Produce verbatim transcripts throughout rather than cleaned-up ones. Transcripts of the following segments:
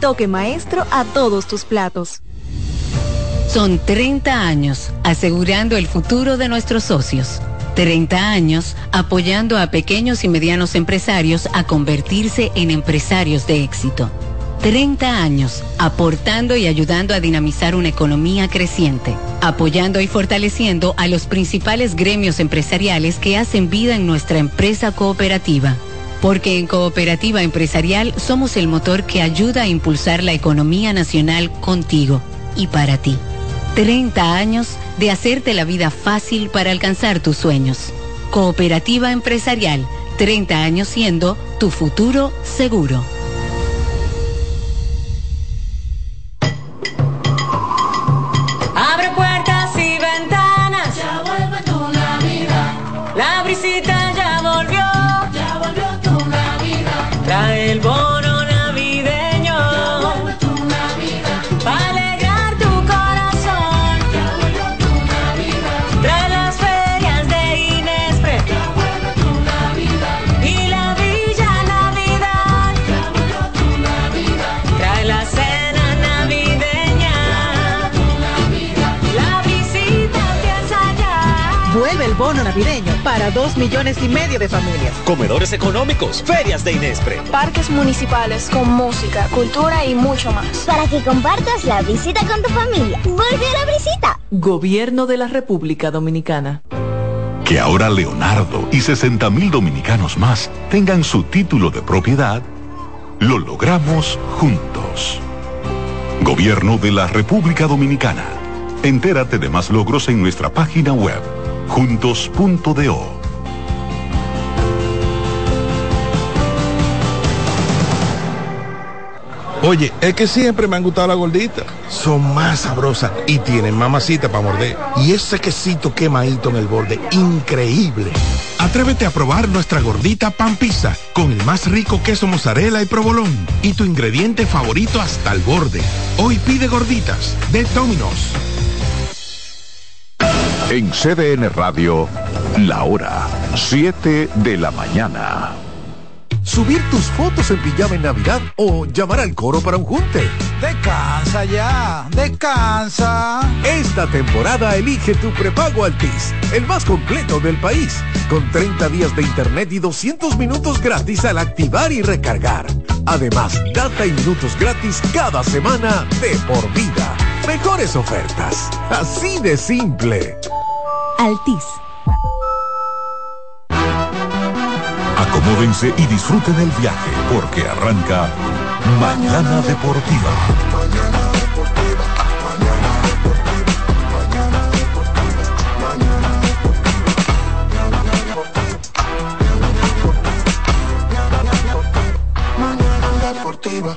toque maestro a todos tus platos. Son treinta años asegurando el futuro de nuestros socios. treinta años apoyando a pequeños y medianos empresarios a convertirse en empresarios de éxito. treinta años aportando y ayudando a dinamizar una economía creciente, apoyando y fortaleciendo a los principales gremios empresariales que hacen vida en nuestra empresa cooperativa. Porque en Cooperativa Empresarial somos el motor que ayuda a impulsar la economía nacional contigo y para ti. treinta años de hacerte la vida fácil para alcanzar tus sueños. Cooperativa Empresarial, treinta años siendo tu futuro seguro. Abre puertas y ventanas, ya vuelve tu Navidad. La brisita ya volvió, ya volvió tu Navidad. Trae el bono navideño, ya vuelve tu Navidad. Para alegrar tu corazón, ya volvió tu Navidad. Trae las ferias de Inespre, ya vuelve tu Navidad. Y la Villa Navidad, ya volvió tu Navidad. Trae la cena navideña, ya volvió tu Navidad. La visita empieza ya. Vuelve el bono navideño para dos millones y medio de familias. Comedores económicos, ferias de Inespre. Parques municipales con música, cultura y mucho más. Para que compartas la visita con tu familia. ¡Vuelve a la visita! Gobierno de la República Dominicana. Que ahora Leonardo y sesenta mil dominicanos más tengan su título de propiedad, lo logramos juntos. Gobierno de la República Dominicana. Entérate de más logros en nuestra página web, juntos punto do. Oye, es que siempre me han gustado las gorditas. Son más sabrosas y tienen mamacita para morder. Y ese quesito quemadito en el borde, increíble. Atrévete a probar nuestra gordita pan pizza con el más rico queso mozzarella y provolón y tu ingrediente favorito hasta el borde. Hoy pide gorditas de Domino's. En C D N Radio, la hora siete de la mañana. Subir tus fotos en pijama en Navidad o llamar al coro para un junte. Descansa ya, descansa. Esta temporada elige tu prepago Altis, el más completo del país, con treinta días de internet y doscientos minutos gratis al activar y recargar. Además, data y minutos gratis cada semana de por vida. Mejores ofertas, así de simple. Altis. Acomódense y disfruten el viaje, porque arranca Mañana Deportiva. Mañana Deportiva, Mañana Deportiva, Mañana Deportiva.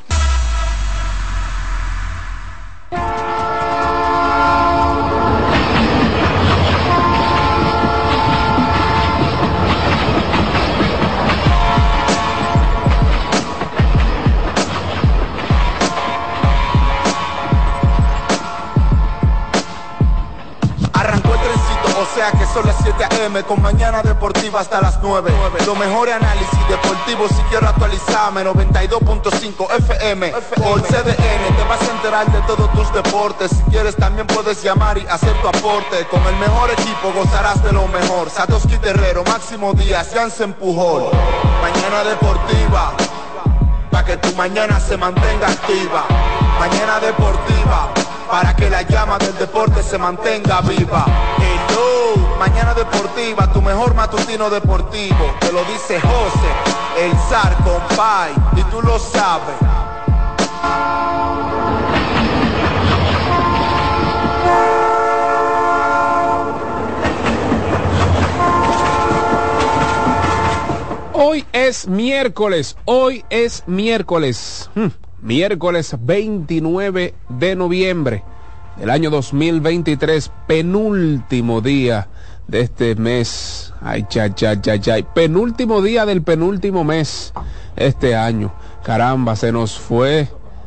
O sea que son las siete a eme con Mañana Deportiva hasta las nueve. Los mejores análisis deportivos si quiero actualizarme. noventa y dos punto cinco F M por C D N. Te vas a enterar de todos tus deportes. Si quieres también puedes llamar y hacer tu aporte. Con el mejor equipo gozarás de lo mejor. Satoshi Terrero, Máximo Díaz, Jansen Pujol. Mañana Deportiva, para que tu mañana se mantenga activa. Mañana Deportiva, para que la llama del deporte se mantenga viva. Hello, Mañana Deportiva, tu mejor matutino deportivo. Te lo dice José, el zar, compay, y tú lo sabes. Hoy es miércoles, hoy es miércoles. Hmm. Miércoles veintinueve de noviembre del año dos mil veintitrés, penúltimo día de este mes. Ay, cha, cha, cha, cha. Penúltimo día del penúltimo mes este año. Caramba, se nos fue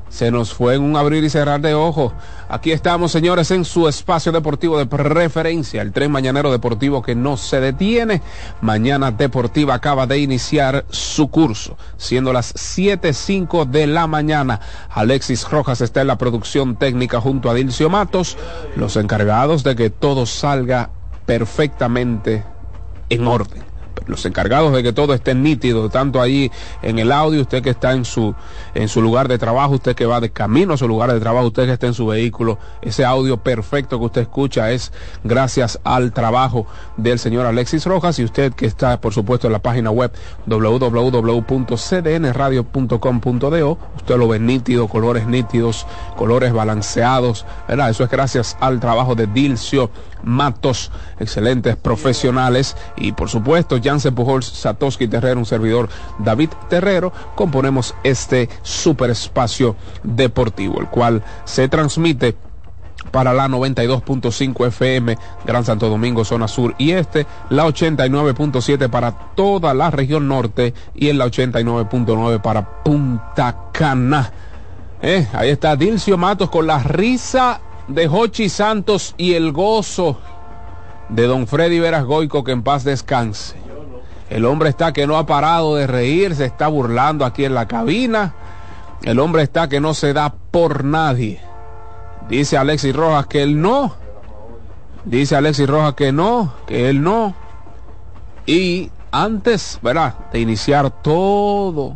Se nos fue en un abrir y cerrar de ojos. Aquí estamos, señores, en su espacio deportivo de preferencia, el tren mañanero deportivo que no se detiene. Mañana Deportiva acaba de iniciar su curso, siendo las siete cinco de la mañana. Alexis Rojas está en la producción técnica junto a Dilcio Matos, los encargados de que todo salga perfectamente en orden. Los encargados de que todo esté nítido, tanto ahí en el audio, usted que está en su en su lugar de trabajo, usted que va de camino a su lugar de trabajo, usted que está en su vehículo, ese audio perfecto que usted escucha es gracias al trabajo del señor Alexis Rojas, y usted que está, por supuesto, en la página web doble u doble u doble u punto c d n radio punto com punto d o, usted lo ve nítido, colores nítidos, colores balanceados, ¿verdad? Eso es gracias al trabajo de Dilcio Matos, excelentes profesionales, y por supuesto Jansen Pujols, Satoshi Terrero, un servidor David Terrero, componemos este super espacio deportivo, el cual se transmite para la noventa y dos punto cinco F M Gran Santo Domingo, zona sur y este, la ochenta y nueve punto siete para toda la región norte y en la ochenta y nueve punto nueve para Punta Cana. Eh, ahí está Dilcio Matos con la risa de Jochi Santos y el gozo de don Freddy Veras Goico, que en paz descanse. El hombre está que no ha parado de reír, se está burlando aquí en la cabina. El hombre está que no se da por nadie. Dice Alexis Rojas que él no. Dice Alexis Rojas que no, que él no. Y antes, ¿verdad?, de iniciar todo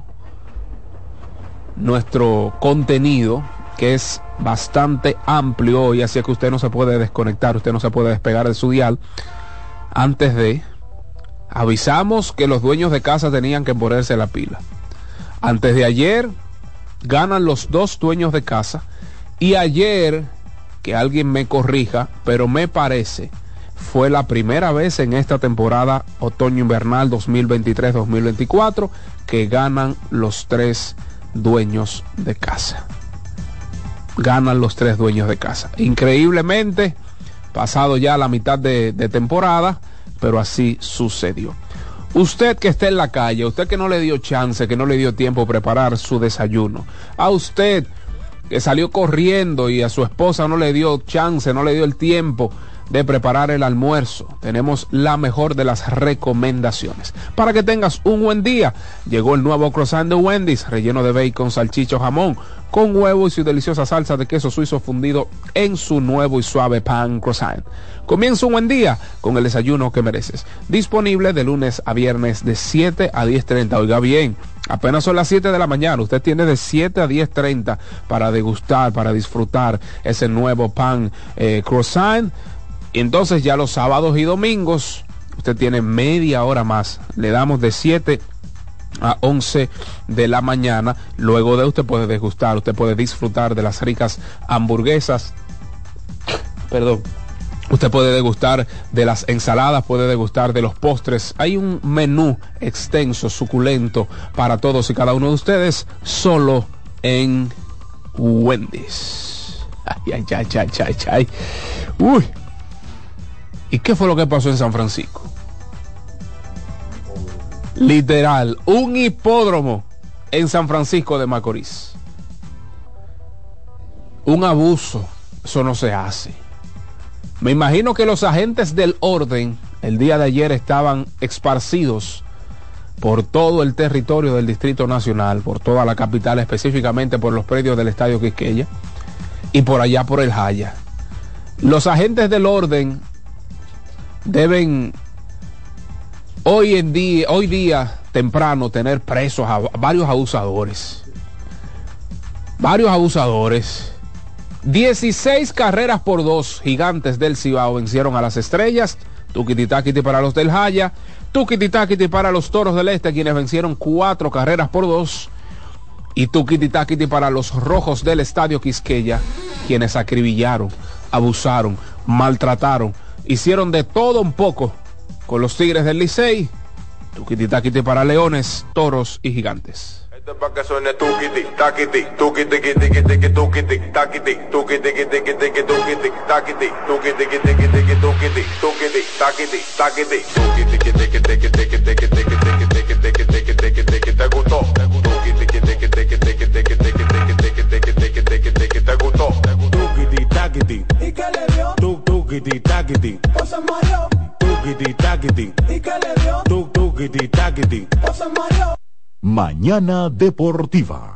nuestro contenido, que es bastante amplio hoy, así que usted no se puede desconectar, usted no se puede despegar de su dial. Antes de, avisamos que los dueños de casa tenían que ponerse la pila. Antes de ayer, ganan los dos dueños de casa. Y ayer, que alguien me corrija, pero me parece, fue la primera vez en esta temporada otoño-invernal dos mil veintitrés dos mil veinticuatro que ganan los tres dueños de casa. Ganan los tres dueños de casa. Increíblemente, pasado ya la mitad de, de temporada, pero así sucedió. Usted que está en la calle, usted que no le dio chance, que no le dio tiempo a preparar su desayuno, a usted que salió corriendo y a su esposa no le dio chance, no le dio el tiempo de preparar el almuerzo, tenemos la mejor de las recomendaciones para que tengas un buen día. Llegó el nuevo croissant de Wendy's, relleno de bacon, salchicho, jamón, con huevo y su deliciosa salsa de queso suizo fundido en su nuevo y suave pan croissant. Comienza un buen día con el desayuno que mereces. Disponible de lunes a viernes de siete a diez treinta. Oiga bien, apenas son las siete de la mañana. Usted tiene de siete a diez treinta para degustar, para disfrutar ese nuevo pan eh, croissant. Y entonces ya los sábados y domingos usted tiene media hora más. Le damos de siete a once de la mañana. Luego de usted puede degustar, usted puede disfrutar de las ricas hamburguesas. Perdón. Usted puede degustar de las ensaladas, puede degustar de los postres. Hay un menú extenso, suculento para todos y cada uno de ustedes, solo en Wendy's. Ay, ay, ay, ay, ay, ay. Uy. ¿Y qué fue lo que pasó en San Francisco? Literal, un hipódromo en San Francisco de Macorís. Un abuso, eso no se hace. Me imagino que los agentes del orden el día de ayer estaban esparcidos por todo el territorio del Distrito Nacional, por toda la capital, específicamente por los predios del Estadio Quisqueya y por allá por el Jaya. Los agentes del orden deben hoy en día, hoy día temprano, tener presos a varios abusadores. Varios abusadores. dieciséis carreras por dos, Gigantes del Cibao vencieron a las Estrellas. Tuquititáquiti para los del Jaya. Tuquititáquiti para los Toros del Este, quienes vencieron cuatro carreras por dos. Y tuquititáquiti para los Rojos del Estadio Quisqueya, quienes acribillaron, abusaron, maltrataron, hicieron de todo un poco con los Tigres del Licey. Tuquititáquiti para Leones, Toros y Gigantes. Pa' que suene tuquiti, taquiti, tuquiti, tiquiti, tiquiti, tuquiti, taquiti, tuquiti, tiquiti, tiquiti, tuquiti, taquiti, tuquiti, tiquiti, tiquiti, tuquiti, tuquiti, taquiti, taquiti, tuquiti, tiquiti, tiquiti, tiquiti, tiquiti, tiquiti, tiquiti, tiquiti, tiquiti, te gustó, tuquiti, tiquiti, tiquiti, tiquiti, tiquiti, tiquiti, tiquiti, taquiti. Mañana Deportiva.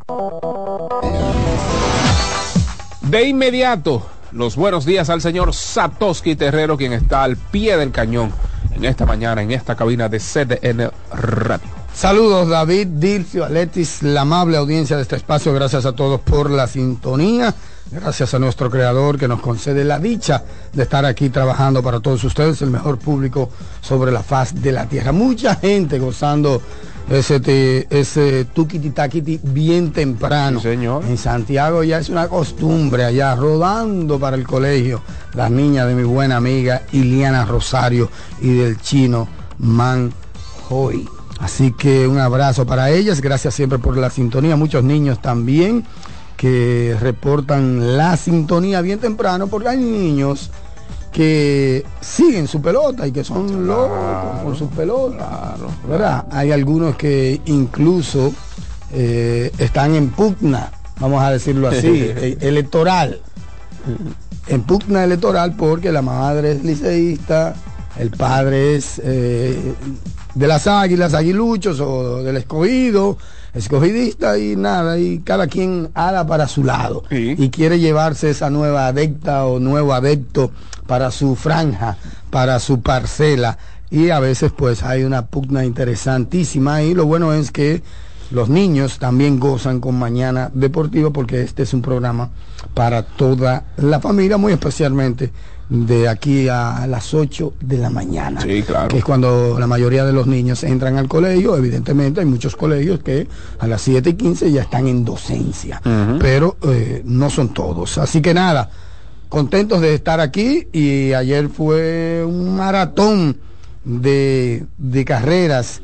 De inmediato, los buenos días al señor Satoshi Terrero, quien está al pie del cañón en esta mañana, en esta cabina de C D N Radio. Saludos David, Dilcio, Aletis, la amable audiencia de este espacio, gracias a todos por la sintonía, gracias a nuestro creador que nos concede la dicha de estar aquí trabajando para todos ustedes, el mejor público sobre la faz de la tierra. Mucha gente gozando ese, te, ese tuquiti taquiti bien temprano. Sí, señor. En Santiago ya es una costumbre allá, rodando para el colegio, las niñas de mi buena amiga Iliana Rosario y del chino Man Hoy. Así que un abrazo para ellas, gracias siempre por la sintonía, muchos niños también que reportan la sintonía bien temprano, porque hay niños que siguen su pelota y que son locos claro, por su pelota, claro, ¿verdad? Claro. Hay algunos que incluso eh, están en pugna, vamos a decirlo así, electoral, en pugna electoral porque la madre es liceísta, el padre es eh, de las águilas, aguiluchos o del escogido, escogidista y nada, y cada quien ala para su lado sí. Y quiere llevarse esa nueva adepta o nuevo adepto para su franja, para su parcela, y a veces pues hay una pugna interesantísima, y lo bueno es que los niños también gozan con Mañana Deportiva, porque este es un programa para toda la familia, muy especialmente de aquí a las ocho de la mañana, sí, claro. Que es cuando la mayoría de los niños entran al colegio. Evidentemente hay muchos colegios que a las siete y quince ya están en docencia, uh-huh. Pero eh, no son todos, así que nada, contentos de estar aquí, y ayer fue un maratón de, de carreras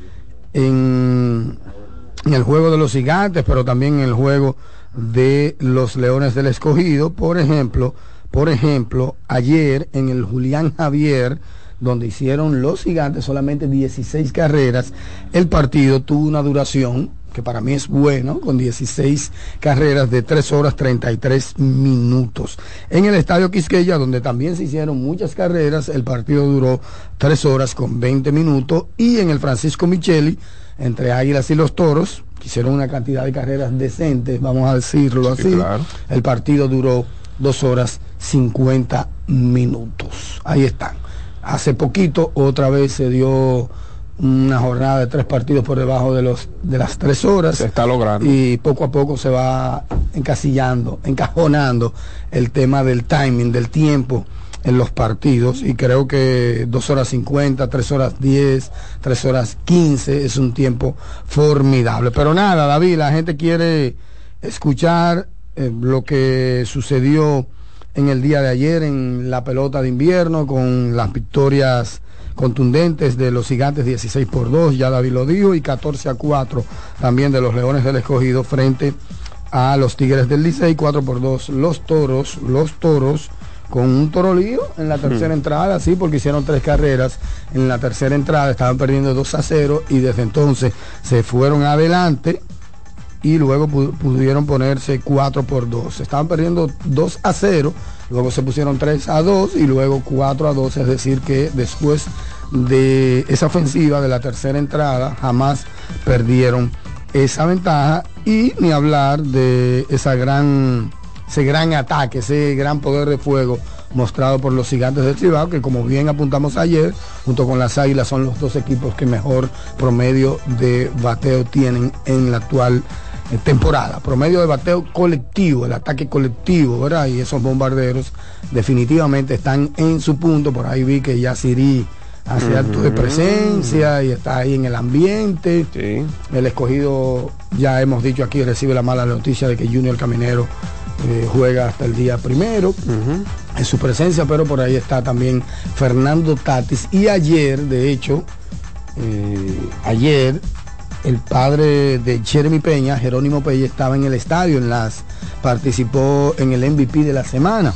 en, en el juego de los Gigantes, pero también en el juego de los Leones del Escogido. Por ejemplo Por ejemplo, ayer en el Julián Javier, donde hicieron los Gigantes solamente dieciséis carreras, el partido tuvo una duración, que para mí es bueno, con dieciséis carreras de tres horas treinta y tres minutos. En el Estadio Quisqueya, donde también se hicieron muchas carreras, el partido duró tres horas con veinte minutos, y en el Francisco Micheli, entre Águilas y los Toros, que hicieron una cantidad de carreras decentes, vamos a decirlo así, sí, claro. El partido duró dos horas cincuenta minutos. Ahí están. Hace poquito otra vez se dio una jornada de tres partidos por debajo de los de las tres horas. Se está logrando. Y poco a poco se va encasillando, encajonando el tema del timing, del tiempo en los partidos, y creo que dos horas cincuenta, tres horas diez, tres horas quince es un tiempo formidable. Pero nada, David, la gente quiere escuchar eh, lo que sucedió en el día de ayer en la pelota de invierno, con las victorias contundentes de los Gigantes dieciséis por dos, ya David lo dijo, y catorce a cuatro también de los Leones del Escogido frente a los Tigres del Licey, cuatro por dos los Toros, los Toros con un torolío en la tercera mm. entrada, sí, porque hicieron tres carreras en la tercera entrada, estaban perdiendo dos a cero, y desde entonces se fueron adelante y luego pudieron ponerse cuatro por dos. Estaban perdiendo dos a cero, luego se pusieron tres a dos y luego cuatro a dos, es decir que después de esa ofensiva de la tercera entrada jamás perdieron esa ventaja, y ni hablar de esa gran ese gran ataque, ese gran poder de fuego mostrado por los Gigantes del Cibao, que como bien apuntamos ayer, junto con las Águilas son los dos equipos que mejor promedio de bateo tienen en la actual temporada, promedio de bateo colectivo, el ataque colectivo, ¿verdad? Y esos bombarderos definitivamente están en su punto. Por ahí vi que ya Siri hace uh-huh. acto de presencia y está ahí en el ambiente. Sí. El Escogido, ya hemos dicho aquí, recibe la mala noticia de que Junior Caminero eh, juega hasta el día primero uh-huh. en su presencia, pero por ahí está también Fernando Tatis. Y ayer, de hecho, eh, ayer el padre de Jeremy Peña, Jerónimo Peña, estaba en el estadio, en las, participó en el M V P de la semana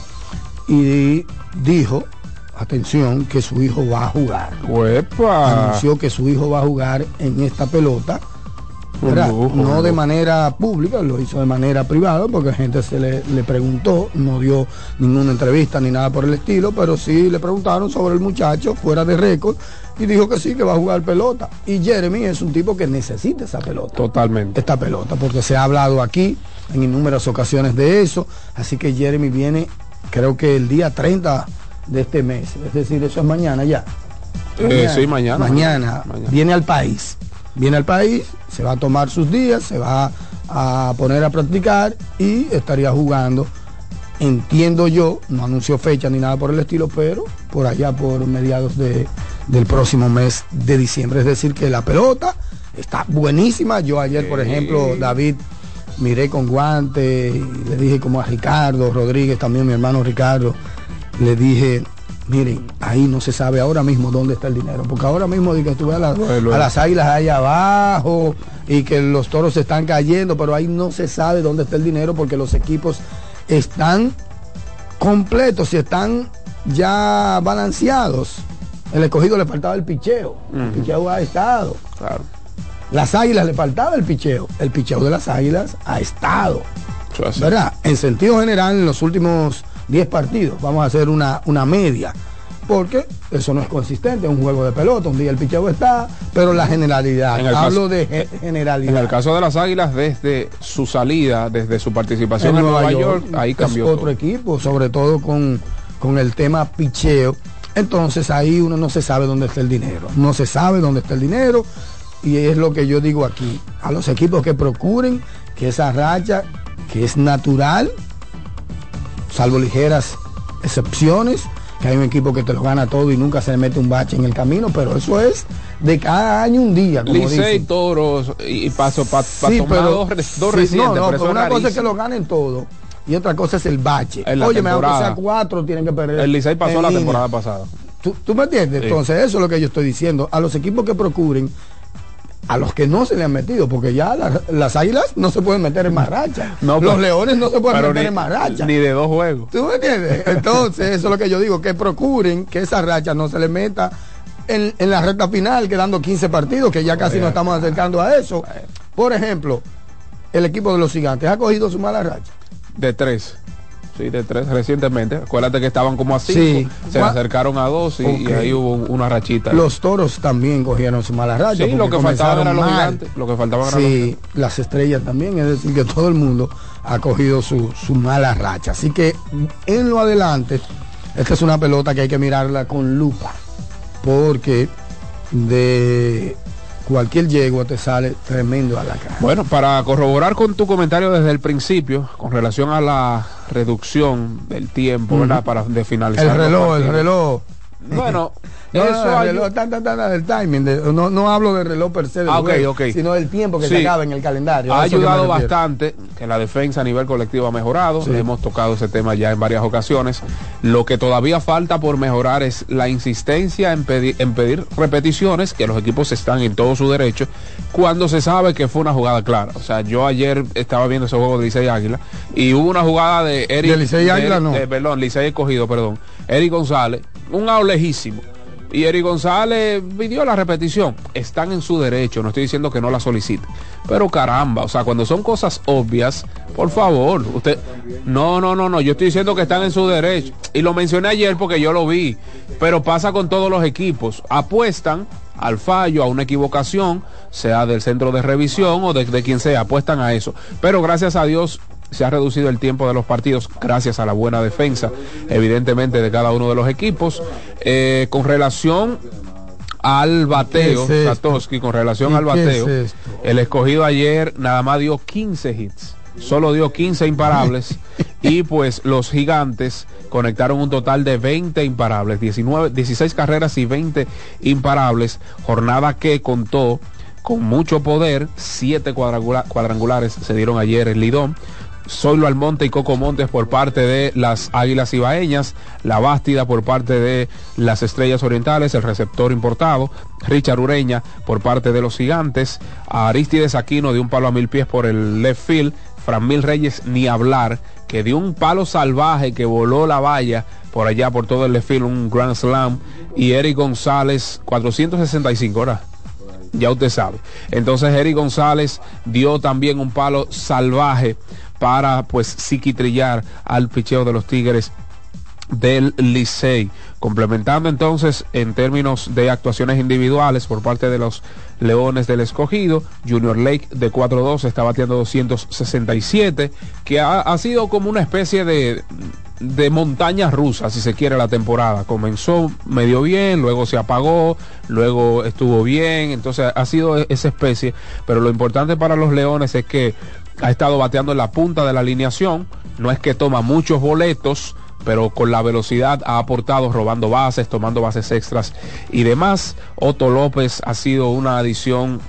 y dijo, atención, que su hijo va a jugar. ¡Uepa! Anunció que su hijo va a jugar en esta pelota Uh, no de manera pública, lo hizo de manera privada porque gente se le, le preguntó, no dio ninguna entrevista ni nada por el estilo, pero sí le preguntaron sobre el muchacho fuera de récord y dijo que sí, que va a jugar pelota. Y Jeremy es un tipo que necesita esa pelota. Totalmente. Esta pelota, porque se ha hablado aquí en innumerables ocasiones de eso, así que Jeremy viene, creo que el día treinta de este mes, es decir, eso es mañana ya. Mañana, eh, sí, mañana, mañana. Mañana. Viene al país. Viene al país, se va a tomar sus días, se va a poner a practicar y estaría jugando, entiendo yo, no anunció fecha ni nada por el estilo, pero por allá por mediados de, del próximo mes de diciembre. Es decir, que la pelota está buenísima. Yo ayer, por ejemplo, David, miré con guante, y le dije como a Ricardo Rodríguez, también mi hermano Ricardo, le dije... Miren, ahí no se sabe ahora mismo dónde está el dinero, porque ahora mismo di que tú ves a, la, bueno, a las águilas allá abajo y que los toros se están cayendo, pero ahí no se sabe dónde está el dinero porque los equipos están completos y están ya balanceados. El Escogido le faltaba el picheo, uh-huh. El picheo ha estado. Claro. Las águilas le faltaba el picheo, el picheo de las águilas ha estado. ¿Verdad? En sentido general, en los últimos diez partidos, vamos a hacer una, una media, porque eso no es consistente, es un juego de pelota, un día el picheo está, pero la generalidad, hablo caso, de ge generalidad. En el caso de las águilas, desde su salida, desde su participación en, en Nueva, Nueva York, York, ahí cambió es otro todo. Equipo, sobre todo con, con el tema picheo, entonces ahí uno no se sabe dónde está el dinero, no se sabe dónde está el dinero, y es lo que yo digo aquí, a los equipos que procuren que esa racha, que es natural, salvo ligeras excepciones, que hay un equipo que te lo gana todo y nunca se le mete un bache en el camino, pero eso es de cada año un día, como Licey, Toros y paso para pa sí, tomar pero, dos, dos sí, recientes, no, no, pero pero una es cosa es que lo ganen todo y otra cosa es el bache. Oye, me aunque sea cuatro tienen que perder. El Licey pasó la temporada pasada. ¿Tú, tú me entiendes? Sí. Entonces eso es lo que yo estoy diciendo. A los equipos que procuren, a los que no se le han metido, porque ya la, las águilas no se pueden meter en más racha. No, los leones no se pueden meter ni, en más racha. Ni de dos juegos. ¿Tú me entiendes? Entonces, eso es lo que yo digo, que procuren que esa racha no se le meta en, en la recta final, quedando quince partidos, que ya casi nos estamos acercando a eso. Por ejemplo, el equipo de los Gigantes ha cogido su mala racha. De tres. Sí, de tres recientemente. Acuérdate que estaban como a cinco, sí. Se acercaron a dos y, okay. y ahí hubo una rachita. Los Toros también cogieron su mala racha. Sí, lo que faltaba eran los Gigantes. Lo que faltaba eran sí, los Gigantes. Las Estrellas también, es decir, que todo el mundo ha cogido su, su mala racha. Así que en lo adelante, esta es una pelota que hay que mirarla con lupa, porque de cualquier yegua te sale tremendo a la cara. Bueno, para corroborar con tu comentario desde el principio, con relación a la reducción del tiempo, uh-huh. ¿verdad? Para de finalizar. El reloj, el reloj. Bueno, no, eso no, el reloj, tan, tan, tan, del timing, de, no, no hablo del reloj per se, del ah, okay, juego, okay. sino del tiempo que sí. se acaba en el calendario. Ha ayudado bastante, que la defensa a nivel colectivo ha mejorado, sí. Hemos tocado ese tema ya en varias ocasiones. Lo que todavía falta por mejorar es la insistencia en pedir, en pedir repeticiones, que los equipos están en todo su derecho, cuando se sabe que fue una jugada clara. O sea, yo ayer estaba viendo ese juego de Licey Águila, y hubo una jugada de Eric... De Licey Águila, no. Eh, perdón, Licey Escogido, perdón. Eric González, un out lejísimo. Y Eric González pidió la repetición. Están en su derecho, no estoy diciendo que no la solicite. Pero caramba, o sea, cuando son cosas obvias, por favor, usted... No, no, no, no, yo estoy diciendo que están en su derecho. Y lo mencioné ayer porque yo lo vi. Pero pasa con todos los equipos. Apuestan al fallo, a una equivocación, sea del centro de revisión o de, de quien sea, apuestan a eso. Pero gracias a Dios se ha reducido el tiempo de los partidos gracias a la buena defensa, evidentemente, de cada uno de los equipos. Eh, con relación al bateo, es Satoshi, con relación al bateo, es el Escogido ayer nada más dio quince hits, solo dio quince imparables y pues los Gigantes conectaron un total de veinte imparables, diecinueve, dieciséis carreras y veinte imparables, jornada que contó con mucho poder. Siete cuadrangula, cuadrangulares se dieron ayer en Lidón. Zoilo Almonte y Coco Montes por parte de las Águilas Ibaeñas, La Bástida por parte de las Estrellas Orientales, el receptor importado, Richard Ureña por parte de los Gigantes, Aristides Aquino de un palo a mil pies por el left field, Franmil Reyes ni hablar, que dio un palo salvaje que voló la valla por allá por todo el left field, un grand slam, y Eric González, cuatrocientos sesenta y cinco horas. ya usted sabe. Entonces Eric González dio también un palo salvaje para pues psiquitrillar al picheo de los Tigres del Licey, complementando entonces en términos de actuaciones individuales por parte de los Leones del Escogido. Junior Lake de cuatro dos está bateando doscientos sesenta y siete, que ha, ha sido como una especie de de montaña rusa, si se quiere, la temporada. Comenzó medio bien, luego se apagó, luego estuvo bien, entonces ha sido esa especie, pero lo importante para los Leones es que ha estado bateando en la punta de la alineación, no es que toma muchos boletos, pero con la velocidad ha aportado, robando bases, tomando bases extras y demás. Otto López ha sido una adición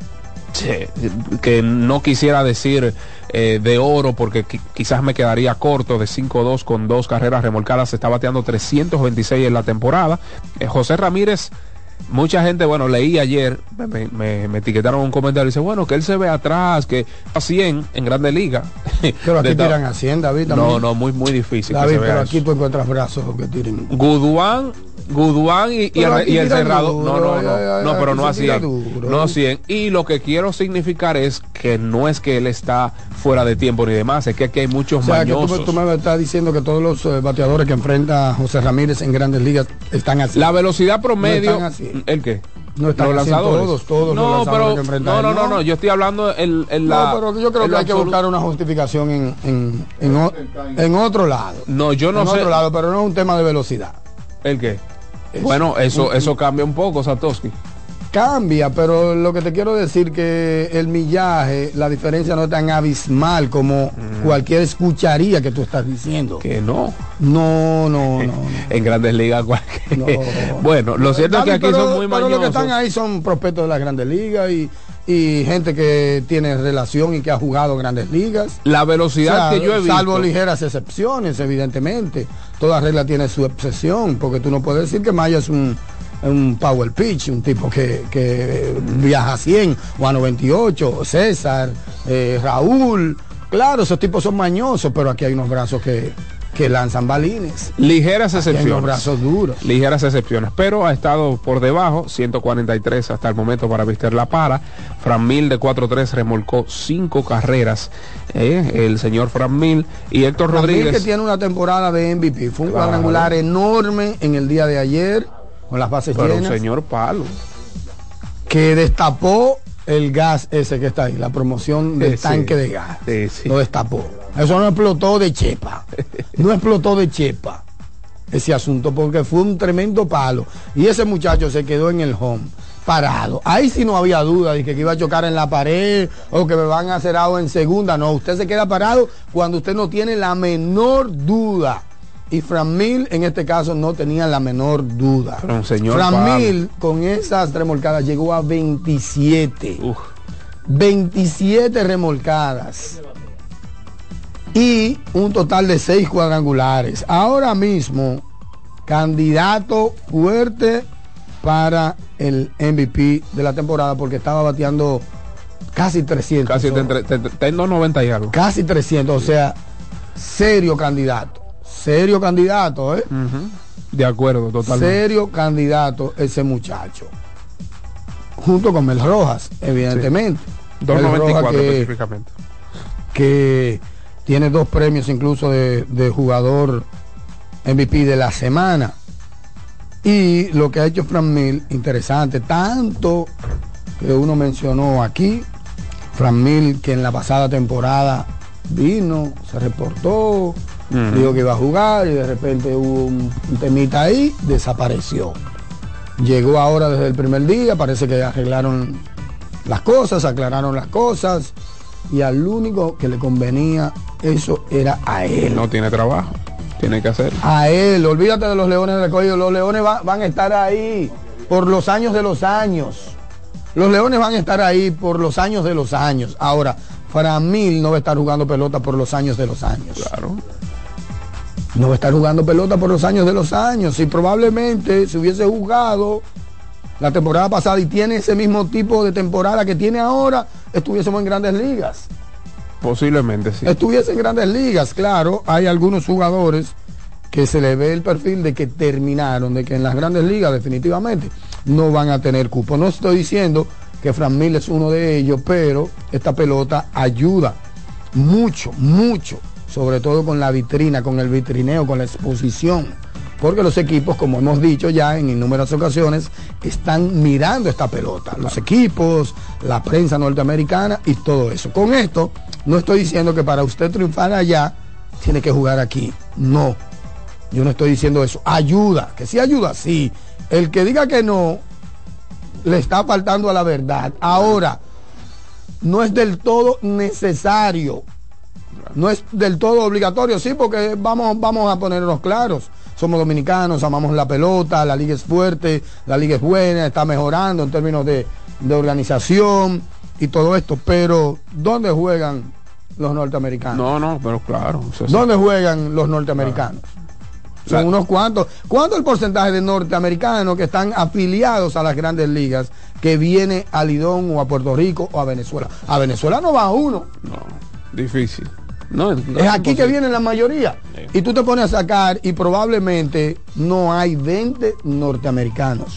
que no quisiera decir eh, de oro, porque qu quizás me quedaría corto, de cinco dos con dos carreras remolcadas, se está bateando trescientos veintiséis en la temporada. eh, José Ramírez, mucha gente, bueno, leí ayer, me, me, me etiquetaron un comentario y dice, bueno, que él se ve atrás, que a cien en Grandes Ligas. Pero aquí tiran a cien, David, también. No, no, muy, muy difícil. David, que se pero vea aquí eso. tú encuentras brazos que tiren. Guduán Guduán y, y, el, y el cerrado duro, no no no, ay, ay, no pero ay, no a cien duro. no a cien. Y lo que quiero significar es que no es que él está fuera de tiempo ni demás, es que aquí hay muchos, o sea, mañosos. Que tú, tú me estás diciendo que todos los uh, bateadores que enfrenta José Ramírez en Grandes Ligas están así. La velocidad promedio, no están ¿el qué? No están los lanzadores. Todos, todos no, los lanzadores pero, que enfrentan. No, no, no, no, yo estoy hablando en, en la... No, pero yo creo que hay que buscar una justificación en, en, en, o, en otro lado. No, yo no en sé. En otro lado, pero no es un tema de velocidad. ¿El qué? Es bueno, eso, un, eso cambia un poco, Satoshi. Cambia, pero lo que te quiero decir que el millaje, la diferencia no es tan abismal como mm. cualquier escucharía que tú estás diciendo. Que no. No, no, no. no. En Grandes Ligas, cualquier... no. Bueno, lo cierto David, es que aquí pero, son muy mañosos. Pero los que están ahí son prospectos de las Grandes Ligas y, y gente que tiene relación y que ha jugado Grandes Ligas. La velocidad, o sea, que yo he visto, salvo ligeras excepciones, evidentemente. Toda regla tiene su excepción, porque tú no puedes decir que Maya es un un power pitch, un tipo que, que viaja a cien o a noventa y ocho, César, eh, Raúl, claro, esos tipos son mañosos, pero aquí hay unos brazos que, que lanzan balines. Ligeras excepciones. Hay unos brazos duros. Ligeras excepciones, pero ha estado por debajo, ciento cuarenta y tres hasta el momento para Mister La Para. Fran Mil de cuatro tres remolcó cinco carreras, eh, el señor Fran Mil, y Héctor Fran Rodríguez. Mil, que tiene una temporada de M V P, fue un claro. cuadrangular enorme en el día de ayer, con las bases pero llenas. Un señor palo. Que destapó el gas ese que está ahí, la promoción del sí, tanque de gas. Sí, sí. Lo destapó. Eso no explotó de chepa. No explotó de chepa ese asunto, porque fue un tremendo palo. Y ese muchacho se quedó en el home, parado. Ahí sí no había duda de que iba a chocar en la pared o que me van a hacer algo en segunda. No, usted se queda parado cuando usted no tiene la menor duda. Y Fran Mil en este caso no tenía la menor duda. Pero un señor Fran Mil con esas remolcadas llegó a veintisiete. Uf. veintisiete remolcadas. Y un total de seis cuadrangulares. Ahora mismo, candidato fuerte para el M V P de la temporada, porque estaba bateando casi trescientos. Casi tengo noventa y algo. Casi trescientos, o sea, serio candidato. Serio candidato, ¿eh? Uh-huh. De acuerdo, totalmente. Serio candidato ese muchacho. Junto con Mel Rojas, evidentemente. Sí. dos noventa y cuatro que, específicamente. Que tiene dos premios incluso de, de jugador M V P de la semana. Y lo que ha hecho Fran Mil, interesante, tanto que uno mencionó aquí, Fran Mil, que en la pasada temporada vino, se reportó, uh-huh. dijo que iba a jugar y de repente hubo un, un temita ahí, desapareció. Llegó ahora desde el primer día, parece que arreglaron las cosas, aclararon las cosas, y al único que le convenía eso era a él. No tiene trabajo, tiene que hacer. A él, olvídate de los Leones del Escogido, los Leones va, van a estar ahí por los años de los años. Los Leones van a estar ahí por los años de los años. Ahora, Fran Mil no va a estar jugando pelota por los años de los años. Claro. No va a estar jugando pelota por los años de los años. Si probablemente se hubiese jugado la temporada pasada y tiene ese mismo tipo de temporada que tiene ahora, estuviésemos en Grandes Ligas. Posiblemente sí. Estuviese en Grandes Ligas, claro. Hay algunos jugadores que se le ve el perfil de que terminaron, de que en las Grandes Ligas definitivamente no van a tener cupo. No estoy diciendo que Fran Mil es uno de ellos, pero esta pelota ayuda mucho, mucho, sobre todo con la vitrina, con el vitrineo, con la exposición, porque los equipos, como hemos dicho ya en innumerables ocasiones, están mirando esta pelota, los equipos, la prensa norteamericana y todo eso. Con esto, no estoy diciendo que para usted triunfar allá, tiene que jugar aquí, no, yo no estoy diciendo eso, ayuda, que sí ayuda, sí, el que diga que no, le está faltando a la verdad. Ahora, no es del todo necesario, no es del todo obligatorio, sí, porque vamos, vamos a ponernos claros, somos dominicanos, amamos la pelota, la liga es fuerte, la liga es buena, está mejorando en términos de, de organización y todo esto, pero ¿dónde juegan los norteamericanos? No, no, pero claro. O sea, ¿dónde sí. juegan los norteamericanos? Claro. Son o sea, unos cuantos. ¿Cuánto el porcentaje de norteamericanos que están afiliados a las grandes ligas que viene a Lidón o a Puerto Rico o a Venezuela? A Venezuela no va uno. No, difícil. No, no es aquí que vienen la mayoría. Sí. Y tú te pones a sacar y probablemente no hay veinte norteamericanos.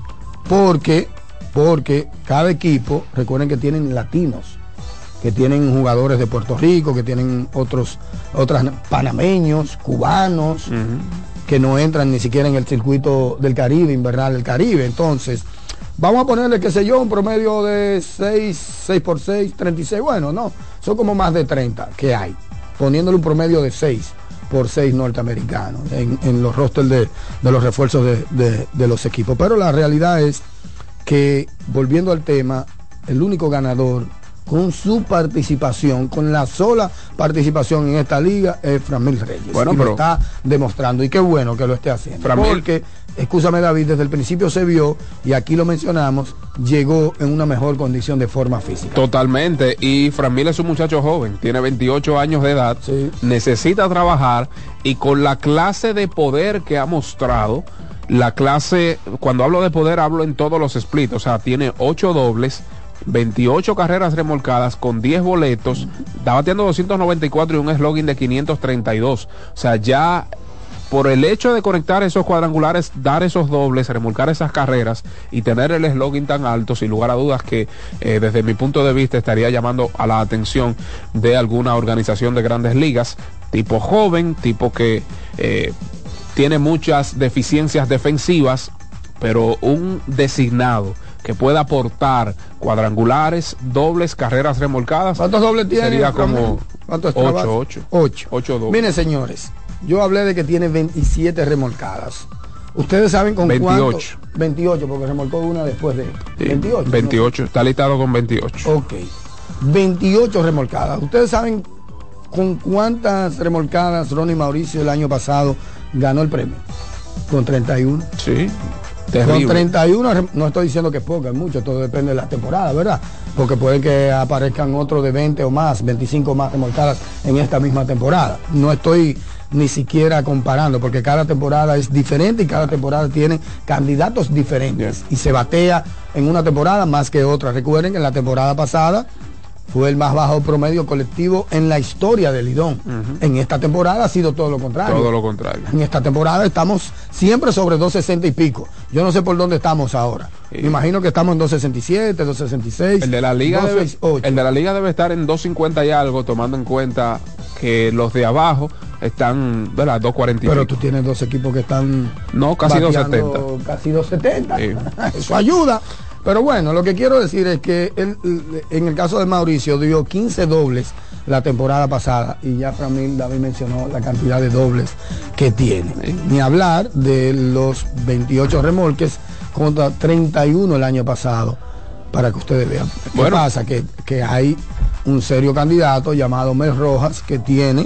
Porque, porque cada equipo, recuerden que tienen latinos, que tienen jugadores de Puerto Rico, que tienen otros, otras panameños, cubanos, uh-huh. que no entran ni siquiera en el circuito del Caribe, invernal del Caribe. Entonces, vamos a ponerle, qué sé yo, un promedio de seis, seis por seis, treinta y seis. Bueno, no, son como más de treinta que hay, poniéndole un promedio de seis por seis norteamericanos en, en los rosters de, de los refuerzos de, de, de los equipos. Pero la realidad es que, volviendo al tema, el único ganador con su participación, con la sola participación en esta liga, es Fran Mil Reyes. Bueno, y pero lo está demostrando, y qué bueno que lo esté haciendo. Fran porque, escúchame David, desde el principio se vio, y aquí lo mencionamos, llegó en una mejor condición de forma física. Totalmente, y Fran Mil es un muchacho joven, tiene veintiocho años de edad, sí. necesita trabajar, y con la clase de poder que ha mostrado, la clase, cuando hablo de poder, hablo en todos los splits, o sea, tiene ocho dobles, veintiocho carreras remolcadas con diez boletos, está bateando doscientos noventa y cuatro y un slugging de quinientos treinta y dos. O sea, ya por el hecho de conectar esos cuadrangulares, dar esos dobles, remolcar esas carreras y tener el slugging tan alto, sin lugar a dudas que eh, desde mi punto de vista estaría llamando a la atención de alguna organización de grandes ligas, tipo joven, tipo que eh, tiene muchas deficiencias defensivas, pero un designado que pueda aportar cuadrangulares, dobles, carreras remolcadas. ¿Cuántos dobles tiene? Sería como ¿Cuántos ocho, ocho. Ocho. Ocho dobles. Miren, señores, yo hablé de que tiene veintisiete remolcadas. Ustedes saben con veintiocho. Cuánto? veintiocho, porque remolcó una después de sí, veintiocho. veintiocho, ¿no? Está listado con veintiocho. Ok. veintiocho remolcadas. Ustedes saben con cuántas remolcadas Ronnie Mauricio el año pasado ganó el premio. Con treinta y uno. Sí. Terrible. Con treinta y uno, no estoy diciendo que es poco, es mucho, todo depende de la temporada, ¿verdad? Porque puede que aparezcan otros de veinte o más, veinticinco más remolcadas en esta misma temporada. No estoy ni siquiera comparando, porque cada temporada es diferente y cada temporada tiene candidatos diferentes. Yeah. Y se batea en una temporada más que otra. Recuerden que en la temporada pasada fue el más bajo promedio colectivo en la historia del Lidón. Uh-huh. En esta temporada ha sido todo lo contrario. Todo lo contrario. En esta temporada estamos siempre sobre doscientos sesenta y pico. Yo no sé por dónde estamos ahora. Sí. Me imagino que estamos en doscientos sesenta y siete, doscientos sesenta y seis. El de la liga debe, el de la liga debe estar en doscientos cincuenta y algo, tomando en cuenta que los de abajo están, ¿verdad? doscientos cuarenta y Pero pico. Tú tienes dos equipos que están no, casi doscientos setenta. Casi doscientos setenta. Sí. Eso ayuda. Pero bueno, lo que quiero decir es que él, en el caso de Mauricio, dio quince dobles la temporada pasada, y ya para mí David mencionó la cantidad de dobles que tiene. Sí. Ni hablar de los veintiocho remolques contra treinta y uno el año pasado, para que ustedes vean. ¿Qué bueno. pasa? Que, que hay un serio candidato llamado Mel Rojas, que tiene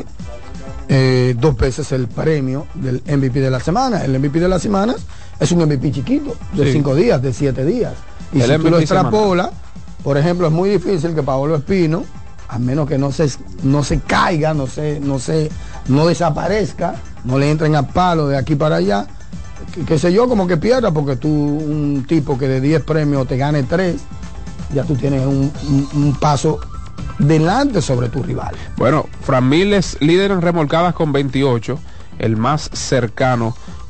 eh, dos veces el premio del M V P de la semana. El M V P de las semanas es un M V P chiquito, de sí. cinco días, de siete días. Y el si tú lo extrapolas, por ejemplo, es muy difícil que Paolo Espino, a menos que no se, no se caiga, no se, no se, no desaparezca, no le entren a palo de aquí para allá, que, que sé yo, como que pierda, porque tú, un tipo que de diez premios te gane tres, ya tú tienes un, un, un paso delante sobre tu rival. Bueno, Fran Mil es líder en remolcadas con veintiocho, el más cercano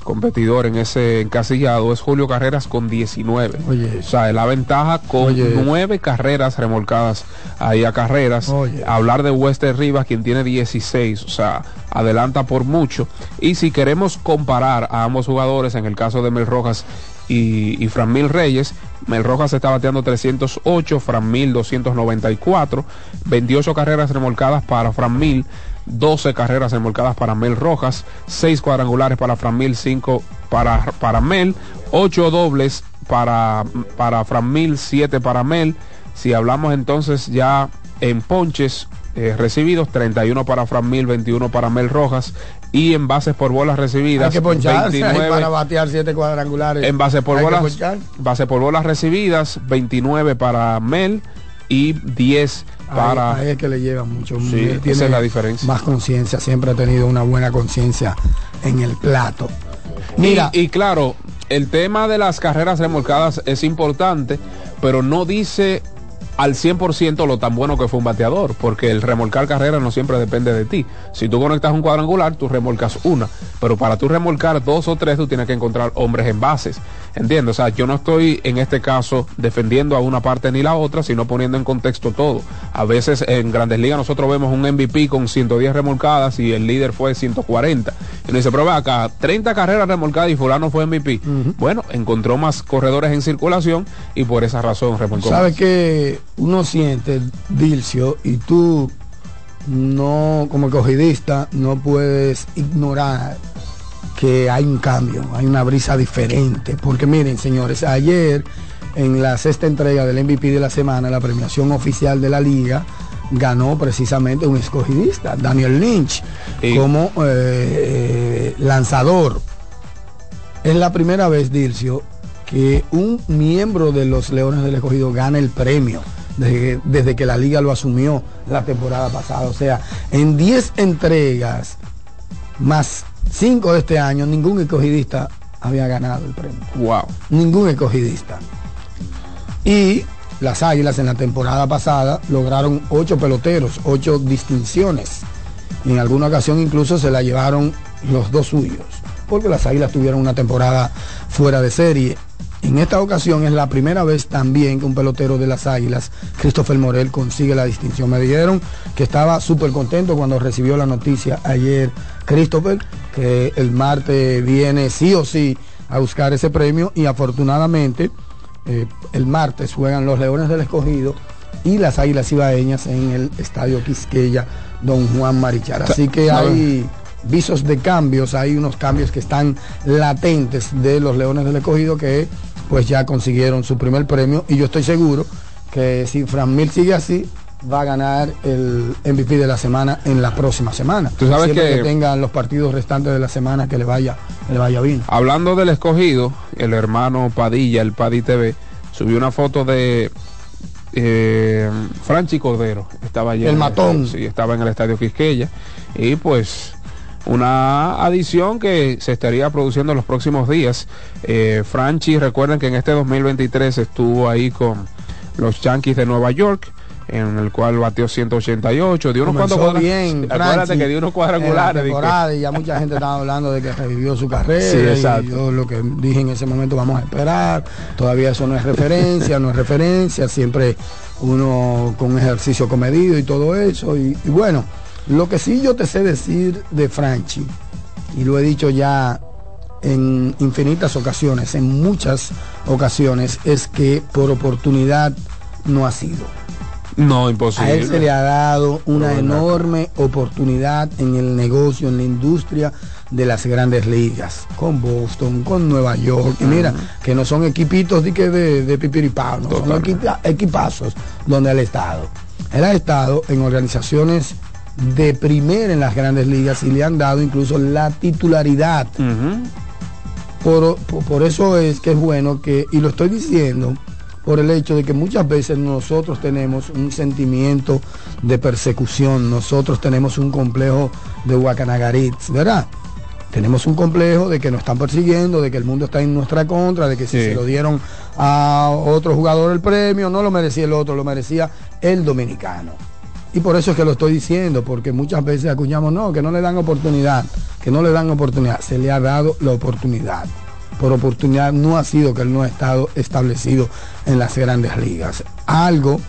competidor en ese encasillado es Julio Carreras con diecinueve. Oye. O sea, la ventaja con Oye. nueve carreras remolcadas ahí a Carreras. Oye. Hablar de Wester Rivas, quien tiene dieciséis, o sea, adelanta por mucho. Y si queremos comparar a ambos jugadores, en el caso de Mel Rojas y, y Franmil Reyes, Mel Rojas está bateando trescientos ocho, Franmil doscientos noventa y cuatro, veintiocho carreras remolcadas para Franmil, doce carreras remolcadas para Mel Rojas, seis cuadrangulares para Franmil, cinco para, para Mel, ocho dobles para, para Franmil, siete para Mel. Si hablamos entonces ya en ponches eh, recibidos, treinta y uno para Franmil, veintiuno para Mel Rojas, y en bases por bolas recibidas, hay que poncharse veintinueve para batear siete cuadrangulares. En base por bolas, base por bolas recibidas, veintinueve para Mel y diez para... Ahí, ahí es que le lleva mucho. Sí, tiene esa es la diferencia. Más conciencia, siempre ha tenido una buena conciencia en el plato. Mira, y, y claro, el tema de las carreras remolcadas es importante, pero no dice al cien por ciento lo tan bueno que fue un bateador, porque el remolcar carreras no siempre depende de ti. Si tú conectas un cuadrangular, tú remolcas una, pero para tú remolcar dos o tres, tú tienes que encontrar hombres en bases, ¿entiendes? O sea, yo no estoy en este caso defendiendo a una parte ni la otra, sino poniendo en contexto todo. A veces en Grandes Ligas nosotros vemos un M V P con ciento diez remolcadas y el líder fue ciento cuarenta. Y uno dice, pero ve acá, treinta carreras remolcadas y fulano fue M V P. Uh-huh. Bueno, encontró más corredores en circulación y por esa razón remolcó. ¿Sabes que uno siente, Dilcio, y tú no, como cogidista, no puedes ignorar que hay un cambio, hay una brisa diferente? Porque miren, señores, ayer en la sexta entrega del M V P de la semana, la premiación oficial de la liga, ganó precisamente un escogidista, Daniel Lynch, sí, como eh, lanzador. Es la primera vez, Dilcio, que un miembro de los Leones del Escogido gana el premio desde, desde que la liga lo asumió la temporada pasada. O sea, en diez entregas más cinco de este año, ningún escogidista había ganado el premio. Wow. Ningún escogidista. Y las Águilas en la temporada pasada lograron ocho peloteros, ocho distinciones. Y en alguna ocasión incluso se la llevaron los dos suyos, porque las Águilas tuvieron una temporada fuera de serie. En esta ocasión es la primera vez también que un pelotero de las Águilas, Christopher Morel, consigue la distinción. Me dijeron que estaba súper contento cuando recibió la noticia ayer Christopher, que el martes viene sí o sí a buscar ese premio, y afortunadamente eh, el martes juegan los Leones del Escogido y las Águilas Ibaeñas en el Estadio Quisqueya Don Juan Marichal. Así que hay visos de cambios, hay unos cambios que están latentes de los Leones del Escogido, que pues ya consiguieron su primer premio, y yo estoy seguro que si Franmil sigue así, va a ganar el M V P de la semana en la próxima semana. Tú sabes Siempre que, que tengan los partidos restantes de la semana, que le vaya, que le vaya bien. Hablando del Escogido, el hermano Padilla, el Padi T V, subió una foto de eh, Franchi Cordero. Estaba allí, el matón. Sí, estaba en el Estadio Quisqueya, y pues una adición que se estaría produciendo en los próximos días. eh, Franchi, recuerden que en este dos mil veintitrés estuvo ahí con los Yankees de Nueva York, en el cual batió ciento ochenta y ocho, dio unos cuantos bien, acuérdate que dio unos cuadrangulares, y ya mucha gente estaba hablando de que revivió su carrera. Sí, exacto. Y yo lo que dije en ese momento, vamos a esperar, todavía eso no es referencia, no es referencia, siempre uno con un ejercicio comedido y todo eso, y, y bueno, lo que sí yo te sé decir de Franchi, y lo he dicho ya en infinitas ocasiones, en muchas ocasiones, es que por oportunidad no ha sido. No, imposible. A él se le ha dado una no, enorme no. oportunidad en el negocio, en la industria de las grandes ligas, con Boston, con Nueva York, y mira, que no son equipitos de, de, de pipiripao, no, son equipa, equipazos donde él ha estado. Él ha estado en organizaciones de primera en las grandes ligas y le han dado incluso la titularidad. Uh-huh. por, por, por eso es que es bueno que, y lo estoy diciendo por el hecho de que muchas veces nosotros tenemos un sentimiento de persecución, nosotros tenemos un complejo de Guacanagaritz, ¿verdad? Tenemos un complejo de que nos están persiguiendo, de que el mundo está en nuestra contra, de que si sí. se lo dieron a otro jugador el premio, no lo merecía el otro, lo merecía el dominicano. Y por eso es que lo estoy diciendo, porque muchas veces acuñamos, no, que no le dan oportunidad, que no le dan oportunidad. Se le ha dado la oportunidad. Por oportunidad no ha sido que él no ha estado establecido en las grandes ligas. Algo,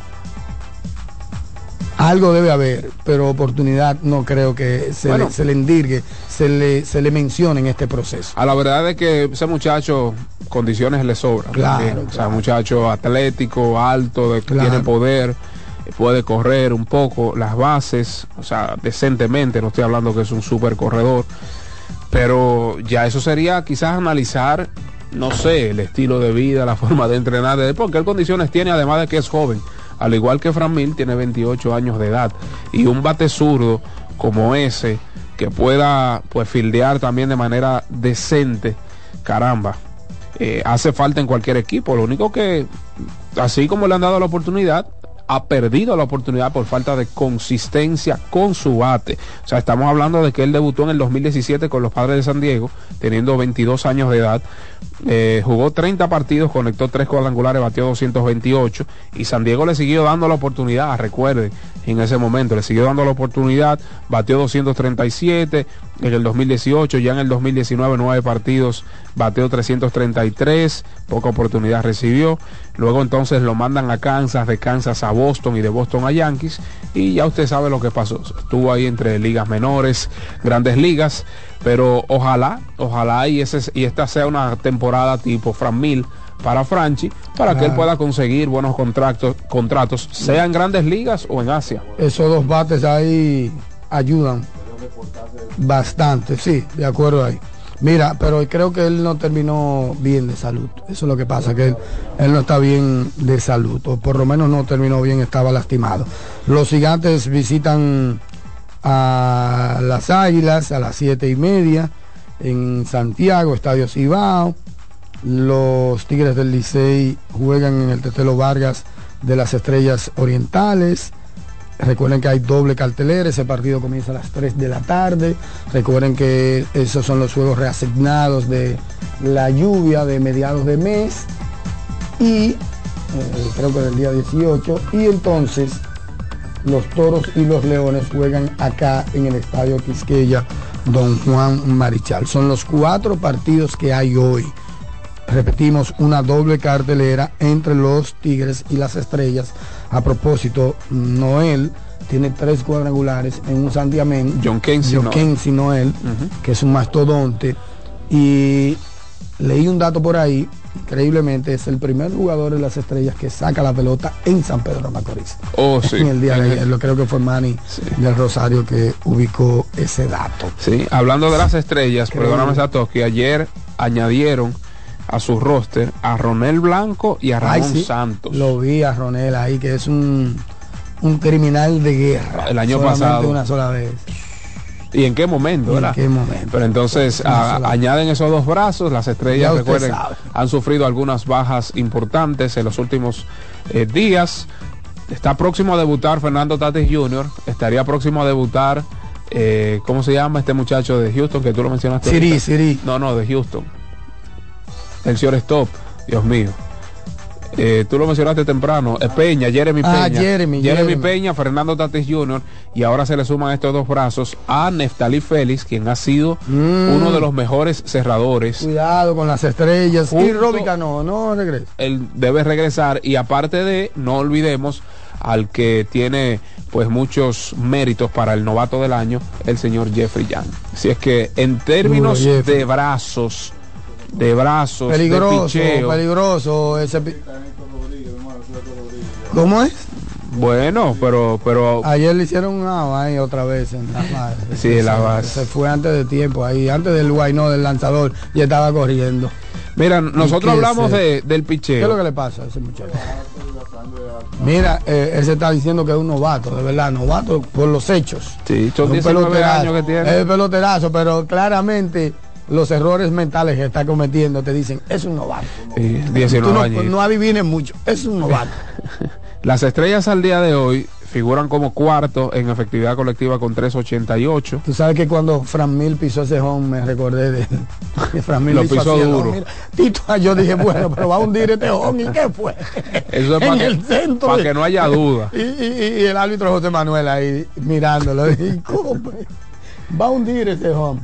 algo debe haber, pero oportunidad no creo que se, bueno, le, se le endirgue, se le, se le mencione en este proceso. A la verdad es que ese muchacho, condiciones le sobran. Claro, claro. O sea, muchacho atlético, alto, de, claro. tiene poder, puede correr un poco las bases, o sea, decentemente, no estoy hablando que es un súper corredor. Pero ya eso sería quizás analizar, no sé, el estilo de vida, la forma de entrenar, porque él condiciones tiene, además de que es joven, al igual que Franmil, tiene veintiocho años de edad, y un bate zurdo como ese, que pueda pues fildear también de manera decente, caramba, eh, hace falta en cualquier equipo. Lo único que, así como le han dado la oportunidad, ha perdido la oportunidad por falta de consistencia con su bate. O sea, estamos hablando de que él debutó en el dos mil diecisiete con los Padres de San Diego, teniendo veintidós años de edad. Eh, jugó treinta partidos, conectó tres cuadrangulares, batió doscientos veintiocho, y San Diego le siguió dando la oportunidad, recuerden, en ese momento le siguió dando la oportunidad, batió doscientos treinta y siete en el dos mil dieciocho, ya en el dos mil diecinueve nueve partidos, bateó trescientos treinta y tres, poca oportunidad recibió. Luego entonces lo mandan a Kansas, de Kansas a Boston y de Boston a Yankees, y ya usted sabe lo que pasó. Estuvo ahí entre ligas menores, grandes ligas, pero ojalá, ojalá y, ese, y esta sea una temporada tipo Franmil para Franchi, para claro. que él pueda conseguir buenos contratos, contratos, sea en grandes ligas o en Asia. Esos dos bates ahí ayudan bastante, sí, de acuerdo ahí. Mira, pero creo que él no terminó bien de salud. Eso es lo que pasa, que él, él no está bien de salud, o por lo menos no terminó bien, estaba lastimado. Los Gigantes visitan a las Águilas a las siete y media en Santiago, Estadio Cibao. Los Tigres del Licey juegan en el Tetelo Vargas de las Estrellas Orientales. Recuerden que hay doble cartelera, ese partido comienza a las tres de la tarde. Recuerden que esos son los juegos reasignados de la lluvia de mediados de mes. Y eh, creo que del día dieciocho. Y entonces los Toros y los Leones juegan acá en el Estadio Quisqueya Don Juan Marichal. Son los cuatro partidos que hay hoy. Repetimos, una doble cartelera entre los Tigres y las Estrellas. A propósito, Noel tiene tres cuadrangulares en un santiamén. John Kenzie Noel, Noel uh-huh. que es un mastodonte. Y leí un dato por ahí, increíblemente, es el primer jugador de las Estrellas que saca la pelota en San Pedro de Macorís. Oh, sí. En el día de ayer, lo creo que fue Manny sí. del Rosario que ubicó ese dato. Sí, hablando de las Estrellas, creo... perdóname Satoshi, ayer añadieron a su roster a Ronel Blanco y a Ramón Ay, sí. Santos. Lo vi a Ronel ahí, que es un, un criminal de guerra. El año pasado. Una sola vez. ¿Y en qué momento? ¿Y ¿verdad? ¿En qué momento? Pero entonces a, añaden esos dos brazos. Las Estrellas, recuerden, sabe. han sufrido algunas bajas importantes en los últimos eh, días. Está próximo a debutar Fernando Tatis junior Estaría próximo a debutar, eh, ¿cómo se llama este muchacho de Houston que tú lo mencionaste? Siri, Siri. No, no, de Houston. El señor Stop, Dios mío. Eh, tú lo mencionaste temprano, eh, Peña, Jeremy Peña, ah, Jeremy, Jeremy, Jeremy Peña, Fernando Tatis junior y ahora se le suman estos dos brazos a Neftali Félix, quien ha sido mm. uno de los mejores cerradores. Cuidado con las Estrellas. Punto, y Róbica no, no regresa. Él debe regresar, y aparte de, no olvidemos al que tiene pues muchos méritos para el novato del año, el señor Jeffrey Young. Así es que en términos Duro, de brazos de brazos, peligroso, de picheo. Peligroso ese pi... ¿Cómo es? Bueno, pero pero ayer le hicieron un out ahí otra vez en la base. Sí, se, la base. Se fue antes de tiempo ahí, antes del guayno del lanzador, y estaba corriendo. Mira, nosotros hablamos de, del picheo. ¿Qué es lo que le pasa a ese muchacho? Mira, eh, él se está diciendo que es un novato, de verdad, novato por los hechos. Sí, son diecinueve años que tiene. Es peloterazo, pero claramente los errores mentales que está cometiendo te dicen, es un novato. Sí, diecinueve no, años. No adivines mucho, es un novato. Las Estrellas al día de hoy figuran como cuarto en efectividad colectiva con tres ochenta y ocho. Tú sabes que cuando Franmil pisó ese home, me recordé de que Franmil lo pisó duro. Mira, Tito, yo dije, bueno, pero va a hundir este home, ¿y qué fue? Eso es para que, para que no haya duda. Y, y, y el árbitro José Manuel ahí mirándolo, y, ¿cómo? Va a hundir ese home.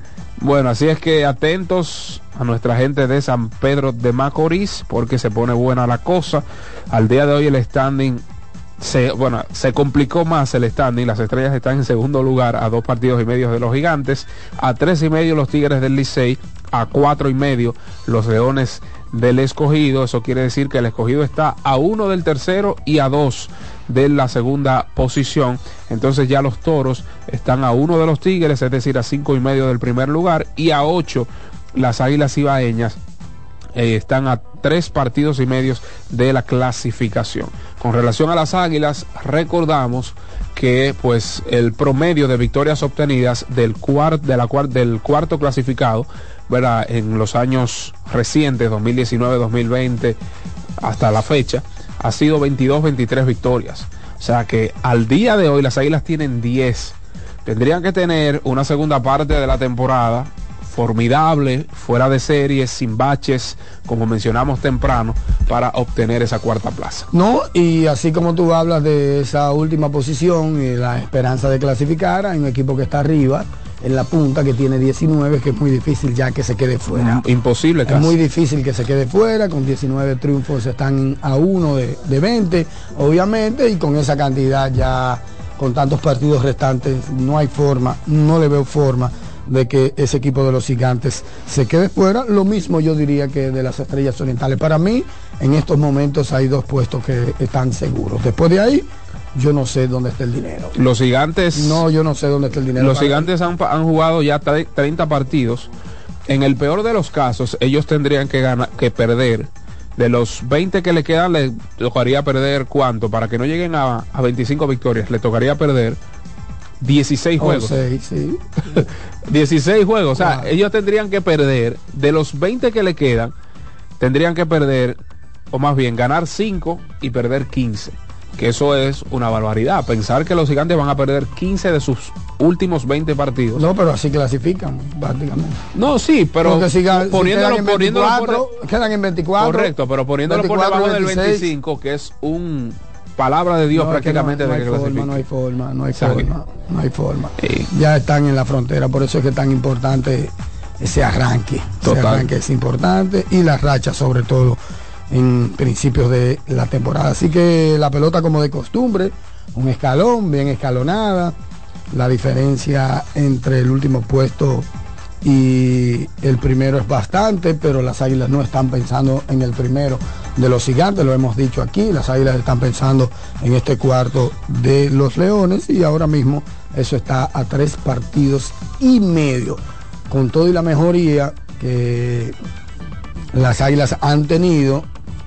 Bueno, así es que atentos a nuestra gente de San Pedro de Macorís, porque se pone buena la cosa. Al día de hoy el standing se, bueno, se complicó más el standing. Las Estrellas están en segundo lugar a dos partidos y medio de los Gigantes, a tres y medio los Tigres del Licey, a cuatro y medio los Leones del Escogido. Eso quiere decir que el Escogido está a uno del tercero y a dos de la segunda posición. Entonces ya los Toros están a uno de los Tigres, es decir, a cinco y medio del primer lugar, y a ocho las Águilas Ibaeñas eh, están a tres partidos y medios de la clasificación. Con relación a las Águilas, recordamos que pues el promedio de victorias obtenidas del, cuart, de la cuart, del cuarto clasificado, ¿verdad?, en los años recientes, dos mil diecinueve, dos mil veinte, hasta la fecha, ha sido veintidós, veintitrés victorias. O sea que al día de hoy las Águilas tienen diez. Tendrían que tener una segunda parte de la temporada formidable, fuera de series, sin baches, como mencionamos temprano, para obtener esa cuarta plaza. No, y así como tú hablas de esa última posición y la esperanza de clasificar, hay un equipo que está arriba, en la punta, que tiene diecinueve, que es muy difícil ya que se quede fuera. Imposible casi. Es muy difícil que se quede fuera, con diecinueve triunfos están a uno de, de veinte, obviamente, y con esa cantidad ya, con tantos partidos restantes, no hay forma, no le veo forma de que ese equipo de los Gigantes se quede fuera. Lo mismo yo diría que de las Estrellas Orientales. Para mí, en estos momentos hay dos puestos que están seguros. Después de ahí, yo no sé dónde está el dinero. Los Gigantes... No, yo no sé dónde está el dinero. Los Gigantes han, han jugado ya treinta partidos. En el peor de los casos, ellos tendrían que ganar, que perder. De los veinte que le quedan, le tocaría perder ¿cuánto? Para que no lleguen a, a veinticinco victorias, le tocaría perder dieciséis juegos. Oh, seis, sí. dieciséis juegos. O sea, wow. Ellos tendrían que perder, de los veinte que le quedan, tendrían que perder, o más bien ganar cinco y perder quince. Que eso es una barbaridad. Pensar que los Gigantes van a perder quince de sus últimos veinte partidos. No, pero así clasifican prácticamente. No, sí, pero si, poniéndolo, si quedan, en poniéndolo veinticuatro, por, quedan en veinticuatro. Correcto, pero poniéndolo veinticuatro, por debajo del veinticinco, que es un palabra de Dios no, prácticamente no, no de que clasifiquen. No hay forma, no hay forma, no hay forma. Sí. Ya están en la frontera, por eso es que es tan importante ese arranque. Total. Ese arranque es importante, y la racha sobre todo en principios de la temporada. Así que la pelota, como de costumbre, un escalón bien escalonada. La diferencia entre el último puesto y el primero es bastante, pero las Águilas no están pensando en el primero de los Gigantes, lo hemos dicho aquí. Las Águilas están pensando en este cuarto de los Leones, y ahora mismo eso está a tres partidos y medio, con todo y la mejoría que las Águilas han tenido.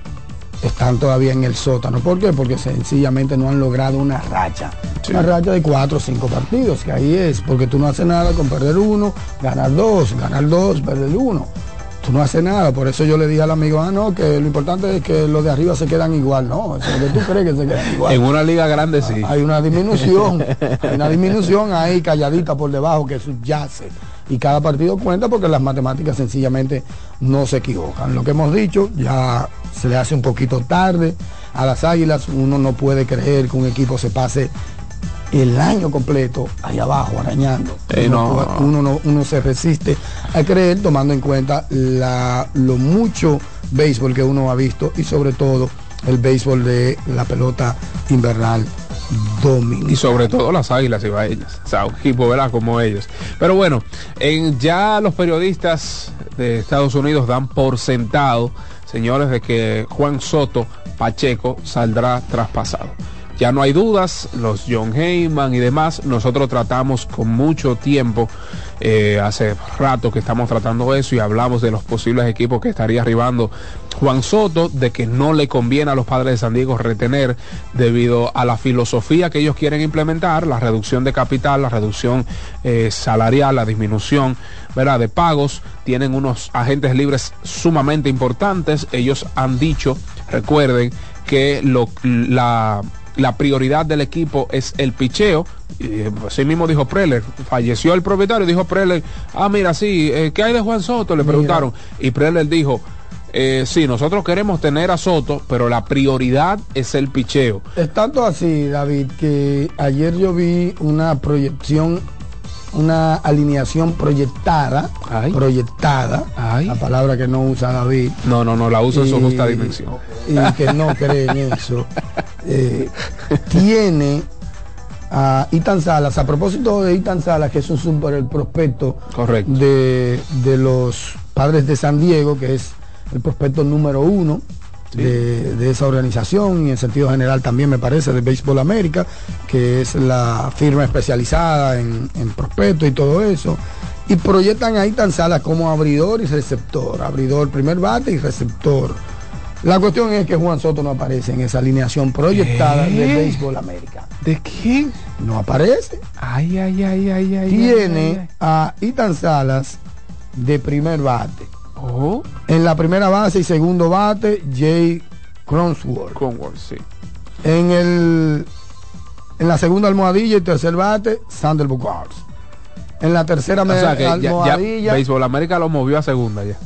Están todavía en el sótano. ¿Por qué? Porque sencillamente no han logrado una racha. Sí. Una racha de cuatro o cinco partidos, que ahí es, porque tú no haces nada con perder uno, ganar dos, ganar dos, perder uno. Tú no haces nada. Por eso yo le dije al amigo, ah, no, que lo importante es que los de arriba se quedan igual. No, eso es lo que tú crees que se quedan igual. En una liga grande sí. Hay una disminución, hay una disminución ahí calladita por debajo que subyace. Y cada partido cuenta, porque las matemáticas sencillamente no se equivocan. Lo que hemos dicho, ya se le hace un poquito tarde a las Águilas. Uno no puede creer que un equipo se pase el año completo ahí abajo arañando. Eh, uno, no. uno, no, uno se resiste a creer, tomando en cuenta la, lo mucho béisbol que uno ha visto, y sobre todo el béisbol de la pelota invernal dominicana. Y sobre todo las Águilas Ibaeñas, o sea, un equipo, ¿verdad?, como ellos. Pero bueno, en, ya los periodistas de Estados Unidos dan por sentado, señores, de que Juan Soto Pacheco saldrá traspasado. Ya no hay dudas, los John Heyman y demás, nosotros tratamos con mucho tiempo, eh, hace rato que estamos tratando eso, y hablamos de los posibles equipos que estaría arribando Juan Soto, de que no le conviene a los Padres de San Diego retener debido a la filosofía que ellos quieren implementar, la reducción de capital, la reducción eh, salarial, la disminución, ¿verdad?, de pagos. Tienen unos agentes libres sumamente importantes. Ellos han dicho, recuerden, que lo, la... la prioridad del equipo es el picheo. Y así mismo dijo Preller, falleció el propietario, dijo Preller, ah, mira, sí, eh, ¿qué hay de Juan Soto?, le preguntaron, mira. Y Preller dijo, eh, sí, nosotros queremos tener a Soto, pero la prioridad es el picheo. Es tanto así, David, que ayer yo vi una proyección una alineación proyectada, Ay. proyectada, Ay. la palabra que no usa David. No, no, no, la uso en su justa dimensión. Y que no cree en eso. Eh, tiene a Ethan Salas, a propósito de Ethan Salas, que es un super el prospecto Correcto. De, de los Padres de San Diego, que es el prospecto número uno. Sí. De, de esa organización y en sentido general también me parece de Béisbol América, que es la firma especializada en, en prospecto y todo eso, y proyectan a Ethan Salas como abridor y receptor, abridor, primer bate y receptor. La cuestión es que Juan Soto no aparece en esa alineación proyectada ¿Qué? de Béisbol América. ¿De quién? No aparece. Ay, ay, ay, ay, ay. Tiene ay, ay, ay. a Ethan Salas de primer bate. Oh. En la primera base y segundo bate, Jay Cronenworth. Cronenworth, sí. En el en la segunda almohadilla y tercer bate, Sander Bogaerts. En la tercera o sea, que almohadilla. Ya, ya Béisbol América lo movió a segunda ya.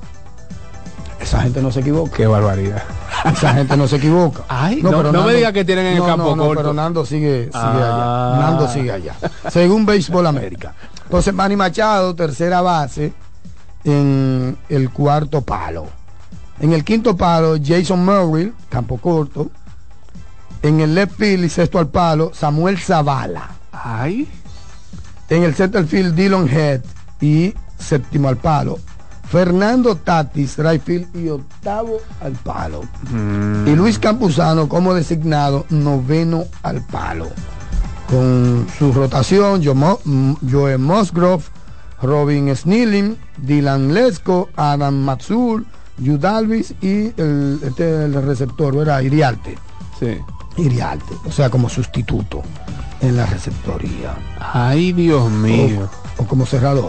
Esa gente no se equivoca. Qué barbaridad. Esa gente no se equivoca. Ay, no, no, no Nando, me diga que tienen en no, el campo no, no, corto. Pero Nando sigue, sigue ah. allá. Nando sigue allá. Según Béisbol América. Entonces Manny Machado, tercera base. En el cuarto palo. En el quinto palo, Jason Merrill, campo corto. En el left field y sexto al palo, Samuel Zavala. Ay. En el center field, Dillon Head y séptimo al palo. Fernando Tatis, right field y octavo al palo. Mm. Y Luis Campuzano como designado, noveno al palo. Con su rotación, Joe Musgrove, Robin Snelling, Dylan Lesko, Adam Matsul, Yu Dalvis y el, este, el receptor, ¿verdad? Iriarte. Sí. Iriarte, o sea, como sustituto en la receptoría. Ay, Dios mío. O, o como cerrador.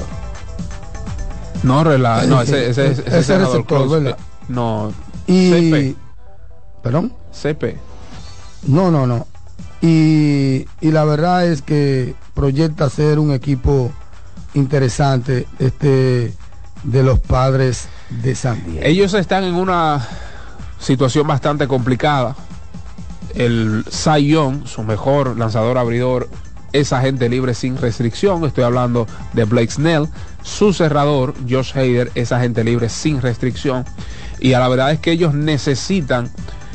No, rela no, ese, ese, ese, ese, ese receptor, close, ¿verdad? No. Y, C P. ¿Perdón? C P. No, no, no. Y, y la verdad es que proyecta ser un equipo interesante este de los Padres de San Diego. Ellos están en una situación bastante complicada. El Cy Young, su mejor lanzador abridor, es agente libre sin restricción. Estoy hablando de Blake Snell. Su cerrador, Josh Hader, es agente libre sin restricción. Y a la verdad es que ellos necesitan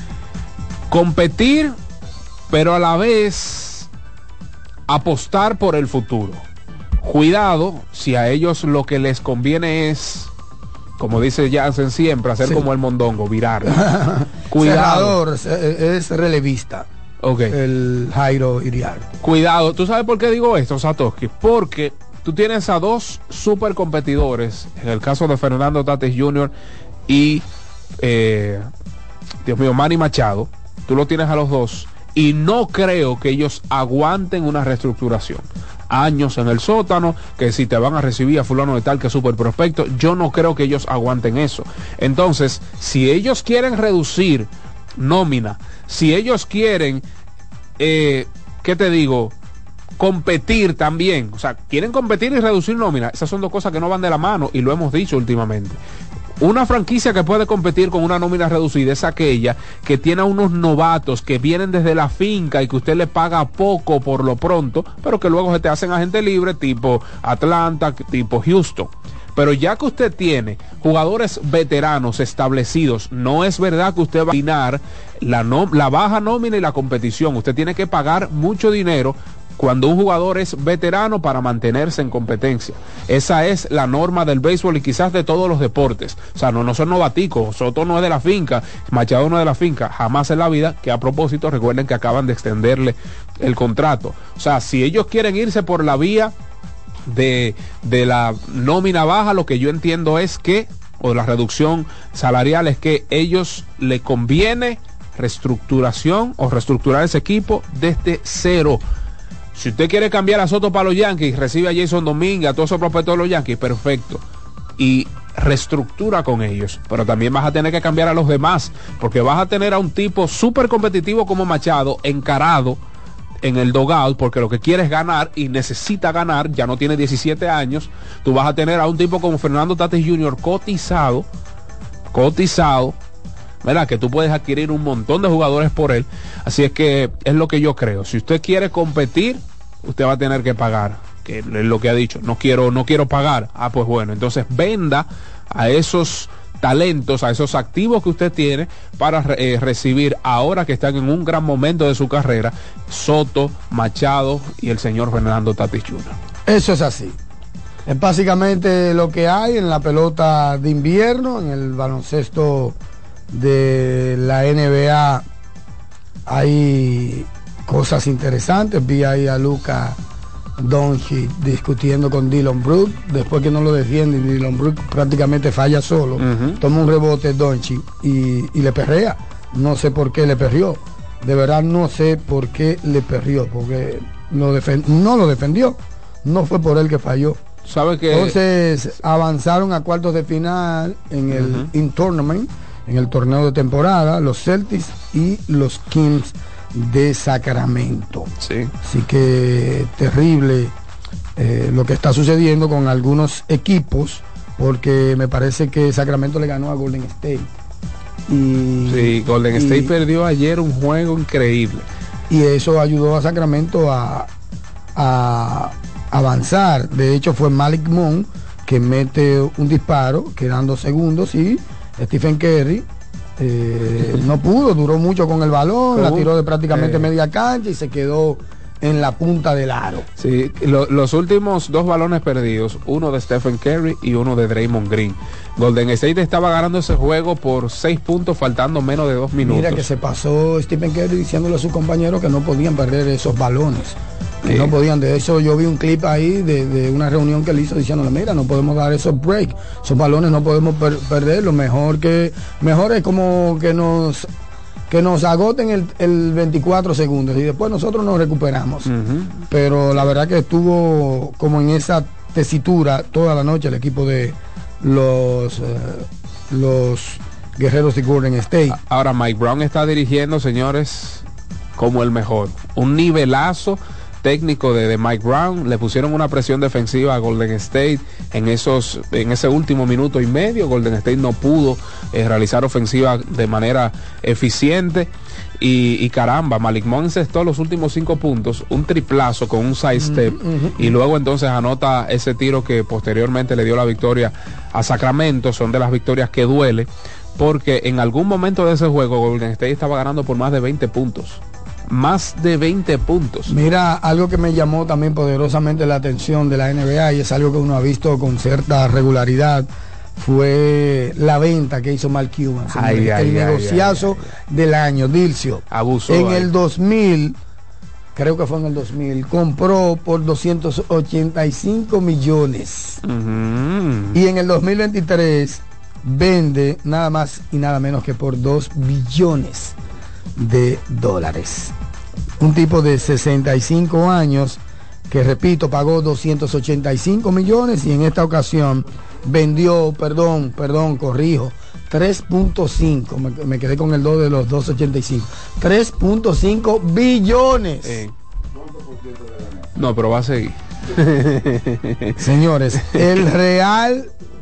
competir, pero a la vez apostar por el futuro. Cuidado si a ellos lo que les conviene es, como dice Jansen siempre, hacer sí. como el mondongo, virar. Cuidado. Cerrador, es relevista. Okay. El Jairo Iriarte. Cuidado, ¿tú sabes por qué digo esto, Satoshi? Porque tú tienes a dos super competidores, en el caso de Fernando Tatis junior y eh, Dios mío, Manny Machado. Tú lo tienes a los dos y no creo que ellos aguanten una reestructuración. Años en el sótano, que si te van a recibir a fulano de tal que es super prospecto, yo no creo que ellos aguanten eso. Entonces, si ellos quieren reducir nómina, si ellos quieren eh, ¿qué te digo? Competir también, o sea, quieren competir y reducir nómina, esas son dos cosas que no van de la mano y lo hemos dicho últimamente. Una franquicia que puede competir con una nómina reducida es aquella que tiene a unos novatos que vienen desde la finca y que usted le paga poco por lo pronto, pero que luego se te hacen agente libre, tipo Atlanta, tipo Houston. Pero ya que usted tiene jugadores veteranos establecidos, no es verdad que usted va a combinar la, no, la baja nómina y la competición. Usted tiene que pagar mucho dinero cuando un jugador es veterano para mantenerse en competencia. Esa es la norma del béisbol y quizás de todos los deportes. O sea, no, no son novaticos. Soto no es de la finca, Machado no es de la finca, jamás en la vida, que a propósito recuerden que acaban de extenderle el contrato. O sea, si ellos quieren irse por la vía de, de la nómina baja, lo que yo entiendo es que, o la reducción salarial, es que ellos le conviene reestructuración o reestructurar ese equipo desde cero. Si usted quiere cambiar a Soto para los Yankees, recibe a Jason Domínguez, a todos esos prospectos de los Yankees, perfecto. Y reestructura con ellos. Pero también vas a tener que cambiar a los demás, porque vas a tener a un tipo súper competitivo como Machado encarado en el dugout, porque lo que quiere es ganar y necesita ganar, ya no tiene diecisiete años. Tú vas a tener a un tipo como Fernando Tatis junior cotizado, cotizado, ¿verdad? Que tú puedes adquirir un montón de jugadores por él. Así es que es lo que yo creo. Si usted quiere competir, usted va a tener que pagar. que es lo que ha dicho, no quiero, no quiero pagar. Ah, pues bueno, entonces venda a esos talentos, a esos activos que usted tiene para eh, recibir ahora que están en un gran momento de su carrera, Soto, Machado y el señor Fernando Tatis junior Eso es así. Es básicamente lo que hay en la pelota de invierno, en el baloncesto de la N B A. Hay cosas interesantes. Vi ahí a Luka Doncic discutiendo con Dillon Brooks, después que no lo defiende, Dillon Brooks prácticamente falla solo, uh-huh. Toma un rebote Doncic y, y le perrea. No sé por qué le perrió, de verdad no sé por qué le perrió, porque lo defen- no lo defendió, no fue por él que falló. ¿Sabe que? Entonces avanzaron a cuartos de final en el uh-huh. in-tournament, en el torneo de temporada, los Celtics y los Kings de Sacramento. Sí. Así que terrible eh, lo que está sucediendo con algunos equipos, porque me parece que Sacramento le ganó a Golden State. Y, sí, Golden y, State perdió ayer un juego increíble. Y eso ayudó a Sacramento a, a avanzar. De hecho fue Malik Monk que mete un disparo, quedando segundos, y Stephen Curry Eh, no pudo, duró mucho con el balón, la tiró de prácticamente eh. media cancha y se quedó en la punta del aro. Sí, lo, los últimos dos balones perdidos, uno de Stephen Curry y uno de Draymond Green. Golden State estaba ganando ese juego por seis puntos, faltando menos de dos minutos. Mira que se pasó Stephen Curry diciéndole a sus compañeros que no podían perder esos balones. Que sí. No podían, de eso yo vi un clip ahí de, de una reunión que él hizo diciéndole, mira, no podemos dar esos breaks, esos balones no podemos per perderlos, mejor que mejor es como que nos que nos agoten el, el veinticuatro segundos y después nosotros nos recuperamos. Uh-huh. Pero la verdad que estuvo como en esa tesitura toda la noche el equipo de los eh, los guerreros de Golden State. Ahora Mike Brown está dirigiendo, señores, como el mejor, un nivelazo técnico de, de Mike Brown. Le pusieron una presión defensiva a Golden State en esos en ese último minuto y medio. Golden State no pudo eh, realizar ofensiva de manera eficiente y, y caramba, Malik Monk encestó los últimos cinco puntos, un triplazo con un side step, uh-huh, uh-huh. y luego entonces anota ese tiro que posteriormente le dio la victoria a Sacramento. Son de las victorias que duele, porque en algún momento de ese juego Golden State estaba ganando por más de veinte puntos. Más de veinte puntos. Mira, algo que me llamó también poderosamente la atención de la N B A, y es algo que uno ha visto con cierta regularidad, fue la venta que hizo Mark Cuban. Ay, el ay, negociazo ay, ay, ay. del año, Dilcio. Abusó. En ay. el dos mil, creo que fue en el dos mil, compró por doscientos ochenta y cinco millones. Uh-huh. Y en el dos mil veintitrés vende nada más y nada menos que por dos billones de dólares. Un tipo de sesenta y cinco años que, repito, pagó doscientos ochenta y cinco millones y en esta ocasión vendió, perdón, perdón, corrijo, tres punto cinco, me, me quedé con el dos de los doscientos ochenta y cinco, tres punto cinco billones. Eh. No, pero va a seguir. Señores, el real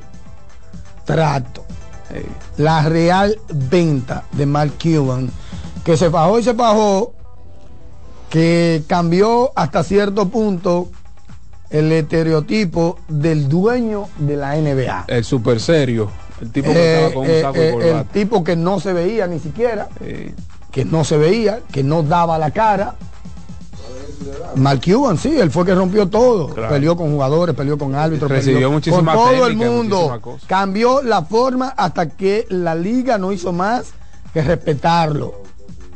trato, eh. la real venta de Mark Cuban, que se bajó y se bajó, que cambió hasta cierto punto el estereotipo del dueño de la N B A. El super serio, el tipo que eh, estaba con eh, un saco eh, de corbata. El tipo que no se veía ni siquiera, eh. que no se veía, que no daba la cara. Mark Cuban, sí, él fue el que rompió todo. Claro. Peleó con jugadores, peleó con árbitros, recibió muchísima con todo técnica, el mundo. Cambió la forma hasta que la liga no hizo más que respetarlo.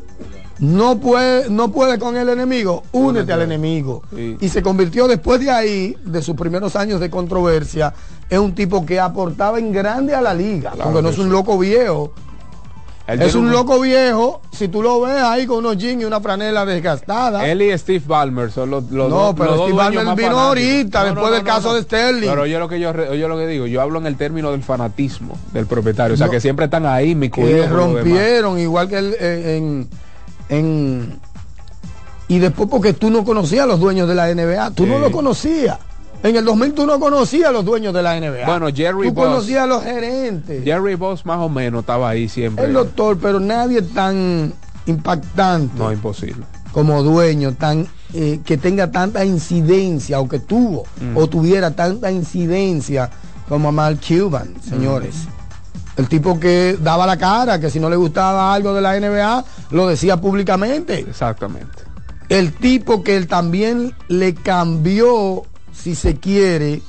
No puede, no puede con el enemigo, únete al enemigo. Sí. Y se convirtió después de ahí, de sus primeros años de controversia, en un tipo que aportaba en grande a la liga. Claro, porque no es un loco viejo. Es un, un loco viejo, si tú lo ves ahí con unos jeans y una franela desgastada. Él y Steve Ballmer son los, los no, dos. No, pero los Steve Ballmer vino fanáticos. ahorita, no, después no, no, del no, caso no. de Sterling. Pero yo lo que yo, yo lo que digo, yo hablo en el término del fanatismo del propietario. O sea, no, que siempre están ahí, mi que rompieron, igual que el, en, en. Y después porque tú no conocías a los dueños de la N B A, tú sí. no lo conocías. En el dos mil tú no conocías a los dueños de la N B A. Bueno, Jerry Tú Boss, conocías a los gerentes. Jerry Boss más o menos estaba ahí siempre. El doctor, pero nadie tan impactante. No, imposible. como dueño tan eh, que tenga tanta incidencia o que tuvo mm. o tuviera tanta incidencia como Mark Cuban, señores. Mm. El tipo que daba la cara, que si no le gustaba algo de la N B A, lo decía públicamente. Exactamente. El tipo que él también le cambió, si se quiere,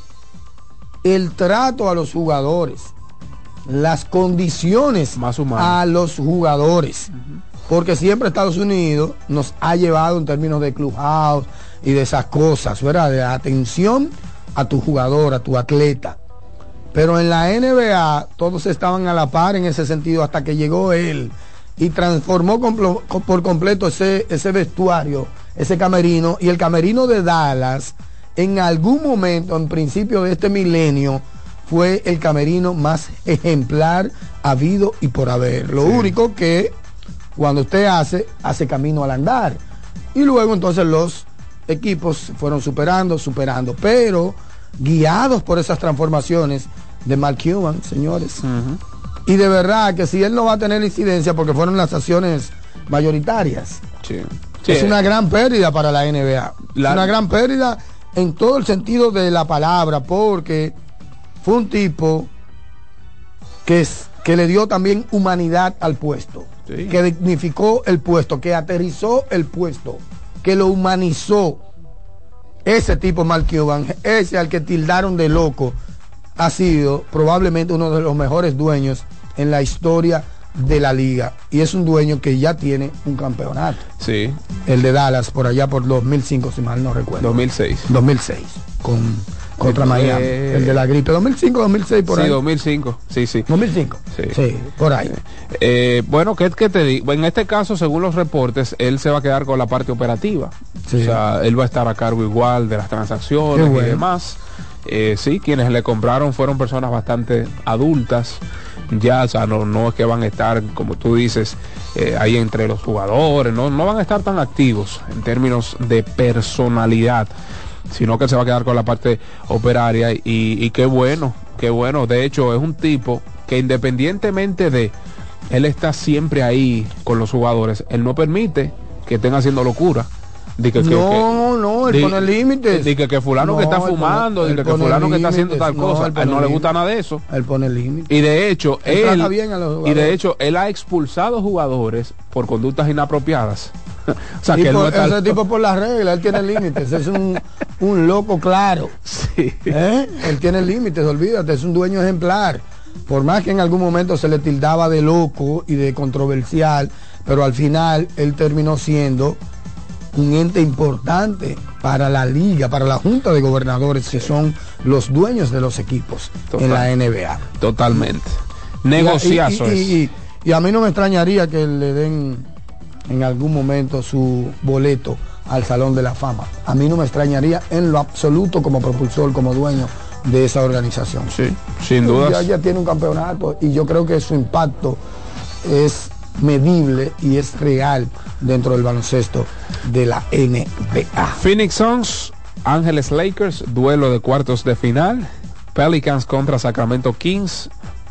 el trato a los jugadores, las condiciones más humanas a los jugadores. Uh-huh. Porque siempre Estados Unidos nos ha llevado en términos de clubhouse y de esas cosas, ¿verdad? De atención a tu jugador, a tu atleta. Pero en la N B A todos estaban a la par en ese sentido hasta que llegó él y transformó complo, por completo ese, ese vestuario, ese camerino. Y el camerino de Dallas, en algún momento, en principio de este milenio, fue el camerino más ejemplar habido y por haber. Lo sí. único que cuando usted hace, hace camino al andar. Y luego entonces los equipos fueron superando, superando. Pero guiados por esas transformaciones de Mark Cuban, señores. Uh-huh. Y de verdad que si él no va a tener incidencia porque fueron las acciones mayoritarias, sí. Sí. es una gran pérdida para la N B A. La... Es una gran pérdida en todo el sentido de la palabra, porque fue un tipo que, es, que le dio también humanidad al puesto, sí. que dignificó el puesto, que aterrizó el puesto, que lo humanizó. Ese tipo Mark Cuban, ese al que tildaron de loco, ha sido probablemente uno de los mejores dueños en la historia de la liga, y es un dueño que ya tiene un campeonato. Sí. El de Dallas por allá por dos mil cinco, si mal no recuerdo. dos mil seis. dos mil seis con contra el, Miami, eh, el de la gripe. dos mil cinco, dos mil seis por sí, ahí. Sí, dos mil cinco. Sí, sí. dos mil cinco. Sí. Sí, por ahí. Eh, bueno, ¿qué, qué te digo? En este caso, según los reportes, él se va a quedar con la parte operativa. Sí. O sea, él va a estar a cargo igual de las transacciones bueno. y demás. Eh, sí, quienes le compraron fueron personas bastante adultas. Ya, o sea, no, no es que van a estar, como tú dices, eh, ahí entre los jugadores, no, no van a estar tan activos en términos de personalidad, sino que se va a quedar con la parte operaria. Y, y qué bueno, qué bueno. De hecho, es un tipo que independientemente de, él está siempre ahí con los jugadores. Él no permite que estén haciendo locura. De que, no, que, no, él de, pone límites. De que, que fulano no, que está fumando, de que, que fulano límites, que está haciendo tal no, cosa, a él no le gusta nada de eso. Él pone límites. Y de hecho, él, él bien a los y de hecho, él ha expulsado jugadores por conductas inapropiadas. O sea, que por, él no está... ese tipo por las reglas, él tiene límites, es un, un loco claro. Sí. ¿Eh? Él tiene límites, olvídate, es un dueño ejemplar. Por más que en algún momento se le tildaba de loco y de controversial, pero al final él terminó siendo un ente importante para la liga, para la junta de gobernadores, que son los dueños de los equipos Total. en la N B A. Totalmente. Negociazos. Y, y, y, y, y a mí no me extrañaría que le den en algún momento su boleto al Salón de la Fama. A mí no me extrañaría en lo absoluto como propulsor, como dueño de esa organización. Sí, sin duda. Ya, ya tiene un campeonato y yo creo que su impacto es medible y es real dentro del baloncesto de la N B A. Phoenix Suns, Ángeles Lakers, duelo de cuartos de final. Pelicans contra Sacramento Kings.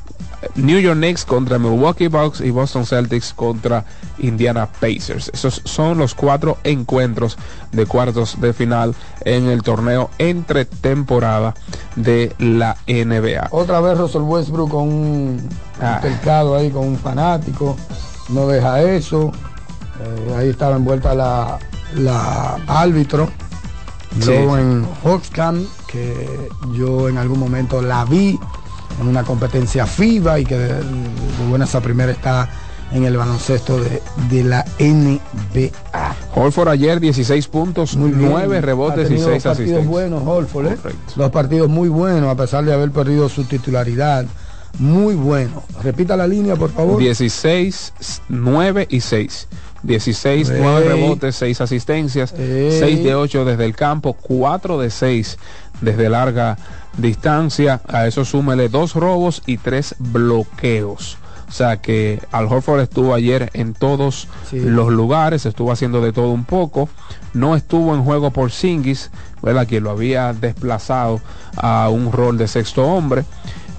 New York Knicks contra Milwaukee Bucks y Boston Celtics contra Indiana Pacers. Esos son los cuatro encuentros de cuartos de final en el torneo entre temporada de la N B A. Otra vez Russell Westbrook con un altercado ahí con un fanático. No deja eso. Eh, ahí estaba envuelta la, la árbitro. Sí. Lauren Hawkscamp, que yo en algún momento la vi en una competencia FIBA y que de, de buena esa primera está en el baloncesto de, de la N B A. Horford ayer dieciséis puntos, nueve rebotes y seis asistencias. Dos partidos buenos, Horford, ¿eh? Dos partidos muy buenos a pesar de haber perdido su titularidad. Muy bueno. Repita la línea, por favor. dieciséis, nueve y seis. dieciséis, Ey. nueve rebotes, seis asistencias, Ey. seis de ocho desde el campo, cuatro de seis desde larga distancia. A eso súmele dos robos y tres bloqueos. O sea que Al Horford estuvo ayer en todos sí. los lugares, estuvo haciendo de todo un poco. No estuvo en juego por Porzingis, ¿verdad? Quien lo había desplazado a un rol de sexto hombre.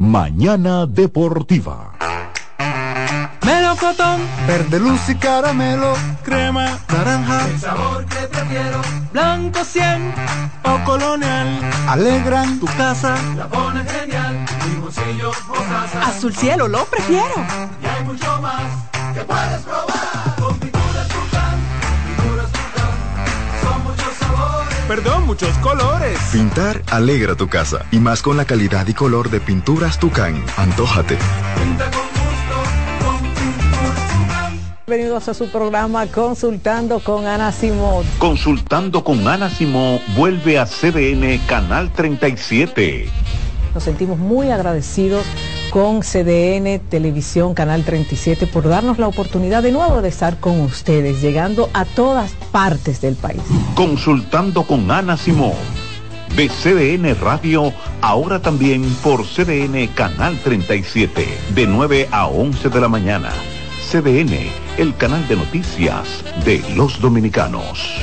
Mañana Deportiva. Melocotón, verde luz y caramelo, crema, naranja, el sabor que prefiero, blanco cien o colonial, alegran tu casa, la pones genial, mi bolsillo mostaza, azul cielo lo prefiero. Y hay mucho más que puedes probar, con pinturas Tucán, pinturas Tucán, son muchos sabores, perdón, muchos colores. Pintar alegra tu casa, y más con la calidad y color de Pinturas Tucán. Antójate. Pinta con Bienvenidos a su programa Consultando con Ana Simón. Consultando con Ana Simón vuelve a C D N Canal treinta y siete. Nos sentimos muy agradecidos con C D N Televisión Canal treinta y siete por darnos la oportunidad de nuevo de estar con ustedes, llegando a todas partes del país. Consultando con Ana Simón de C D N Radio, ahora también por C D N Canal treinta y siete, de nueve a once de la mañana. C D N, el canal de noticias de los dominicanos.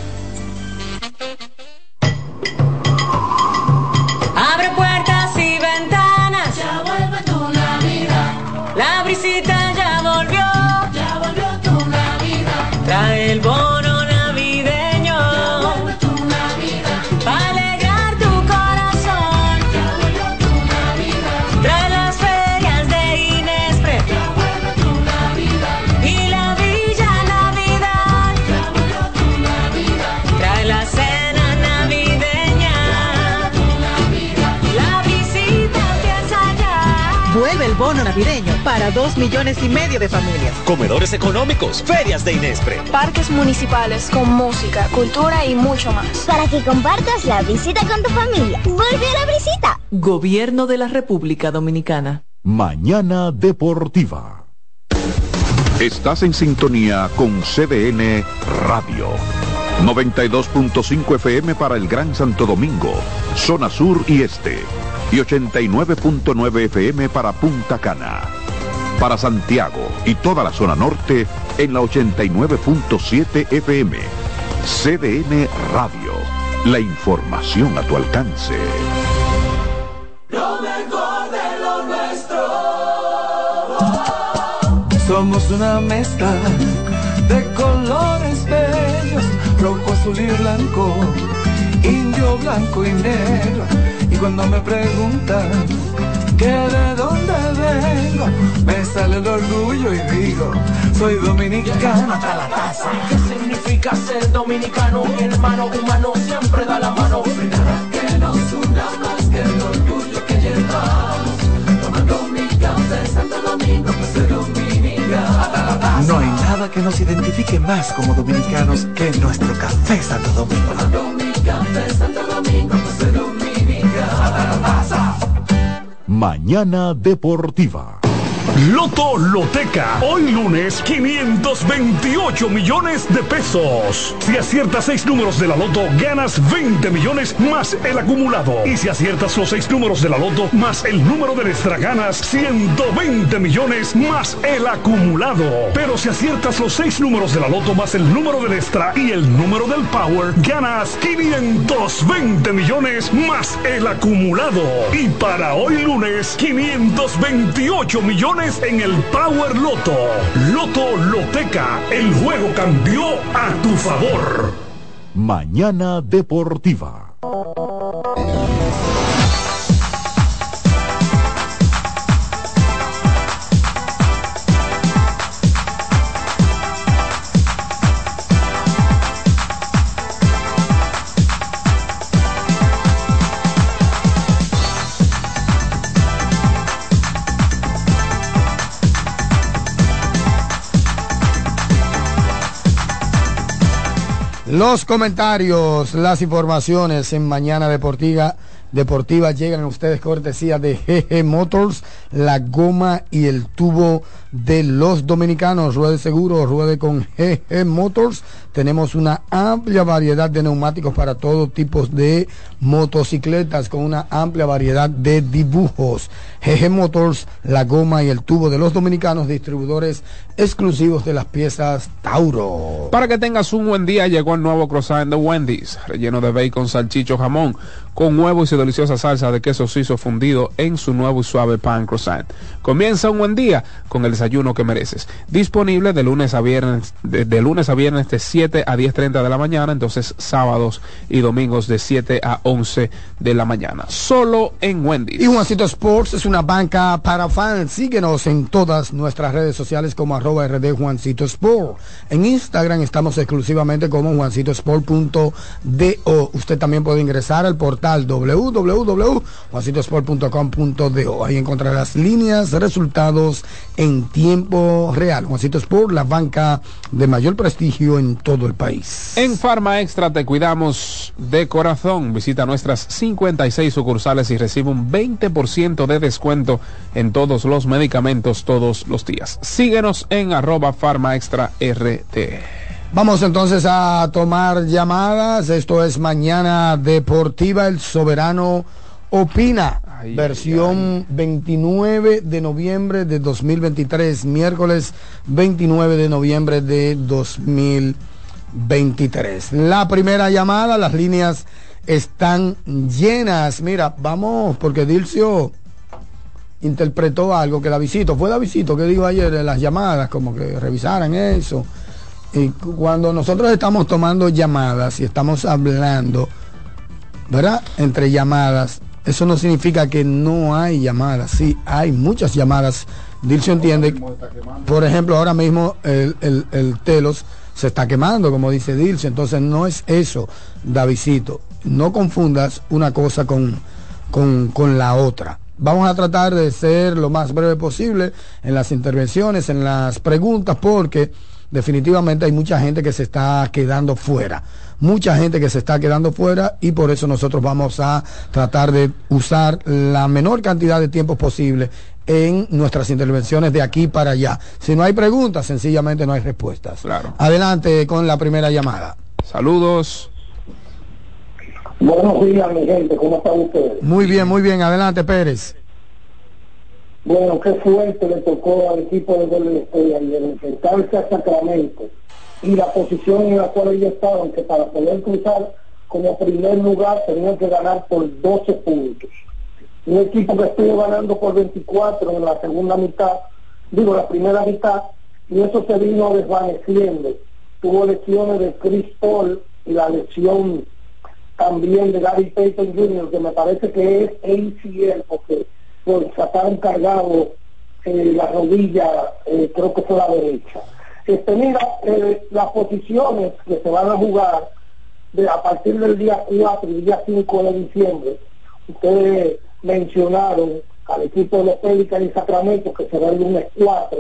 Abre puertas y ventanas, ya vuelve tu Navidad. La brisita ya volvió, ya volvió tu Navidad. Trae el bono navideño, ya vuelve tu Navidad. Para alegrar tu corazón, ya volvió tu Navidad. Trae las ferias de Inespre, ya vuelve tu Navidad. Y la Villa Navidad, ya volvió tu Navidad. Trae la cena navideña, ya volvió tu Navidad. La visita empieza ya. Vuelve el bono navideño para dos millones y medio de familias. Comedores económicos, ferias de Inespre. Parques municipales con música, cultura y mucho más. Para que compartas la visita con tu familia. ¡Vuelve a la visita! Gobierno de la República Dominicana. Mañana Deportiva. Estás en sintonía con C D N Radio. noventa y dos punto cinco F M para el Gran Santo Domingo, zona sur y este. Y ochenta y nueve punto nueve F M para Punta Cana. Para Santiago y toda la zona norte en la ochenta y nueve punto siete F M. C D N Radio. La información a tu alcance. Lo mejor de lo nuestro. Somos una mezcla de colores bellos, rojo, azul y blanco, indio, blanco y negro. Y cuando me preguntan que de dónde vengo, me sale el orgullo y digo, soy dominicano hasta la taza. ¿Qué significa ser dominicano? Mi hermano humano siempre da la mano. Nada que nos una más que el orgullo que llevamos, tomando mi café Santo Domingo, pues soy dominicano hasta la taza. No hay nada que nos identifique más como dominicanos que nuestro café Santo Domingo. Tomando mi café Santo Domingo, pues soy dominicano hasta la taza. Mañana Deportiva. Loto Loteca, hoy lunes quinientos veintiocho millones de pesos. Si aciertas seis números de la Loto, ganas veinte millones más el acumulado. Y si aciertas los seis números de la Loto más el número de extra, ganas ciento veinte millones más el acumulado. Pero si aciertas los seis números de la Loto más el número del extra y el número del Power, ganas quinientos veinte millones más el acumulado. Y para hoy lunes, quinientos veintiocho millones en el Power Loto. Loto Loteca, el juego cambió a tu favor. Mañana Deportiva. Los comentarios, las informaciones en Mañana Deportiva, Deportiva llegan a ustedes cortesía de G G Motors, la goma y el tubo de los dominicanos. Ruede seguro, ruede con G G Motors. Tenemos una amplia variedad de neumáticos para todo tipo de motocicletas con una amplia variedad de dibujos. G G Motors, la goma y el tubo de los dominicanos, distribuidores exclusivos de las piezas Tauro. Para que tengas un buen día, llegó el nuevo croissant de Wendy's, relleno de bacon, salchicho, jamón, con huevo y su deliciosa salsa de queso suizo fundido en su nuevo y suave pan croissant. Comienza un buen día con el desayuno que mereces. Disponible de lunes a viernes, de, de lunes a viernes de siete a diez treinta de la mañana, entonces sábados y domingos de siete a once de la mañana. Solo en Wendy's. Y Juancito Sports es una banca para fans. Síguenos en todas nuestras redes sociales como arroba rd Juancito Sport. En Instagram estamos exclusivamente como juancito sport punto do. Usted también puede ingresar al portal w w w punto juancito sport punto com punto do. Ahí encontrarás líneas, resultados en tiempo real. Juancito Sport, la banca de mayor prestigio en todo el país. En Farma Extra te cuidamos de corazón. Visita nuestras cincuenta y seis sucursales y recibe un veinte por ciento de descuento en todos los medicamentos todos los días. Síguenos en arroba Farma Extra R T. Vamos entonces a tomar llamadas. Esto es Mañana Deportiva. El Soberano opina. Ay, versión ay. veintinueve de noviembre de dos mil veintitrés. Miércoles veintinueve de noviembre de dos mil veintitrés. La primera llamada, las líneas están llenas. Mira, vamos, porque Dilcio interpretó algo que Davidito, fue Davidito que dijo ayer en las llamadas, como que revisaran eso. Y cuando nosotros estamos tomando llamadas y estamos hablando, ¿verdad? Entre llamadas, eso no significa que no hay llamadas. Sí, hay muchas llamadas. Dilcio entiende, por ejemplo, ahora mismo el, el, el telos se está quemando, como dice Dilcio. Entonces no es eso, Davidito. No confundas una cosa con, con, con la otra. Vamos a tratar de ser lo más breve posible en las intervenciones, en las preguntas, porque definitivamente hay mucha gente que se está quedando fuera. Mucha gente que se está quedando fuera y por eso nosotros vamos a tratar de usar la menor cantidad de tiempo posible en nuestras intervenciones de aquí para allá. Si no hay preguntas, sencillamente no hay respuestas. Claro. Adelante con la primera llamada. Saludos. Buenos días, mi gente, ¿cómo están ustedes? Muy bien, muy bien, adelante Pérez. Bueno, qué fuerte le tocó al equipo de Golden State ayer enfrentarse a Sacramento y la posición en la cual ellos estaban, que para poder cruzar como primer lugar tenían que ganar por doce puntos. Un equipo que estuvo ganando por veinticuatro en la segunda mitad, digo la primera mitad, y eso se vino desvaneciendo. Tuvo lesiones de Chris Paul y la lesión también de Gary Payton junior, que me parece que es A C L, porque por sacar cargado eh, la rodilla, eh, creo que fue la derecha. Este, mira, eh, las posiciones que se van a jugar de, a partir del día cuatro y día cinco de diciembre, ustedes mencionaron al equipo de los Pelicans y Sacramento, que será el lunes cuatro,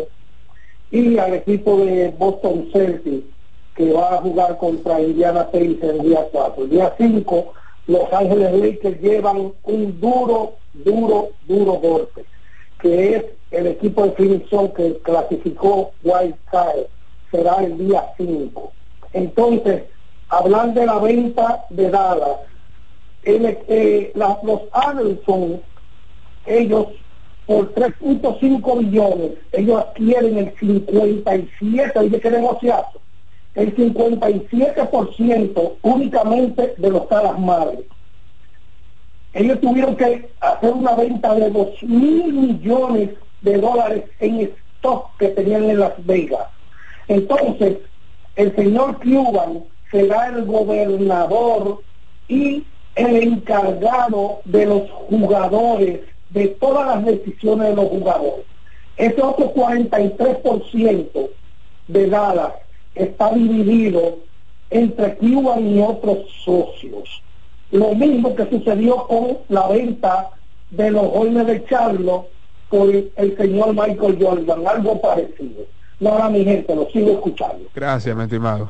y al equipo de Boston Celtics, que va a jugar contra Indiana Pacers el día cuatro. El día cinco, Los Ángeles Lakers llevan un duro, duro, duro golpe, que es el equipo de Phoenix Suns que clasificó Wild Card, será el día cinco. Entonces, hablar de la venta de Dallas, el, eh, la, los Anderson, ellos por tres punto cinco billones, ellos adquieren el cincuenta y siete, hay que negociar, el cincuenta y siete por ciento únicamente de los Dallas Mavericks. Ellos tuvieron que hacer una venta de dos mil millones de dólares en stock que tenían en Las Vegas. Entonces, el señor Cuban será el gobernador y el encargado de los jugadores, de todas las decisiones de los jugadores. Ese otro cuarenta y tres por ciento de Dallas está dividido entre Cuban y otros socios. Lo mismo que sucedió con la venta de los Hornets de Charlotte por el señor Michael Jordan, algo parecido. Nada, mi gente, lo sigo escuchando. Gracias, mi estimado.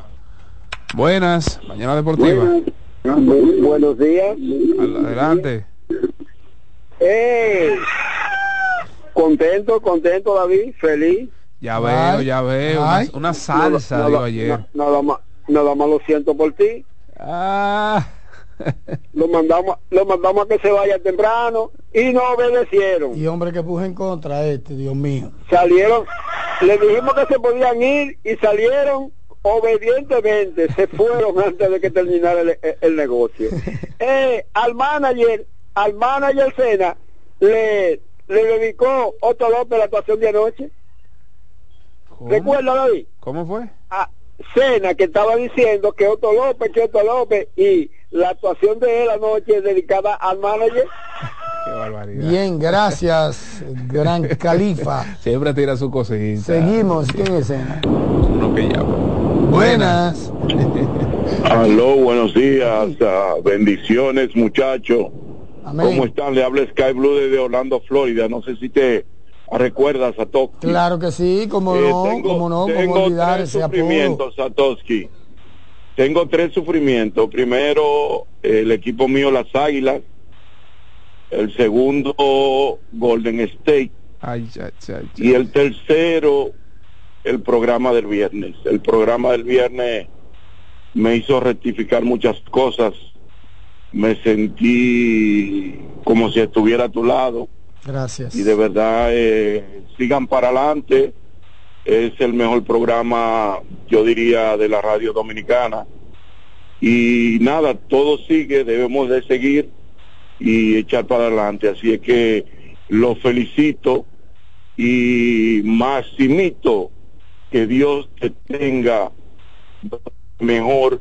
Buenas, Mañana Deportiva. Buenas. Buenos días. Adelante. Hey, contento, contento, David, feliz. Ya veo, Ay. ya veo. Una, una salsa, nada, digo nada, ayer. Nada más, nada más lo siento por ti. Ah. lo mandamos lo mandamos a que se vaya temprano y no obedecieron. Y hombre que puse en contra este, Dios mío. Salieron, le dijimos que se podían ir y salieron obedientemente, se fueron antes de que terminara el, el, el negocio. eh, al manager, al manager Sena le, le dedicó Otto López la actuación de anoche. ¿Recuerda, David? ¿Cómo fue? A Sena, que estaba diciendo que Otto López, que Otto López, y la actuación de él anoche dedicada al manager. Qué barbaridad. Bien, gracias, Gran Califa. Siempre tira su cosita. Seguimos, ¿quién es Sena? Uno que llama. Buenas. Aló, buenos días, uh, bendiciones, muchachos. ¿Cómo están? Le habla Sky Blue desde Orlando, Florida. No sé si te recuerdas, Satoshi. Claro que sí, como eh, no, tengo, como no, tengo como olvidar tres ese sufrimientos, Satoshi. Tengo tres sufrimientos. Primero, el equipo mío, las Águilas. El segundo, Golden State. Ay, ay, ay, ay. Y el tercero, el programa del viernes. El programa del viernes me hizo rectificar muchas cosas. Me sentí como si estuviera a tu lado. Gracias. Y de verdad, eh, sigan para adelante. Es el mejor programa, yo diría, de la radio dominicana. Y nada, todo sigue, debemos de seguir y echar para adelante. Así es que los felicito y maximito que Dios te tenga mejor,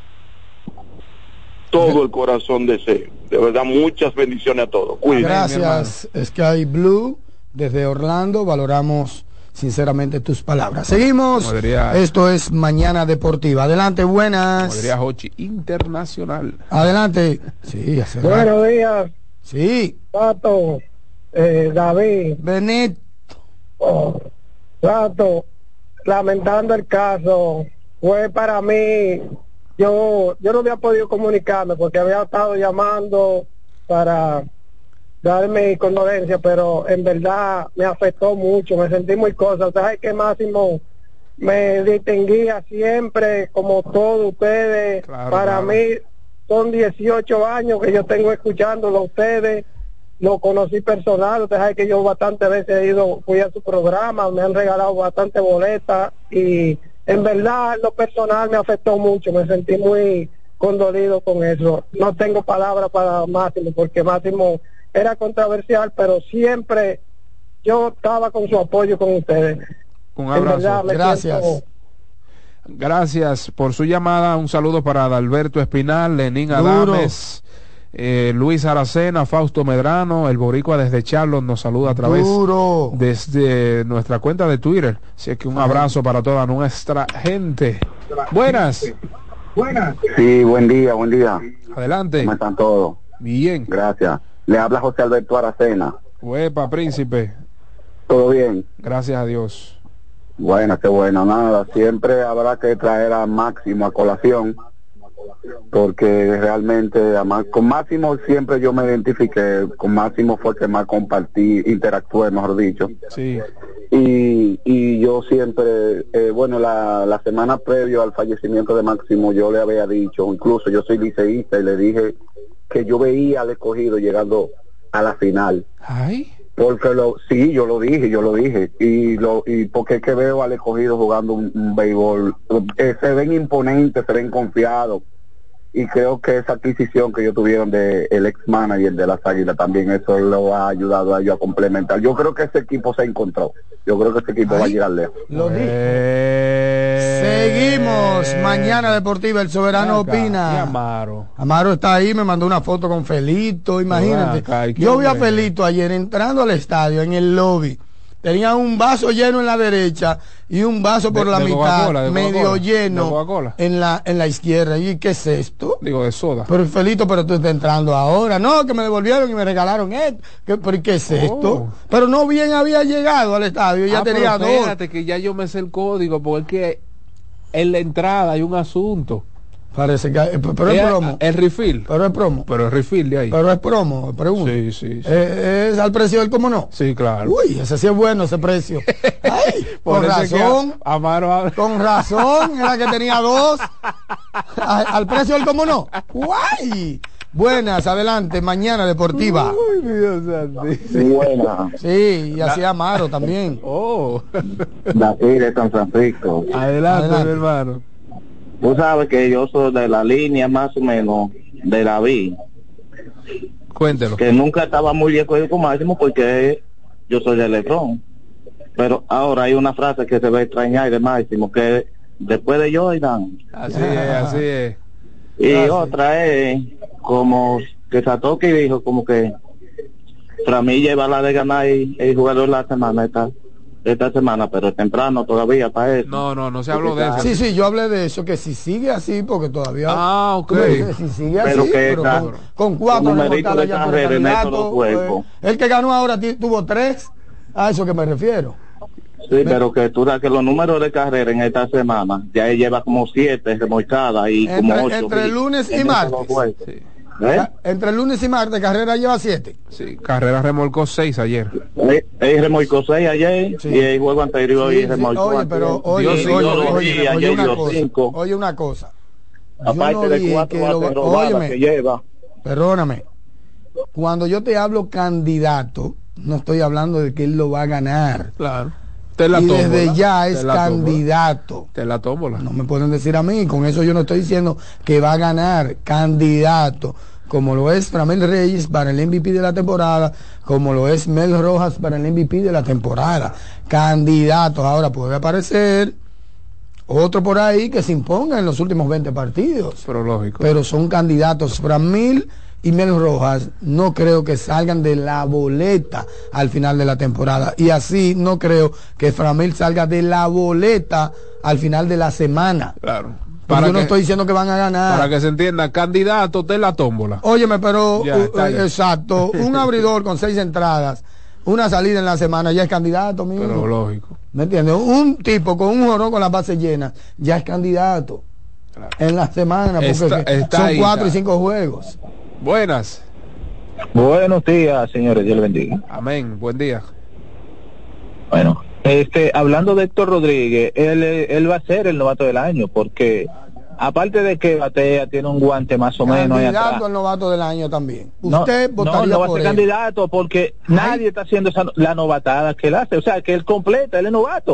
todo el corazón deseo. De verdad, muchas bendiciones a todos. Cuídense. Gracias, Sky Blue, desde Orlando. Valoramos sinceramente tus palabras. Seguimos. Diría, esto es Mañana Deportiva. Adelante, buenas. Como diría Hochi, internacional. Adelante. Sí, buenos días. Sí. Pato, eh, David. Benet. Oh, Pato, lamentando el caso, fue para mí. Yo, yo no había podido comunicarme porque había estado llamando para dar mi condolencia, pero en verdad me afectó mucho, me sentí muy cosa. Usted sabe que Máximo me distinguía siempre, como todos ustedes. Claro, para claro. mí son dieciocho años que yo tengo escuchándolo a ustedes, lo conocí personal. Usted sabe que yo bastantes veces he ido, fui a su programa, me han regalado bastante boletas y en verdad lo personal me afectó mucho, me sentí muy condolido con eso. No tengo palabras para Máximo porque Máximo era controversial, pero siempre yo estaba con su apoyo con ustedes. Un abrazo. Verdad, gracias. Siento... Gracias por su llamada. Un saludo para Adalberto Espinal, Lenín Adames, eh, Luis Aracena, Fausto Medrano, el boricua desde Charlotte nos saluda a través Duro. desde nuestra cuenta de Twitter. Así que un abrazo para toda nuestra gente. Buenas. Buenas. Sí, buen día, buen día. Adelante. ¿Cómo están todos? Bien. Gracias. Le habla José Alberto Aracena. Huepa, príncipe. ¿Todo bien? Gracias a Dios. Bueno, qué bueno, nada, siempre habrá que traer a Máximo a colación, porque realmente además, con Máximo siempre yo me identifiqué, con Máximo fue que más compartí, interactué, mejor dicho. Sí. Y, y yo siempre, eh, bueno, la, la semana previo al fallecimiento de Máximo yo le había dicho, incluso yo soy liceísta y le dije que yo veía al Escogido llegando a la final. Ay. Porque lo, sí, yo lo dije, yo lo dije, y lo y porque es que veo al Escogido jugando un, un béisbol, eh, se ven imponentes, se ven confiados, y creo que esa adquisición que ellos tuvieron de el ex manager de las Águilas también eso lo ha ayudado a ellos a complementar. Yo creo que ese equipo se encontró, yo creo que ese equipo Ay, va a llegar lejos. Lo dije. Seguimos, Mañana Deportiva, el Soberano acá, opina. Y Amaro. Amaro está ahí, me mandó una foto con Felito, imagínate. Acá, yo vi a hombre? Felito ayer entrando al estadio, en el lobby. Tenía un vaso lleno en la derecha y un vaso por de, la de mitad, de medio lleno de en la en la izquierda. ¿Y qué es esto? Digo, de soda. Pero Felito, pero tú estás entrando ahora. No, que me devolvieron y me regalaron esto. ¿Qué, ¿Pero qué es esto? Oh. Pero no bien había llegado al estadio, ya ah, tenía pero dos. espérate, que ya yo me sé el código, porque es que en la entrada hay un asunto. Parece que hay, pero es promo. El refill. Pero es promo. Pero es refill de ahí. Pero es promo, pregunto. Sí, sí, sí. Eh, ¿Es al precio del cómo no? Sí, claro. Uy, ese sí es bueno, ese precio. Ay, con razón. Amaro... Con razón, era que tenía dos. a, al precio del como no. ¡Guay! Buenas, adelante, mañana deportiva. Uy, Dios santo. Buena. Sí, y así Amaro también. Oh. David de San Francisco. Adelante, Adelante. mi hermano. Tú sabes que yo soy de la línea más o menos de David, Cuéntelo. que nunca estaba muy bien con con Máximo porque yo soy de Lebrón. Pero ahora hay una frase que se va a extrañar de Máximo, que después de Jordan. Así es, así es. Y Gracias. otra es como que Satoki dijo como que Framilla iba a la de ganar y el jugador la semana esta, esta semana, pero es temprano todavía para eso. No, no, no se habló de eso. Sí, sí, yo hablé de eso, que si sigue así, porque todavía... Ah, ok. Tú me dices, si sigue Pero así, que pero está- con, con cuatro un numerito remontadas de ya por carrera en estos candidato, dos juegos. eh, el que ganó ahora ti- tuvo tres, a eso que me refiero. Sí, pero que tú sabes que los números de carrera en esta semana ya él lleva como siete remolcadas y como Entre, ocho. entre sí, lunes y en estos dos martes. juegos. Sí. ¿Eh? Ca- Entre lunes y martes, Carrera lleva siete. Sí, Carrera remolcó seis ayer. Él, él remolcó seis ayer Sí. y el juego anterior Sí, y sí, remolcó oye, antes. pero oye, Dio oye, cinco, oye, dos oye, y oye ayer una dio cosa, cinco. oye una cosa. Yo Aparte no de dije cuatro que lo bases va- robadas óyeme, que lleva. Perdóname. Cuando yo te hablo candidato, no estoy hablando de que él lo va a ganar. Claro. Te la Y tómbola. desde ya Te es la tómbola. candidato. Te la tómbola. No me pueden decir a mí, con eso yo no estoy diciendo que va a ganar, candidato, como lo es Framil Reyes para el M V P de la temporada, como lo es Mel Rojas para el M V P de la temporada. Candidatos, ahora puede aparecer otro por ahí que se imponga en los últimos veinte partidos. Pero lógico. Pero son candidatos. Framil y Mel Rojas no creo que salgan de la boleta al final de la temporada. Y así no creo que Framil salga de la boleta al final de la semana. Claro. Porque Para yo no que, estoy diciendo que van a ganar. para que se entienda, candidato, te la tómbola. Óyeme, pero Ya, uh, está eh, bien. exacto, un abridor con seis entradas, una salida en la semana, ya es candidato, mío. Pero lógico. ¿Me entiendes? Un tipo con un jorón con las bases llenas, ya es candidato. Claro. En la semana, porque Está- que está son ahí, cuatro está. y cinco juegos. Buenas. Buenos días, señores, Dios le bendiga. Amén. Buen día. Bueno, este, hablando de Héctor Rodríguez, él, él va a ser el novato del año, porque aparte de que batea, tiene un guante más o menos ahí Candidato atrás. al novato del año también. No, Usted no, votaría no va a por ser él. candidato porque nadie está haciendo esa, la novatada que él hace, o sea, que él completa, él es novato.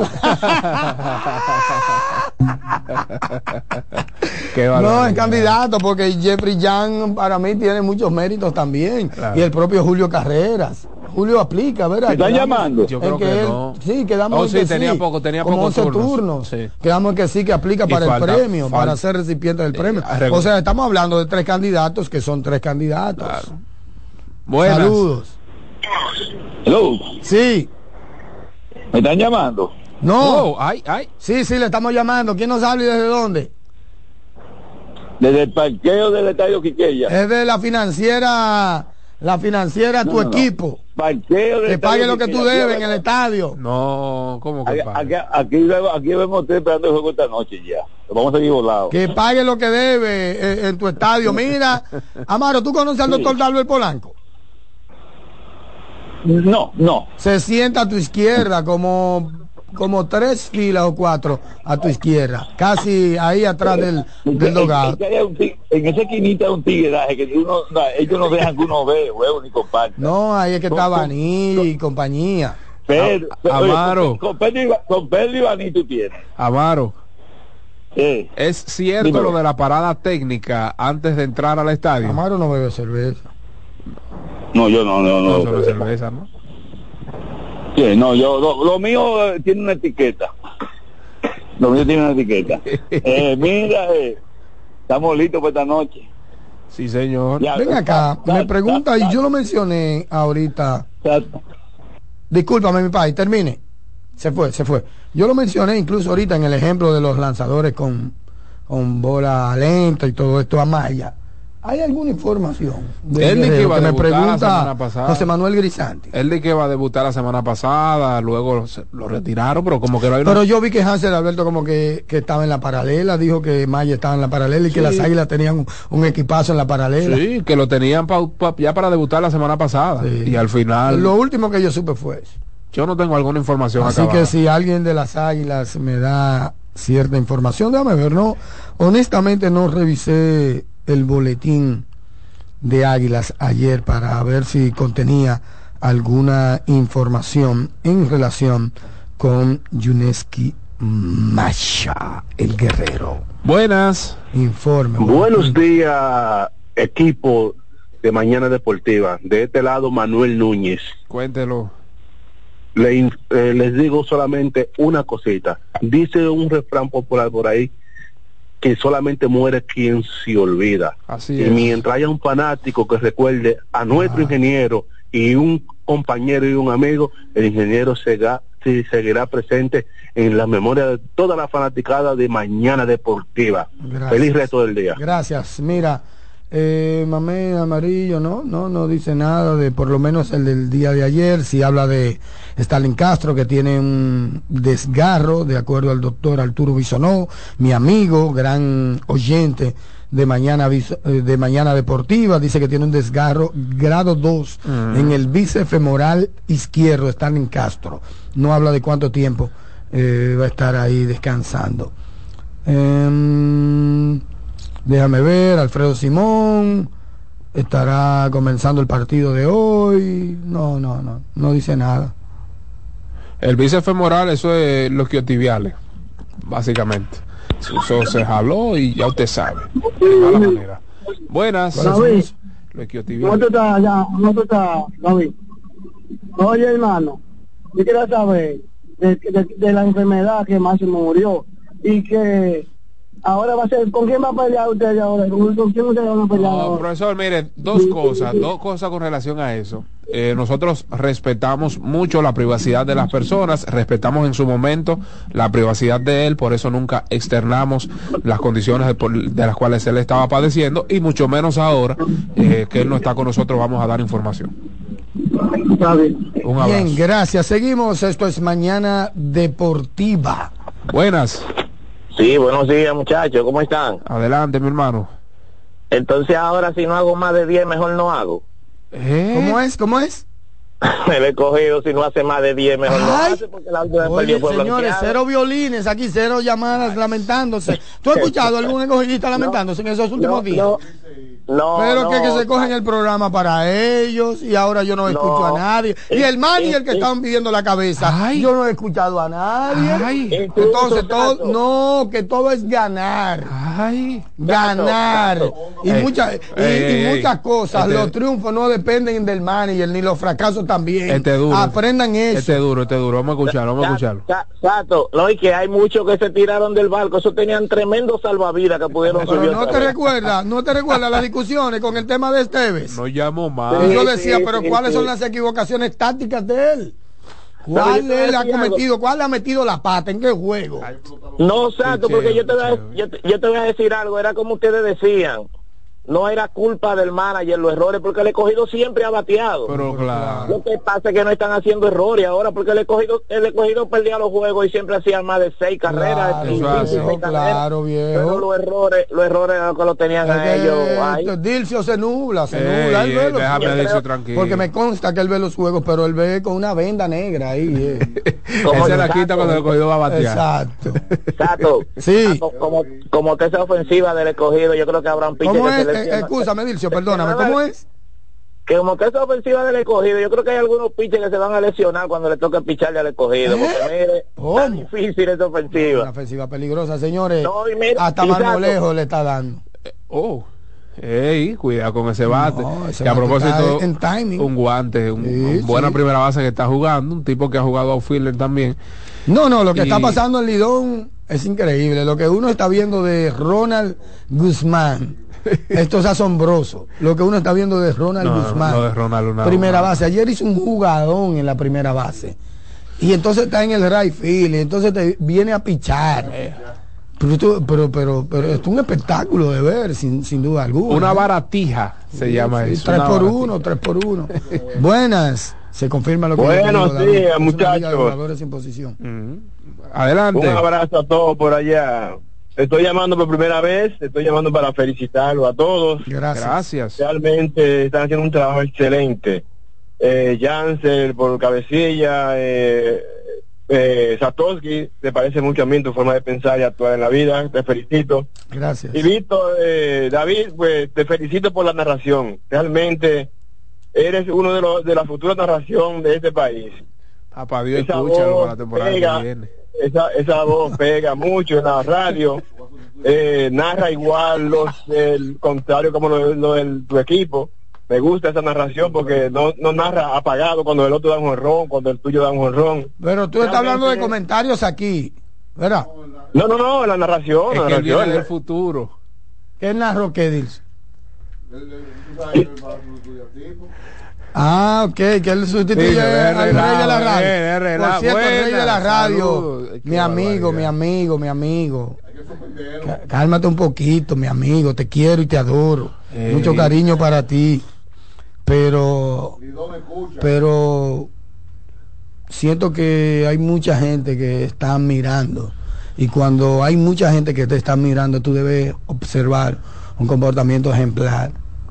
Qué No, barbaridad. es candidato porque Jeffrey Young para mí tiene muchos méritos también. Claro. Y el propio Julio Carreras. Julio aplica, ¿verdad? ¿Me están Quedamos llamando? Yo en creo que él- no. Sí, quedamos Oh, en sí, que tenía sí, poco, tenía como pocos once turnos. turnos. Sí. Quedamos en que sí, que aplica Y para falta- el premio, falta- para ser recipiente del premio. arreglo. O sea, estamos hablando de tres candidatos que son tres candidatos. Claro. Buenas. Saludos. Hello, Sí. ¿me están llamando? No. Oh, ay, ay. Sí, sí, le estamos llamando. ¿Quién nos habla y desde dónde? Desde el parqueo del Estadio Quiqueya. Es de la financiera, la financiera No, tu no, no. equipo. Parqueo del Que pague Estadio lo que tú Quiqueya. debes en el estadio. No, ¿cómo que Aquí, paga? aquí, aquí, vemos- aquí vemos usted esperando el juego esta noche ya. Lo vamos a seguir volado. Que pague lo que debe eh, en tu estadio. Mira, Amaro, ¿tú conoces al Sí. doctor Dalbert Polanco? No, no. Se sienta a tu izquierda como, como tres filas o cuatro a tu izquierda. Casi ahí atrás del, del dogado. Es que hay un tig- en esa esquinita hay un tigreaje que uno, no, ellos no dejan que uno vea, huevo, ni comparte. No, ahí es que está Baní y compañía. Pero, A- pero, Amaro. Con, con Pedro y Ba- con Pedro y Baní tú tienes. Amaro, Sí. ¿es cierto Dímelo. lo de la parada técnica antes de entrar al estadio? Amaro no bebe cerveza. No, yo no, no, No, no. solo cerveza, ¿no? Sí, no, yo, lo, lo mío eh, tiene una etiqueta. Lo mío tiene una etiqueta. Eh, mira, eh, estamos listos para esta noche. Sí, señor. Ya, Ven acá, ta- me ta- pregunta, ta- y yo lo mencioné ahorita. ta- Discúlpame, mi país, termine. Se fue, se fue. Yo lo mencioné incluso ahorita en el ejemplo de los lanzadores con, con bola lenta y todo esto a Maya. ¿Hay alguna información de Él ni que Guerrero? iba a que me debutar la pregunta semana pasada. José Manuel Grisanti? Él de que va a debutar la semana pasada, luego se- lo retiraron, pero como que no hay una... Pero yo vi que Hansel Alberto como que, que estaba en la paralela, dijo que Maya estaba en la paralela y que Sí. las Águilas tenían un, un equipazo en la paralela. Sí, que lo tenían pa- pa- ya para debutar la semana pasada. Sí. Y al final, Lo último que yo supe fue eso. yo no tengo alguna información Así acabada. que si alguien de las Águilas me da cierta información. Déjame ver, no, honestamente no revisé el boletín de Águilas ayer para ver si contenía alguna información en relación con Yuneski Masha, el guerrero. Buenas. Informe. Buenos días, equipo de Mañana Deportiva. De este lado, Manuel Núñez. Cuéntelo. Le, eh, les digo solamente una cosita. Dice un refrán popular por ahí que solamente muere quien se olvida. Así y es. mientras haya un fanático que recuerde a nuestro ah. ingeniero y un compañero y un amigo, el ingeniero Sega sí seguirá presente en la memoria de toda la fanaticada de Mañana Deportiva. Gracias. Feliz resto del día. Gracias. Mira, eh, Mamé Amarillo, no, no, no dice nada de, por lo menos el del día de ayer. Si habla de Stalin Castro, que tiene un desgarro, de acuerdo al doctor Arturo Bisonó, mi amigo, gran oyente de mañana de mañana deportiva, dice que tiene un desgarro grado dos uh-huh. en el bíceps femoral izquierdo. Están en Castro, no habla de cuánto tiempo eh, va a estar ahí descansando. Um, déjame ver, Alfredo Simón estará comenzando el partido de hoy. No, no, no, no dice nada. El bíceps femoral, eso es los isquiotibiales, básicamente. Eso se jaló y ya usted sabe. De mala manera. Buenas. David, ¿cómo tú estás allá? ¿Cómo tú estás, David? Oye, hermano, yo quiero saber de, de, de la enfermedad que Máximo murió y que ahora va a ser, ¿con quién va a pelear usted ahora? ¿Con quién ustedes van a pelear no, ahora? Profesor, mire, dos sí, cosas, sí, sí. dos cosas con relación a eso. Eh, nosotros respetamos mucho la privacidad de las personas, respetamos en su momento la privacidad de él, por eso nunca externamos las condiciones de, de las cuales él estaba padeciendo, y mucho menos ahora eh, que él no está con nosotros, vamos a dar información. Un abrazo. Bien, gracias. Seguimos, esto es Mañana Deportiva. Buenas. Sí, buenos días, muchachos, ¿cómo están? Adelante, mi hermano. Entonces ahora si no hago más de diez, mejor no hago. ¿Eh? ¿Cómo es? ¿Cómo es? Me lo he cogido, si no hace más de diez, mejor Ay. no hace, porque la última Oye, fue señores, blanqueado. Cero violines, aquí cero llamadas Ay. lamentándose. ¿Tú has escuchado algún escogidista lamentándose no, en esos últimos no, días? No. No, pero no, que, que se cogen el programa para ellos y ahora yo no escucho no. a nadie. Y el manager que estaban pidiendo la cabeza, Ay. yo no he escuchado a nadie. Ay. Entonces todo, no, que todo es ganar. Ay. Ganar. Gato, gato. Y, ey, muchas, ey, y, ey, y muchas cosas. Este, los triunfos no dependen del manager, ni los fracasos también. Este duro. Aprendan eso. Este duro, este duro. Vamos a escucharlo, vamos a escucharlo. Sato, no, y que hay muchos que se tiraron del barco. Eso tenían tremendo salvavidas que pudieron pero subir. No te recuerdas, no te recuerdas la discusión con el tema de Esteves. No llamo más. Sí, yo decía, sí, pero sí, ¿cuáles sí. son las equivocaciones tácticas de él? ¿Cuál él ha cometido? Algo. ¿Cuál le ha metido la pata? ¿En qué juego? No, Santo, porque yo te, voy a, yo, te, yo te voy a decir algo. Era como ustedes decían. No era culpa del manager los errores, porque el escogido siempre ha bateado. Pero claro. Lo que pasa es que no están haciendo errores ahora, porque el escogido, el escogido perdía los juegos y siempre hacían más de seis carreras. Claro, de claro, seis claro carreras, viejo. Pero los errores, los errores que lo tenían es a ellos. Ay. Dilcio se nubla, se Ey, nubla. Él ve los déjame decir tranquilo. Porque me consta que él ve los juegos, pero él ve con una venda negra ahí. Eh. Él se la quita cuando el escogido va a batear. Exacto. Exacto. Sí. Sato, como, como usted sea ofensiva del escogido, yo creo que habrá un pitcher ¿Cómo que es? se le Eh, Escúchame, perdóname, ¿cómo es? Que como que esa ofensiva del escogido, yo creo que hay algunos pitchers que se van a lesionar cuando le toque picharle al escogido, ¿Eh? porque mire, ¿Cómo? tan difícil esa ofensiva. Una ofensiva peligrosa, señores. No, mira, hasta Marmolejo le está dando. Eh, oh, ey, cuidado con ese bate. No, ese que a bate propósito, en timing. un guante, un, sí, un buena sí. primera base que está jugando, un tipo que ha jugado outfielder también. No, no, lo que y... está pasando en Lidón es increíble. Lo que uno está viendo de Ronald Guzmán. Esto es asombroso. Lo que uno está viendo de Ronald no, Guzmán. No de Ronald, una, primera una. base. Ayer hizo un jugadón en la primera base. Y entonces está en el right field. Y entonces te viene a pichar. Pero, esto, pero, pero, pero esto es un espectáculo de ver, sin, sin duda alguna. Una baratija se sí, llama sí, eso. Tres por baratija. uno, tres por uno. Buenas. Se confirma lo que Buenos días, muchachos. Mm. Adelante. Un abrazo a todos por allá. Estoy llamando por primera vez, estoy llamando para felicitarlo a todos. Gracias. Gracias. Realmente están haciendo un trabajo excelente. Eh, Jansen por cabecilla, eh, Eh, Satoshi, te parece mucho a mí en tu forma de pensar y actuar en la vida, te felicito. Gracias. Y Víctor, eh, David, pues te felicito por la narración. Realmente eres uno de los de la futura narración de este país. Papá Dios, escúchalo para la temporada pega, que viene. Esa, esa voz pega mucho en la radio. Eh, narra igual los del contrario como lo, lo del tu equipo. Me gusta esa narración porque no, no narra apagado cuando el otro da un jonrón, cuando el tuyo da un jonrón. Pero tú estás hablando de comentarios aquí, ¿verdad? No, no, no, la narración. Es la que él narración, viene del eh. futuro. ¿Qué narró qué dice? Ah, ok, que él sustituye Sí, al rey de la radio. eh, eh, Por relajo. cierto, el rey de la Buena, radio, saludos. Qué mi amigo, mi barbaridad. amigo, mi amigo. Cá- Cálmate un poquito, mi amigo, te quiero y te adoro. Ey. Mucho cariño para ti. Pero, pero siento que hay mucha gente que está mirando. Y cuando hay mucha gente que te está mirando, tú debes observar un comportamiento ejemplar.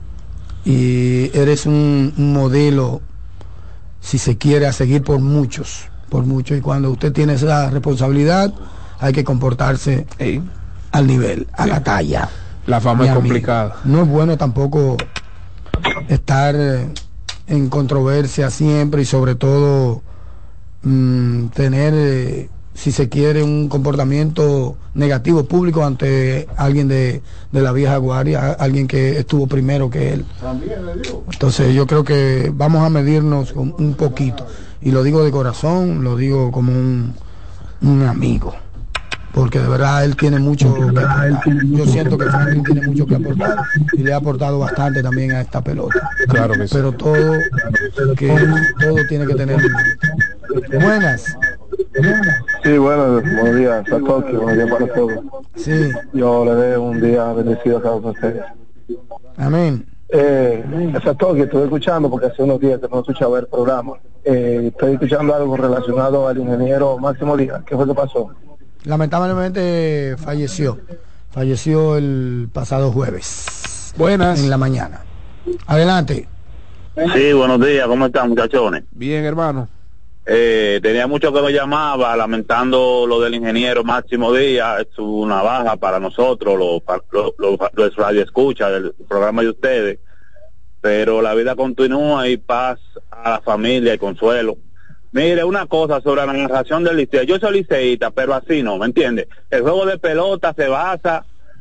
Y eres un, un modelo, si se quiere, a seguir por muchos, por muchos. Y cuando usted tiene esa responsabilidad, hay que comportarse Ey. al nivel, a Sí. la talla. La fama Mi es amigo. complicada. No es bueno tampoco estar eh, en controversia siempre y sobre todo mm, tener, eh, si se quiere, un comportamiento negativo público ante alguien de, de la vieja guardia, alguien que estuvo primero que él. Entonces yo creo que vamos a medirnos con un poquito, y lo digo de corazón, lo digo como un, un amigo, porque de verdad él tiene mucho que aportar. Yo siento que Franklin tiene mucho que aportar y le ha aportado bastante también a esta pelota. Claro que sí. Pero todo, que todo tiene que tener. Buenas. Sí, bueno, buenos días, Satoshi, buenos días para todos. Sí. Yo le doy un día bendecido a cada uno de ustedes. Amén. Eh, Satoshi, estoy escuchando porque hace unos días que no escuchaba el programa. Eh, estoy escuchando algo relacionado al ingeniero Máximo Díaz. ¿Qué fue que pasó? Lamentablemente falleció. Falleció el pasado jueves. Buenas. En la mañana. Adelante. Sí, buenos días, ¿cómo están, muchachones? Bien, hermano. Eh, tenía mucho que me llamaba lamentando lo del ingeniero Máximo Díaz. Es una baja para nosotros, los lo, lo, los radioescuchas del programa de ustedes, pero la vida continúa y paz a la familia y consuelo. Mire, una cosa sobre la narración del liceo. Yo soy liceísta, pero así no, ¿me entiende? El juego de pelota se basa,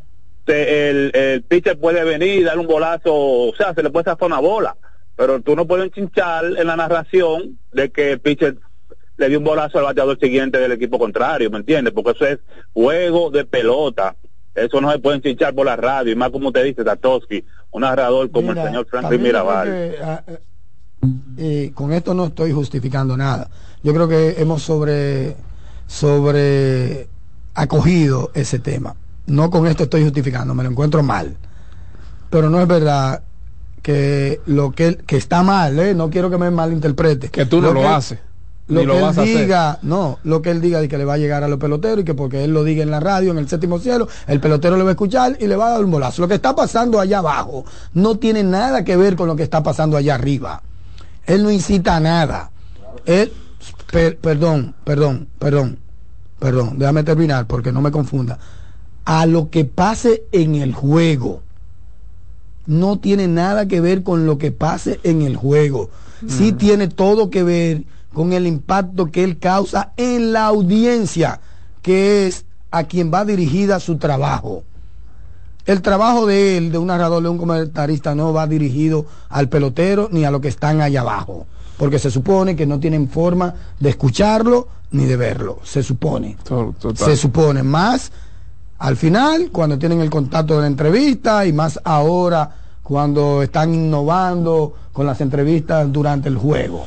se, el, el pitcher puede venir y dar un bolazo, o sea, se le puede zafar una bola, pero tú no puedes chinchar en la narración de que el pitcher le dio un bolazo al bateador siguiente del equipo contrario, ¿me entiendes? Porque eso es juego de pelota. Eso no se puede chinchar por la radio, y más como usted dice, Satoshi, un narrador como Mira, el señor Franklin también yo Mirabal. creo que, ah, eh, eh, con esto no estoy justificando nada. Yo creo que hemos sobre sobre acogido ese tema. No con esto estoy justificando, me lo encuentro mal. Pero no es verdad que lo que que está mal, ¿eh? No quiero que me malinterprete. Que tú no lo, que, haces. Lo ni que lo vas él a diga, hacer. no, lo que él diga de que le va a llegar a los peloteros y que porque él lo diga en la radio, en el séptimo cielo, el pelotero le va a escuchar y le va a dar un bolazo. Lo que está pasando allá abajo no tiene nada que ver con lo que está pasando allá arriba. Él no incita a nada. Él, per, perdón, perdón, perdón, perdón, déjame terminar porque no me confunda. A lo que pase en el juego. No tiene nada que ver con lo que pase en el juego. Mm. Sí tiene todo que ver con el impacto que él causa en la audiencia, que es a quien va dirigida su trabajo. El trabajo de él, de un narrador, de un comentarista, no va dirigido al pelotero ni a los que están allá abajo, porque se supone que no tienen forma de escucharlo ni de verlo. Se supone. Total. Se supone más al final, cuando tienen el contacto de la entrevista, y más ahora cuando están innovando con las entrevistas durante el juego.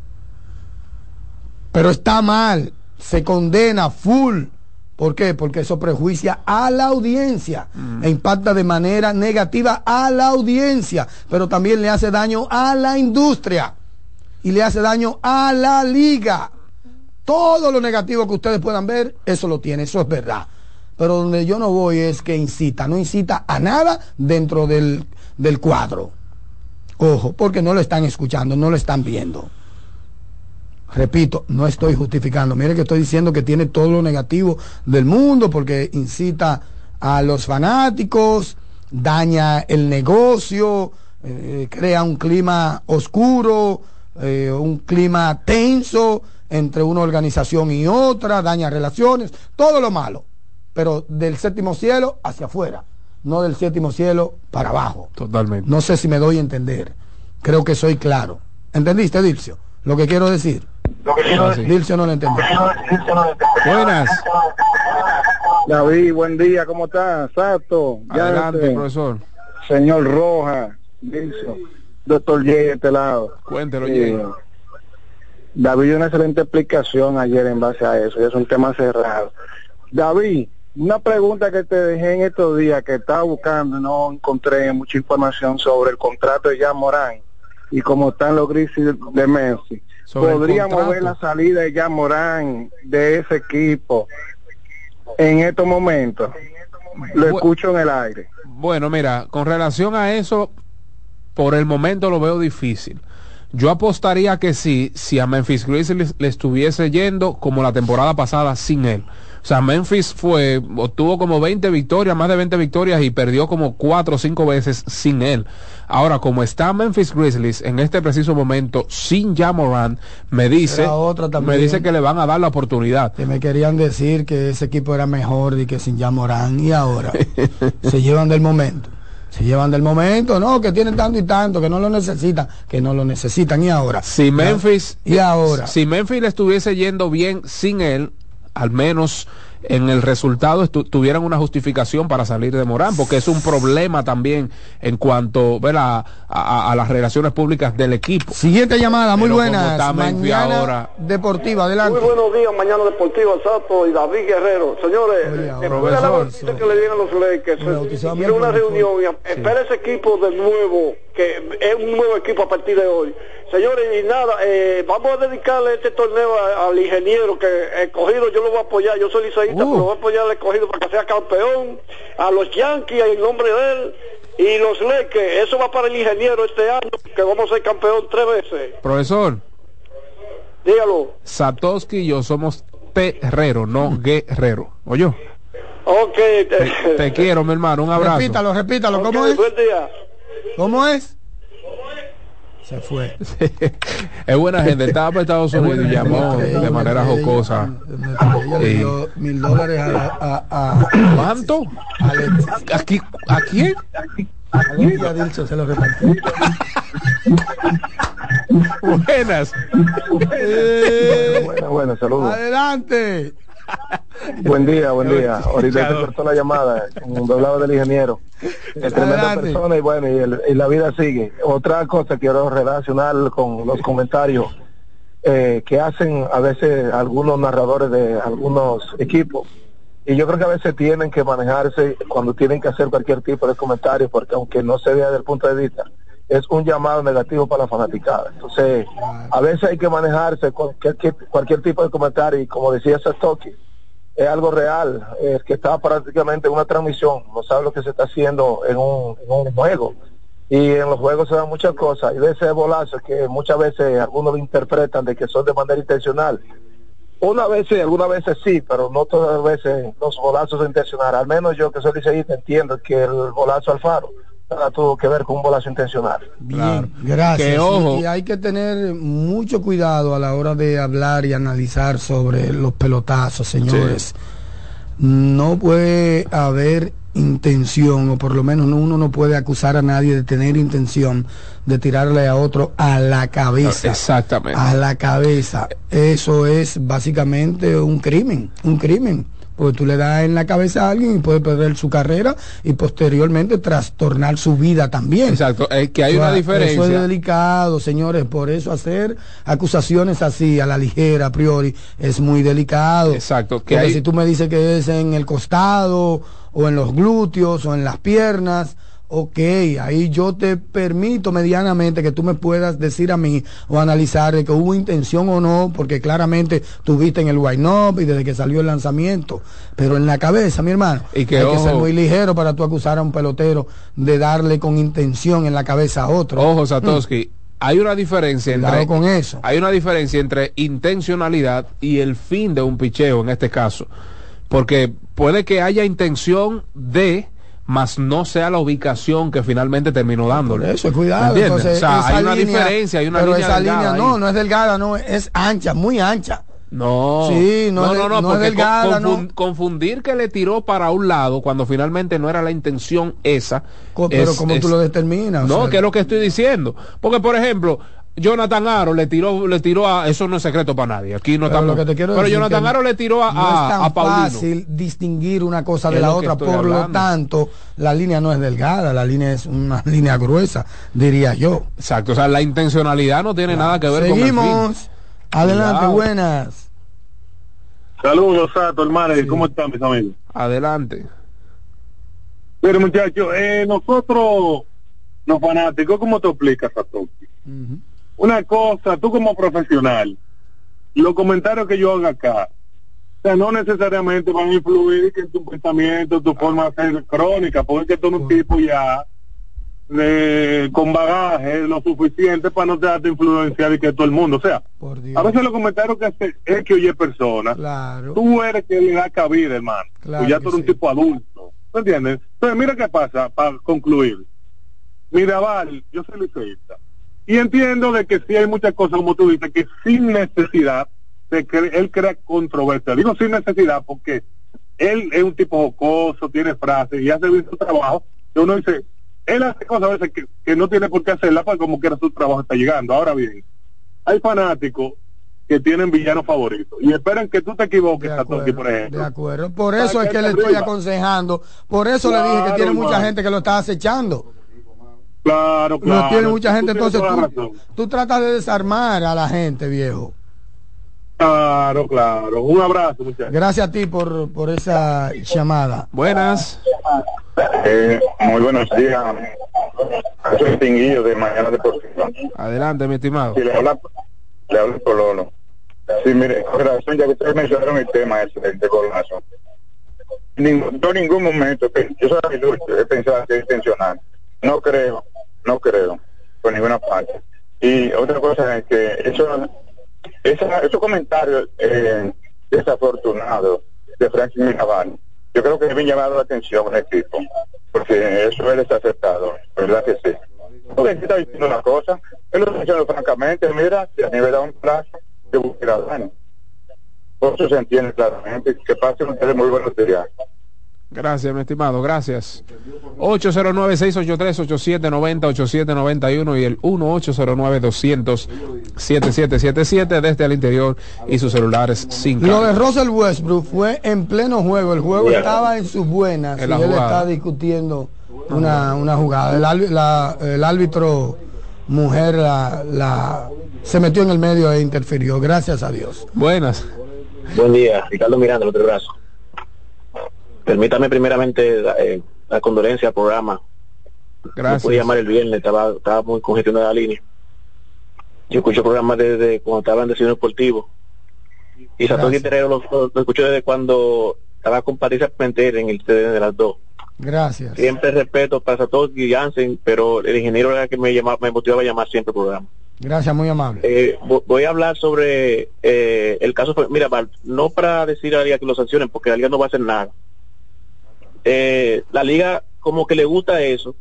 Pero está mal, se condena full. ¿Por qué? Porque eso prejuicia a la audiencia mm. e impacta de manera negativa a la audiencia, pero también le hace daño a la industria y le hace daño a la liga. Todo lo negativo que ustedes puedan ver, eso lo tiene, eso es verdad. Pero donde yo no voy es que incita, no incita a nada dentro del, del cuadro. Ojo, porque no lo están escuchando, no lo están viendo. Repito, no estoy justificando. Mire que estoy diciendo que tiene todo lo negativo del mundo porque incita a los fanáticos, daña el negocio, eh, crea un clima oscuro, eh, un clima tenso entre una organización y otra, daña relaciones, todo lo malo, pero del séptimo cielo hacia afuera, no del séptimo cielo para abajo. Totalmente. No sé si me doy a entender. Creo que soy claro. ¿Entendiste, Dilcio? Lo que quiero decir. Lo que quiero decir. Dilcio no lo entendió. Buenas. David, buen día, ¿cómo estás? Exacto. Adelante, este, profesor. Señor Rojas, Dilcio, doctor J de este lado. Cuéntelo, eh, J. David dio una excelente explicación ayer en base a eso, y es un tema cerrado. David, una pregunta que te dejé en estos días, que estaba buscando y no encontré mucha información sobre el contrato de Jan Morán y cómo están los Grizzlies de Messi. ¿Podríamos ver la salida de Jan Morán de ese equipo en estos momentos? Lo escucho en el aire. Bueno, mira, con relación a eso, por el momento lo veo difícil. Yo apostaría que sí, si a Memphis Grizzlies le estuviese yendo como la temporada pasada sin él. O sea, Memphis fue, obtuvo como veinte victorias, más de veinte victorias y perdió como cuatro o cinco veces sin él. Ahora, como está Memphis Grizzlies en este preciso momento sin Ja Morant, me dice, me dice que le van a dar la oportunidad. Que me querían decir que ese equipo era mejor y que sin Ja Morant, y ahora se llevan del momento. Se llevan del momento, no, que tienen tanto y tanto, que no lo necesitan, que no lo necesitan, y ahora. Si Memphis, y ahora. Si Memphis le estuviese yendo bien sin él, al menos en el resultado tuvieran una justificación para salir de Morán, porque es un problema también en cuanto a, a, a las relaciones públicas del equipo. Siguiente llamada, muy Pero buenas. Mañana ahora... Deportiva, adelante. Muy buenos días, Mañana Deportiva, Sato y David Guerrero. Señores, después de la noticia que le dieron a los Lakers, se quiere una reunión y sí. Espera ese equipo de nuevo, que es un nuevo equipo a partir de hoy. Señores, y nada, eh, vamos a dedicarle este torneo a, al ingeniero, que escogido yo lo voy a apoyar, yo soy liceísta, uh. pero lo voy a apoyar al escogido para que sea campeón, a los Yankees en nombre de él, y los Lakers, eso va para el ingeniero este año, que vamos a ser campeón tres veces. Profesor. Dígalo. Satoshi y yo somos Terrero, no Guerrero. ¿Oye? Ok. Te, te quiero, mi hermano, un abrazo. Repítalo, repítalo, ¿cómo okay, es? Buen día. ¿Cómo es? Se fue. Es buena gente, estaba para Estados Unidos y llamó de manera jocosa. Ella le dio mil dólares a, a, a ¿cuánto? ¿A, aquí, ¿A quién? A Dilson se lo repartió. Buenas. Eh, bueno, bueno, saludos. Adelante. Buen día, buen día. Ahorita se cortó la llamada cuando hablaba del ingeniero. Es tremenda persona y bueno, y, el, y la vida sigue. Otra cosa quiero relacionar con los comentarios eh, que hacen a veces algunos narradores de algunos equipos. Y yo creo que a veces tienen que manejarse cuando tienen que hacer cualquier tipo de comentario, porque aunque no se vea desde el punto de vista, es un llamado negativo para la fanaticada. Entonces, a veces hay que manejarse cualquier, cualquier tipo de comentario, y como decía Satoshi, es algo real, es que está prácticamente en una transmisión, no sabe lo que se está haciendo en un, en un juego, y en los juegos se dan muchas cosas, y de ese bolazo que muchas veces algunos lo interpretan de que son de manera intencional. Una vez, algunas veces sí, pero no todas las veces los bolazos son intencionales. Al menos yo, que soy liceísta, entiendo que el bolazo al Faro nada tuvo que ver con un bolazo intencional. Bien, claro. Gracias. Que, ojo. Y, y hay que tener mucho cuidado a la hora de hablar y analizar sobre los pelotazos, señores. Sí. No puede haber intención, o por lo menos uno no puede acusar a nadie de tener intención de tirarle a otro a la cabeza. Exactamente. A la cabeza. Eso es básicamente un crimen, un crimen. Porque tú le das en la cabeza a alguien y puede perder su carrera y posteriormente trastornar su vida también. Exacto, es que hay o sea, una diferencia. Eso es delicado, señores, por eso hacer acusaciones así a la ligera, a priori, es muy delicado. Exacto. Que Porque hay... si tú me dices que es en el costado, o en los glúteos, o en las piernas, ok, ahí yo te permito medianamente que tú me puedas decir a mí o analizar de que hubo intención o no, porque claramente tuviste en el wind-up y desde que salió el lanzamiento, pero en la cabeza, mi hermano, y que, hay ojo, que ser muy ligero para tú acusar a un pelotero de darle con intención en la cabeza a otro. Ojo, Satoshi, hay una diferencia Cuidado entre con eso. Hay una diferencia entre intencionalidad y el fin de un picheo en este caso, porque puede que haya intención de, mas no sea la ubicación que finalmente terminó dándole. Por eso, cuidado. Entonces, o sea, hay una línea, diferencia, hay una pero línea esa delgada línea ahí. no, no es delgada, no, es ancha, muy ancha. No, sí, no, no, es, no, no, no porque es delgada, confun- no. confundir que le tiró para un lado cuando finalmente no era la intención esa. Co- pero es, ¿cómo es, tú lo determinas? No, O sea, que es lo que estoy diciendo. Porque, por ejemplo, Jonathan Aro le tiró, le tiró a, eso no es secreto para nadie. Aquí no pero estamos. lo que te quiero Pero decir Jonathan que Aro le tiró a, no es tan a Paulino. fácil distinguir una cosa de Es la lo que otra, estoy por lo hablando. tanto, la línea no es delgada, la línea es una línea gruesa, diría yo. Exacto, o sea, la intencionalidad no tiene nada que ver Seguimos. con el fin. Adelante, Cuidado. buenas. Saludos, Sato, hermano. Sí. ¿Cómo están, mis amigos? Adelante. Pero, muchachos, eh, nosotros, los fanáticos, ¿cómo te explicas, Sato? Uh-huh. Una cosa, tú como profesional, los comentarios que yo haga acá, o sea, no necesariamente van a influir en tu pensamiento, tu forma de hacer crónica, porque tú eres un tipo ya de, con bagaje lo suficiente para no dejarte influenciar y que todo el mundo, o sea, a veces los comentarios que hace es que oye personas, claro. Tú eres que le da cabida, hermano, claro tú ya tú eres sí. un tipo adulto, ¿me entiendes? Entonces mira qué pasa, para concluir, Mirabal, yo soy liceísta, y entiendo de que sí hay muchas cosas, como tú dices, que sin necesidad, de que él crea controversia, digo sin necesidad porque él es un tipo jocoso, tiene frases y hace bien su trabajo, y uno dice, él hace cosas a veces que, que no tiene por qué hacerla, porque como quiera su trabajo está llegando. Ahora bien, hay fanáticos que tienen villanos favoritos y esperan que tú te equivoques, Satoshi, por ejemplo. De acuerdo, por eso es que le estoy aconsejando, por eso claro, le dije que tiene mucha man. gente que lo está acechando. Claro, claro. Lo tiene mucha gente, entonces tú, tú tratas de desarmar a la gente, viejo. Claro, claro. Un abrazo, muchachos. Gracias a ti por, por esa llamada. Buenas. Eh, muy buenos días. Soy Tinguillo de Mañana Deportiva. Adelante, mi estimado. Sí, le habla, le habla el Cololo. Sí, mire, con razón, ya que ustedes mencionaron el tema ese de golazo. Ningún, yo en ningún momento, yo soy adulto, he pensado que es intencional. No creo, no creo, por ninguna parte. Y otra cosa es que eso, esa, esos comentarios eh, desafortunados de Francis Mirabal, yo creo que deben llamar la atención al equipo, porque eso él está aceptado, ¿verdad que sí? Porque él está diciendo una cosa, él lo está diciendo francamente, mira, si a mí me da un plazo, yo voy a ir a daño. Por eso se entiende claramente. Que pasen ustedes muy buenos días. Gracias, mi estimado, gracias. ocho cero nueve, seis ocho tres, ocho siete nueve cero, ocho siete nueve uno y el uno ocho cero nueve, dos cero cero, siete siete siete siete desde el interior y sus celulares sin carga. Lo de Russell Westbrook fue en pleno juego, el juego yeah. estaba en sus buenas en y él está discutiendo una, una jugada. El, la, el árbitro mujer la, la se metió en el medio e interfirió, gracias a Dios. Buenas. Buen día, Ricardo Miranda, el otro brazo. Permítame primeramente eh, la condolencia al programa. Gracias. No pude llamar el viernes, estaba, estaba muy congestionada la línea. Yo escucho programas desde cuando estaba en Desayuno Deportivo. Y Satoshi Terrero lo, lo, lo escucho desde cuando estaba con Patricia Pimentel en el C D N de las dos. Gracias. Siempre respeto para Satoshi y Jansen, pero el ingeniero era el que me llamaba, me motivaba a llamar siempre el programa. Gracias, muy amable. Eh, voy a hablar sobre eh, el caso. Mira, no para decir a la liga que lo sancionen, porque la liga no va a hacer nada. Eh, la liga como que le gusta eso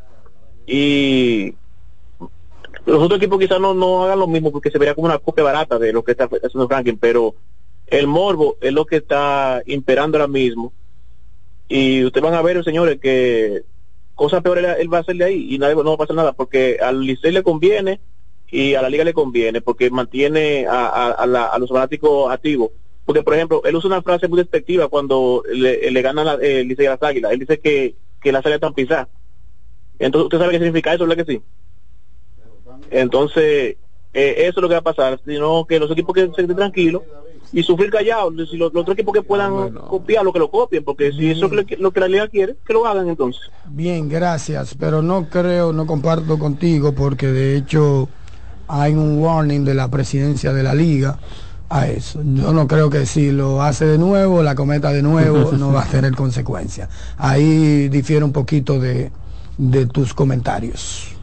y los otros equipos quizás no, no hagan lo mismo porque se vería como una copia barata de lo que está haciendo Franklin, pero el morbo es lo que está imperando ahora mismo y ustedes van a ver, señores, que cosas peores él va a hacerle ahí y nadie, no va a pasar nada porque al Licey le conviene y a la liga le conviene porque mantiene a, a, a, la, a los fanáticos activos. Porque, por ejemplo, él usa una frase muy despectiva cuando le, le gana la, eh, Licey a las Águilas. Él dice que, que las Águilas están pisadas. Entonces, ¿usted sabe qué significa eso? ¿Verdad que sí? Entonces, eh, eso es lo que va a pasar. Sino que los equipos que se estén tranquilos y sufrir callados. Si los, los otros equipos que puedan bueno. copiar, lo que lo copien. Porque si eso es lo que, lo que la liga quiere, que lo hagan entonces. Bien, gracias. Pero no creo, no comparto contigo porque de hecho hay un warning de la presidencia de la liga a eso. Yo no creo que si lo hace de nuevo, la cometa de nuevo, no va a tener consecuencias. Ahí difiere un poquito de, de tus comentarios.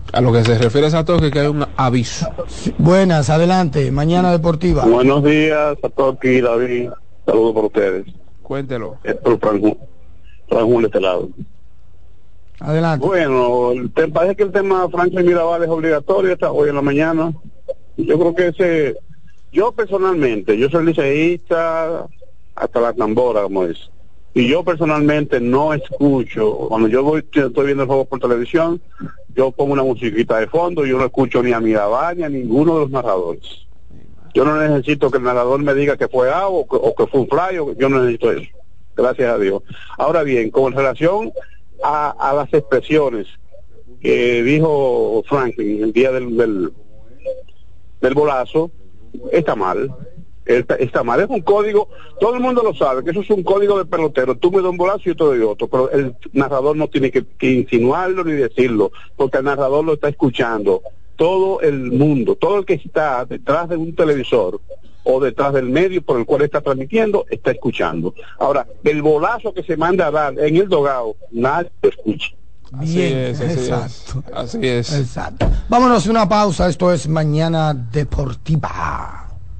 A lo que se refiere a Satoshi, que hay un aviso. Sí, buenas, adelante, Mañana Deportiva. Buenos días, Satoshi, David. Saludos para ustedes. Cuéntelo. Es por Franjul, Franjul de este lado. Adelante. Bueno, te parece que el tema Franklin Mirabal es obligatorio esta, hoy en la mañana. Yo creo que ese, yo personalmente, yo soy liceísta hasta la tambora, como es. Y yo personalmente no escucho, cuando yo voy, estoy viendo el juego por televisión, yo pongo una musiquita de fondo, yo no escucho ni a Mirabal ni a ninguno de los narradores. Yo no necesito que el narrador me diga que fue A o que, o que fue un fly, o, yo no necesito eso. Gracias a Dios. Ahora bien, con relación a, a las expresiones que dijo Franklin el día del, del, del bolazo, está mal. Está, está mal, es un código, todo el mundo lo sabe, que eso es un código de pelotero. Tú me das un bolazo y yo te doy otro, pero el narrador no tiene que, que insinuarlo ni decirlo, porque el narrador lo está escuchando. Todo el mundo, todo el que está detrás de un televisor o detrás del medio por el cual está transmitiendo, está escuchando. Ahora, el bolazo que se manda a dar en el dogao, nadie lo escucha. Bien, así es, así exacto. Es, así es. Exacto. Vámonos a una pausa, esto es Mañana Deportiva.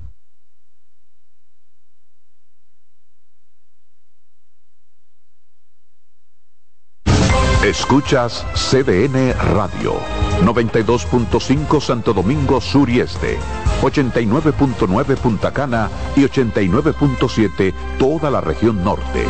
Escuchas C D N Radio, noventa y dos punto cinco Santo Domingo Sur y Este, ochenta y nueve punto nueve Punta Cana y ochenta y nueve punto siete toda la región norte.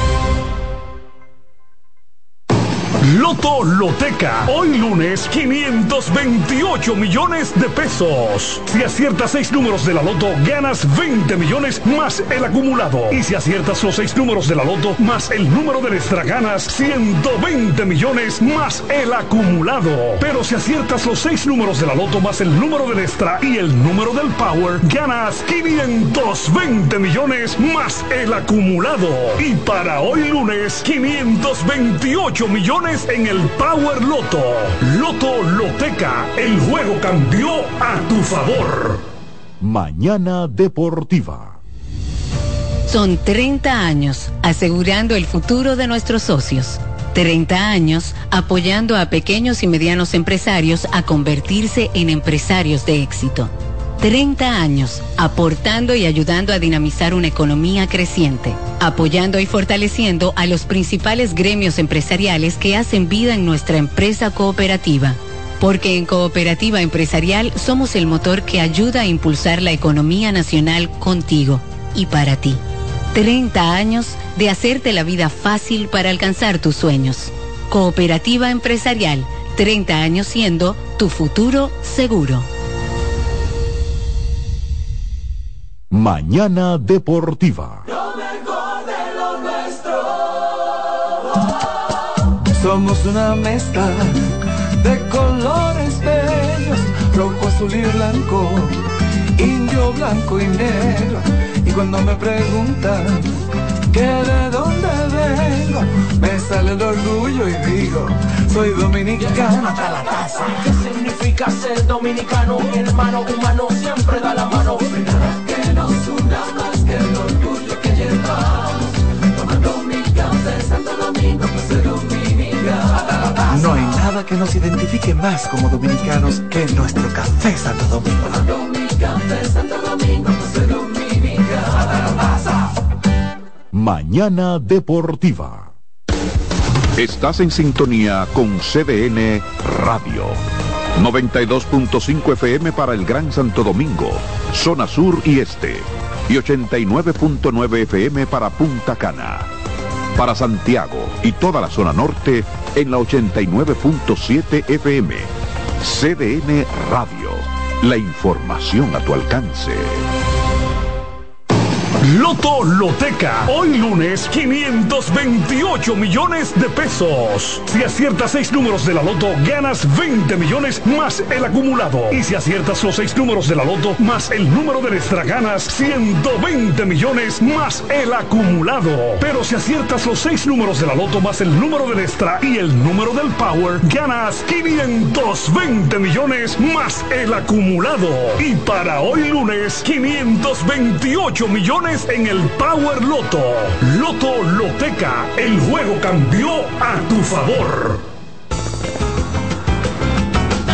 Loto Loteca, hoy lunes quinientos veintiocho millones de pesos. Si aciertas seis números de la Loto, ganas veinte millones más el acumulado. Y si aciertas los seis números de la Loto más el número del extra, ganas ciento veinte millones más el acumulado. Pero si aciertas los seis números de la Loto más el número del extra y el número del Power, ganas quinientos veinte millones más el acumulado. Y para hoy lunes, quinientos veintiocho millones en el Power Loto. Loto Loteca, el juego cambió a tu favor. Mañana Deportiva. Son treinta años asegurando el futuro de nuestros socios. treinta años apoyando a pequeños y medianos empresarios a convertirse en empresarios de éxito. treinta años aportando y ayudando a dinamizar una economía creciente, apoyando y fortaleciendo a los principales gremios empresariales que hacen vida en nuestra empresa cooperativa. Porque en Cooperativa Empresarial somos el motor que ayuda a impulsar la economía nacional contigo y para ti. treinta años de hacerte la vida fácil para alcanzar tus sueños. Cooperativa Empresarial, treinta años siendo tu futuro seguro. Mañana Deportiva. Lo mejor de lo nuestro. Somos una mezcla de colores bellos, rojo, azul y blanco, indio, blanco y negro. Y cuando me preguntan que de dónde vengo, me sale el orgullo y digo, soy dominicano hasta la taza. ¿Qué significa ser dominicano? Hermano humano siempre da la mano. Que nos una más que el orgullo que llevamos, tomando mi café Santo Domingo, pues soy dominicano. No hay nada que nos identifique más como dominicanos que nuestro café Santo Domingo. Tomando mi café Santo Domingo, pues soy dominicano. Mañana Deportiva. Estás en sintonía con C D N Radio. noventa y dos punto cinco F M para el Gran Santo Domingo, zona sur y este, y ochenta y nueve punto nueve F M para Punta Cana. Para Santiago y toda la zona norte en la ochenta y nueve punto siete F M. C D N Radio, la información a tu alcance. Loto Loteca, hoy lunes quinientos veintiocho millones de pesos. Si aciertas seis números de la Loto, ganas veinte millones más el acumulado. Y si aciertas los seis números de la Loto más el número del extra, ganas ciento veinte millones más el acumulado. Pero si aciertas los seis números de la Loto más el número del extra y el número del Power, ganas quinientos veinte millones más el acumulado. Y para hoy lunes, quinientos veintiocho millones en el Power Loto. Loto Loteca, el juego cambió a tu favor.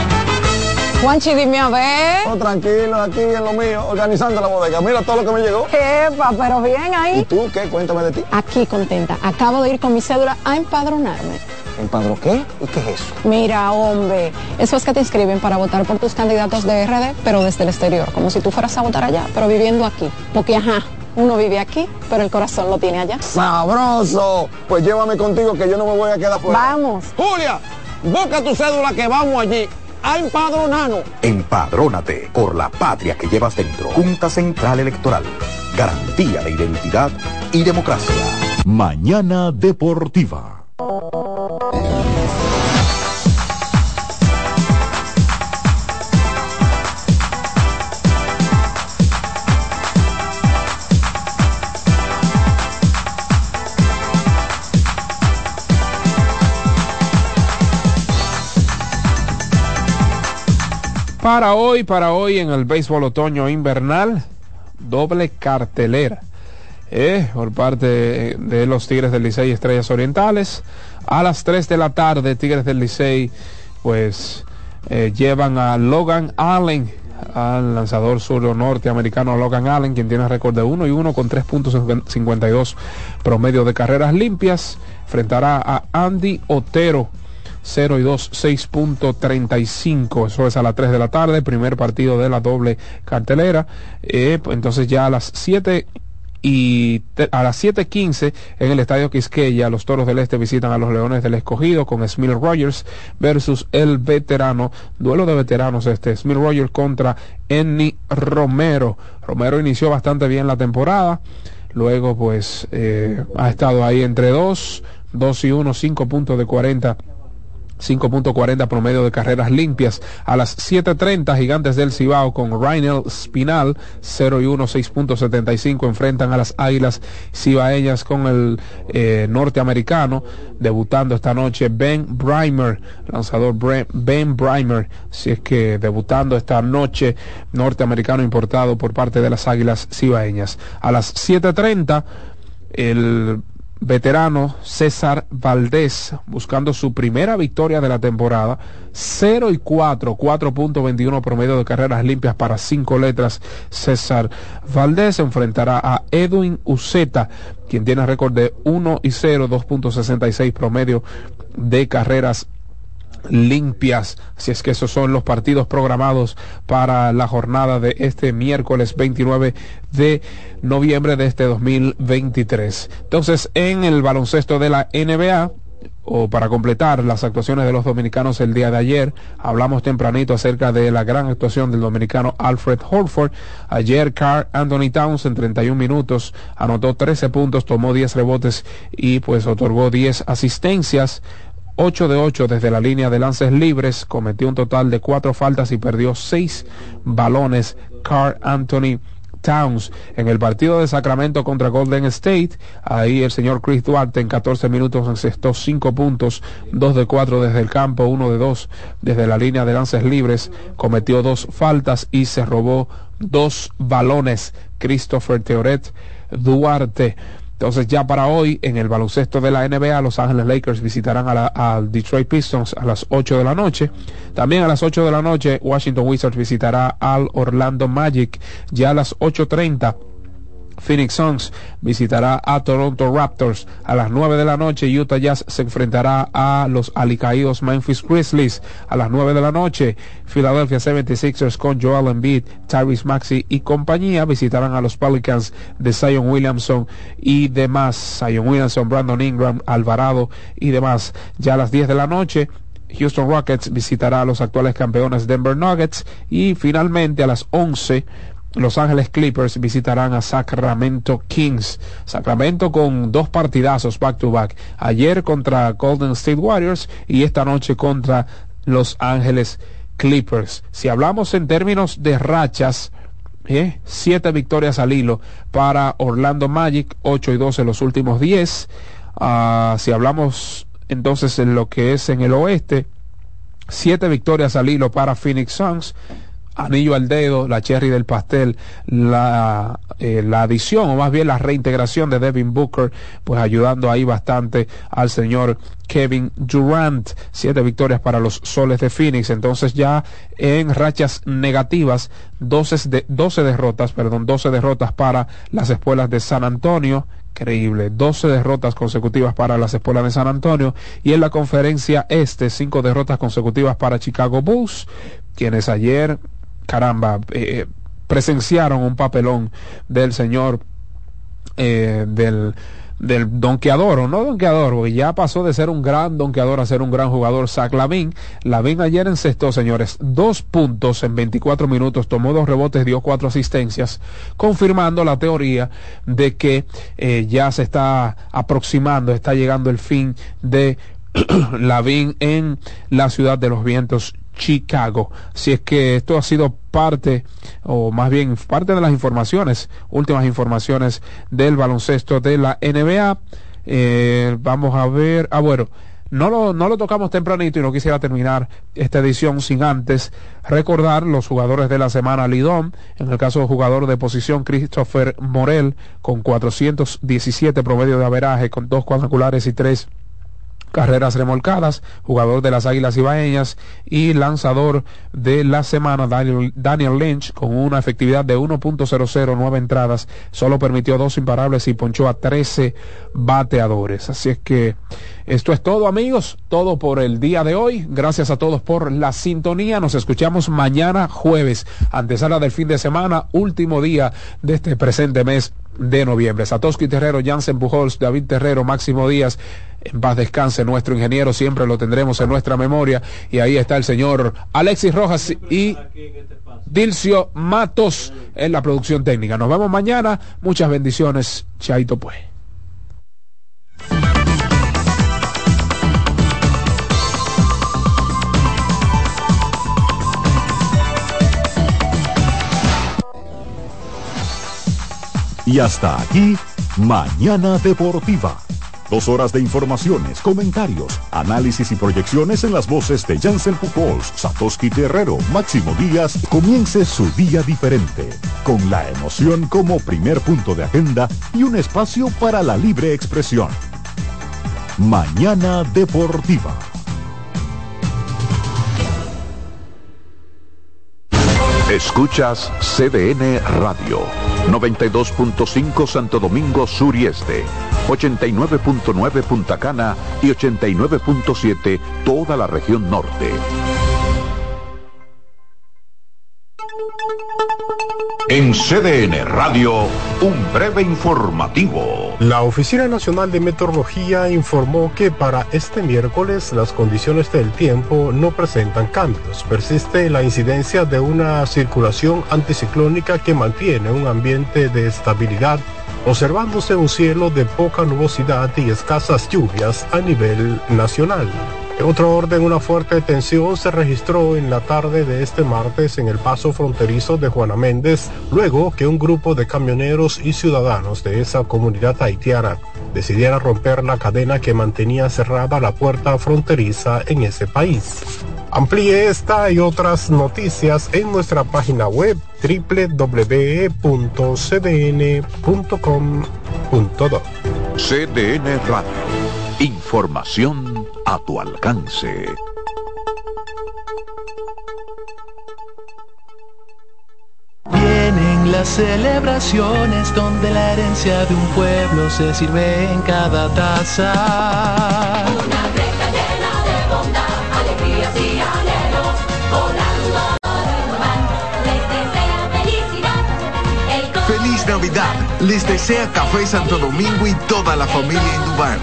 Juanchi, dime a ver. Oh, tranquilo, aquí en lo mío, organizando la bodega. Mira todo lo que me llegó. Epa, pero bien ahí. ¿Y tú qué? Cuéntame de ti. Aquí contenta. Acabo de ir con mi cédula a empadronarme. ¿Empadro qué? ¿Y qué es eso? Mira, hombre, eso es que te inscriben para votar por tus candidatos de R D, pero desde el exterior, como si tú fueras a votar allá, pero viviendo aquí. Porque, ajá, uno vive aquí, pero el corazón lo tiene allá. ¡Sabroso! Pues llévame contigo que yo no me voy a quedar fuera. Vamos. Julia, busca tu cédula que vamos allí a empadronarnos. Empadrónate por la patria que llevas dentro. Junta Central Electoral. Garantía de identidad y democracia. Mañana Deportiva. Para hoy, para hoy en el béisbol otoño invernal, doble cartelera. Eh, por parte de los Tigres del Licey y Estrellas Orientales. A las tres de la tarde, Tigres del Licey pues eh, llevan a Logan Allen, al lanzador sur norteamericano Logan Allen, quien tiene récord de uno y uno con tres punto cincuenta y dos promedio de carreras limpias. Enfrentará a Andy Otero, cero y dos, seis punto treinta y cinco. Eso es a las tres de la tarde, primer partido de la doble cartelera. Eh, entonces ya a las siete y a las siete quince en el Estadio Quisqueya, los Toros del Este visitan a los Leones del Escogido con Smith Rogers versus el veterano, duelo de veteranos este, Smith Rogers contra Enny Romero. Romero inició bastante bien la temporada, luego pues eh, ha estado ahí entre dos, dos y uno, cinco puntos de cuarenta. cinco punto cuarenta promedio de carreras limpias. A las siete treinta, Gigantes del Cibao con Rainel Spinal, cero y uno, seis punto setenta y cinco, enfrentan a las Águilas Cibaeñas con el eh, norteamericano, debutando esta noche Ben Brimer, lanzador Ben Brimer, si es que debutando esta noche, norteamericano importado por parte de las Águilas Cibaeñas. A las siete treinta, el veterano César Valdés buscando su primera victoria de la temporada, cero y cuatro, cuatro punto veintiuno promedio de carreras limpias para cinco letras. César Valdés enfrentará a Edwin Uceta, quien tiene récord de uno y cero, dos punto sesenta y seis promedio de carreras limpias. Así es que esos son los partidos programados para la jornada de este miércoles veintinueve de noviembre de este dos mil veintitrés. Entonces, en el baloncesto de la N B A, o para completar las actuaciones de los dominicanos el día de ayer, hablamos tempranito acerca de la gran actuación del dominicano Alfred Horford. Ayer Karl Anthony Towns en treinta y un minutos anotó trece puntos, tomó diez rebotes y pues otorgó diez asistencias. ocho de ocho desde la línea de lances libres, cometió un total de cuatro faltas y perdió seis balones Karl Anthony Towns. En el partido de Sacramento contra Golden State, ahí el señor Chris Duarte en catorce minutos encestó cinco puntos, dos de cuatro desde el campo, uno de dos desde la línea de lances libres, cometió dos faltas y se robó dos balones Christopher Teoret Duarte. Entonces ya para hoy en el baloncesto de la N B A, Los Ángeles Lakers visitarán a la, al Detroit Pistons a las ocho de la noche. También a las ocho de la noche Washington Wizards visitará al Orlando Magic. Ya a las ocho treinta Phoenix Suns visitará a Toronto Raptors. A las nueve de la noche Utah Jazz se enfrentará a los alicaídos Memphis Grizzlies. A las nueve de la noche Philadelphia setenta y seis ers con Joel Embiid, Tyrese Maxey y compañía visitarán a los Pelicans de Zion Williamson y demás. Zion Williamson, Brandon Ingram, Alvarado y demás. Ya a las diez de la noche Houston Rockets visitará a los actuales campeones Denver Nuggets. Y finalmente a las once Los Ángeles Clippers visitarán a Sacramento Kings. Sacramento con dos partidazos back to back. Ayer contra Golden State Warriors y esta noche contra Los Ángeles Clippers. Si hablamos en términos de rachas, eh, siete victorias al hilo para Orlando Magic, ocho y dos en los últimos diez. Uh, si hablamos entonces en lo que es en el oeste, siete victorias al hilo para Phoenix Suns, anillo al dedo, la cherry del pastel, la, eh, la adición o más bien la reintegración de Devin Booker, pues ayudando ahí bastante al señor Kevin Durant. Siete victorias para los Soles de Phoenix, entonces ya en rachas negativas, doce, de, doce derrotas, perdón, doce derrotas para las Espuelas de San Antonio. Increíble, doce derrotas consecutivas para las Espuelas de San Antonio. Y en la conferencia este, cinco derrotas consecutivas para Chicago Bulls, quienes ayer, caramba, eh, presenciaron un papelón del señor eh, del del donkeador, o no donkeador, porque ya pasó de ser un gran donkeador a ser un gran jugador, Zach LaVine. LaVine ayer encestó, señores, dos puntos en veinticuatro minutos, tomó dos rebotes, dio cuatro asistencias, confirmando la teoría de que eh, ya se está aproximando, está llegando el fin de LaVine en la ciudad de los vientos, Chicago. Así es que esto ha sido parte, o más bien parte de las informaciones, últimas informaciones del baloncesto de la N B A. Eh, vamos a ver, ah bueno, no lo, no lo tocamos tempranito y no quisiera terminar esta edición sin antes recordar los jugadores de la semana Lidón. En el caso del jugador de posición Christopher Morel, con cuatrocientos diecisiete promedio de averaje, con dos cuadrangulares y tres carreras remolcadas, jugador de las Águilas Ibaeñas, y lanzador de la semana Daniel, Daniel Lynch, con una efectividad de uno punto cero cero, nueve entradas, solo permitió dos imparables y ponchó a trece bateadores. Así es que esto es todo, amigos, todo por el día de hoy. Gracias a todos por la sintonía. Nos escuchamos mañana jueves, antesala del fin de semana, último día de este presente mes de noviembre. Satoshi Terrero, Jansen Pujols, David Terrero, Máximo Díaz, en paz descanse nuestro ingeniero, siempre lo tendremos en nuestra memoria. Y ahí está el señor Alexis Rojas y Dilcio Matos en la producción técnica. Nos vemos mañana, muchas bendiciones, chaito pues. Y hasta aquí, Mañana Deportiva. Dos horas de informaciones, comentarios, análisis y proyecciones en las voces de Jansen Pujols, Satoshi Terrero, Máximo Díaz. Comience su día diferente, con la emoción como primer punto de agenda y un espacio para la libre expresión. Mañana Deportiva. Escuchas C D N Radio, noventa y dos punto cinco Santo Domingo Sur y Este, ochenta y nueve punto nueve Punta Cana y ochenta y nueve punto siete toda la región norte. En C D N Radio, un breve informativo. La Oficina Nacional de Meteorología informó que para este miércoles las condiciones del tiempo no presentan cambios. Persiste la incidencia de una circulación anticiclónica que mantiene un ambiente de estabilidad, observándose un cielo de poca nubosidad y escasas lluvias a nivel nacional. En otro orden, una fuerte tensión se registró en la tarde de este martes en el paso fronterizo de Juana Méndez, luego que un grupo de camioneros y ciudadanos de esa comunidad haitiana decidiera romper la cadena que mantenía cerrada la puerta fronteriza en ese país. Amplíe esta y otras noticias en nuestra página web doble u doble u doble u punto c d n punto com punto do. C D N Radio. Información a tu alcance. Vienen las celebraciones donde la herencia de un pueblo se sirve en cada taza. Una recta llena de bondad, alegrías y anhelos, volando de Dubán, les desea felicidad. El Feliz Navidad, les desea Café Santo Domingo y toda la familia en Dubán.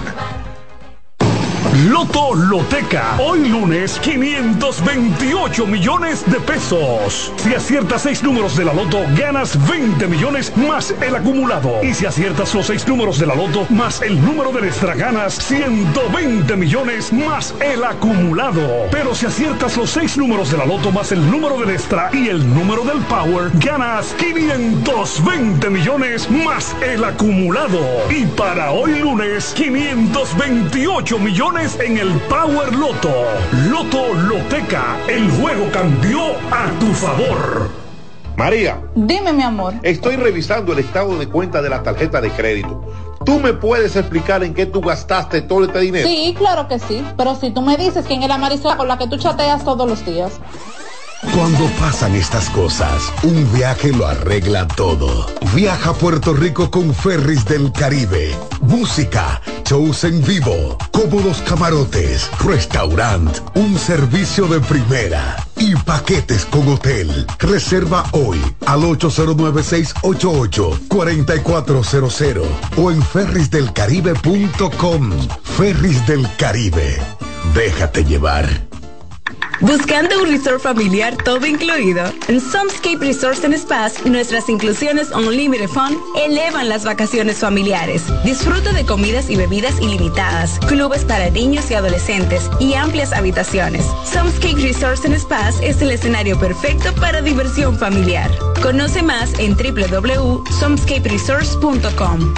Loto Loteca, hoy lunes quinientos veintiocho millones de pesos. Si aciertas seis números de la Loto, ganas veinte millones más el acumulado. Y si aciertas los seis números de la Loto más el número del extra, ganas ciento veinte millones más el acumulado. Pero si aciertas los seis números de la Loto más el número del extra y el número del Power, ganas quinientos veinte millones más el acumulado. Y para hoy lunes, quinientos veintiocho millones millones en el Power Loto. Loto Loteca, el juego cambió a tu favor. María. Dime, mi amor. Estoy revisando el estado de cuenta de la tarjeta de crédito. ¿Tú me puedes explicar en qué tú gastaste todo este dinero? Sí, claro que sí. Pero si tú me dices quién es la Marisol con la que tú chateas todos los días. Cuando pasan estas cosas, un viaje lo arregla todo. Viaja a Puerto Rico con Ferris del Caribe. Música, shows en vivo, cómodos camarotes, restaurant, un servicio de primera y paquetes con hotel. Reserva hoy al ocho cero nueve, seis ocho ocho, cuatro cuatro cero cero o en ferris del caribe punto com. Ferris del Caribe. Déjate llevar. Buscando un resort familiar todo incluido. En Somescape Resorts and Spas, nuestras inclusiones Unlimited Fun elevan las vacaciones familiares. Disfruta de comidas y bebidas ilimitadas, clubes para niños y adolescentes y amplias habitaciones. Somescape Resorts and Spas es el escenario perfecto para diversión familiar. Conoce más en w w w punto somescape resorts punto com.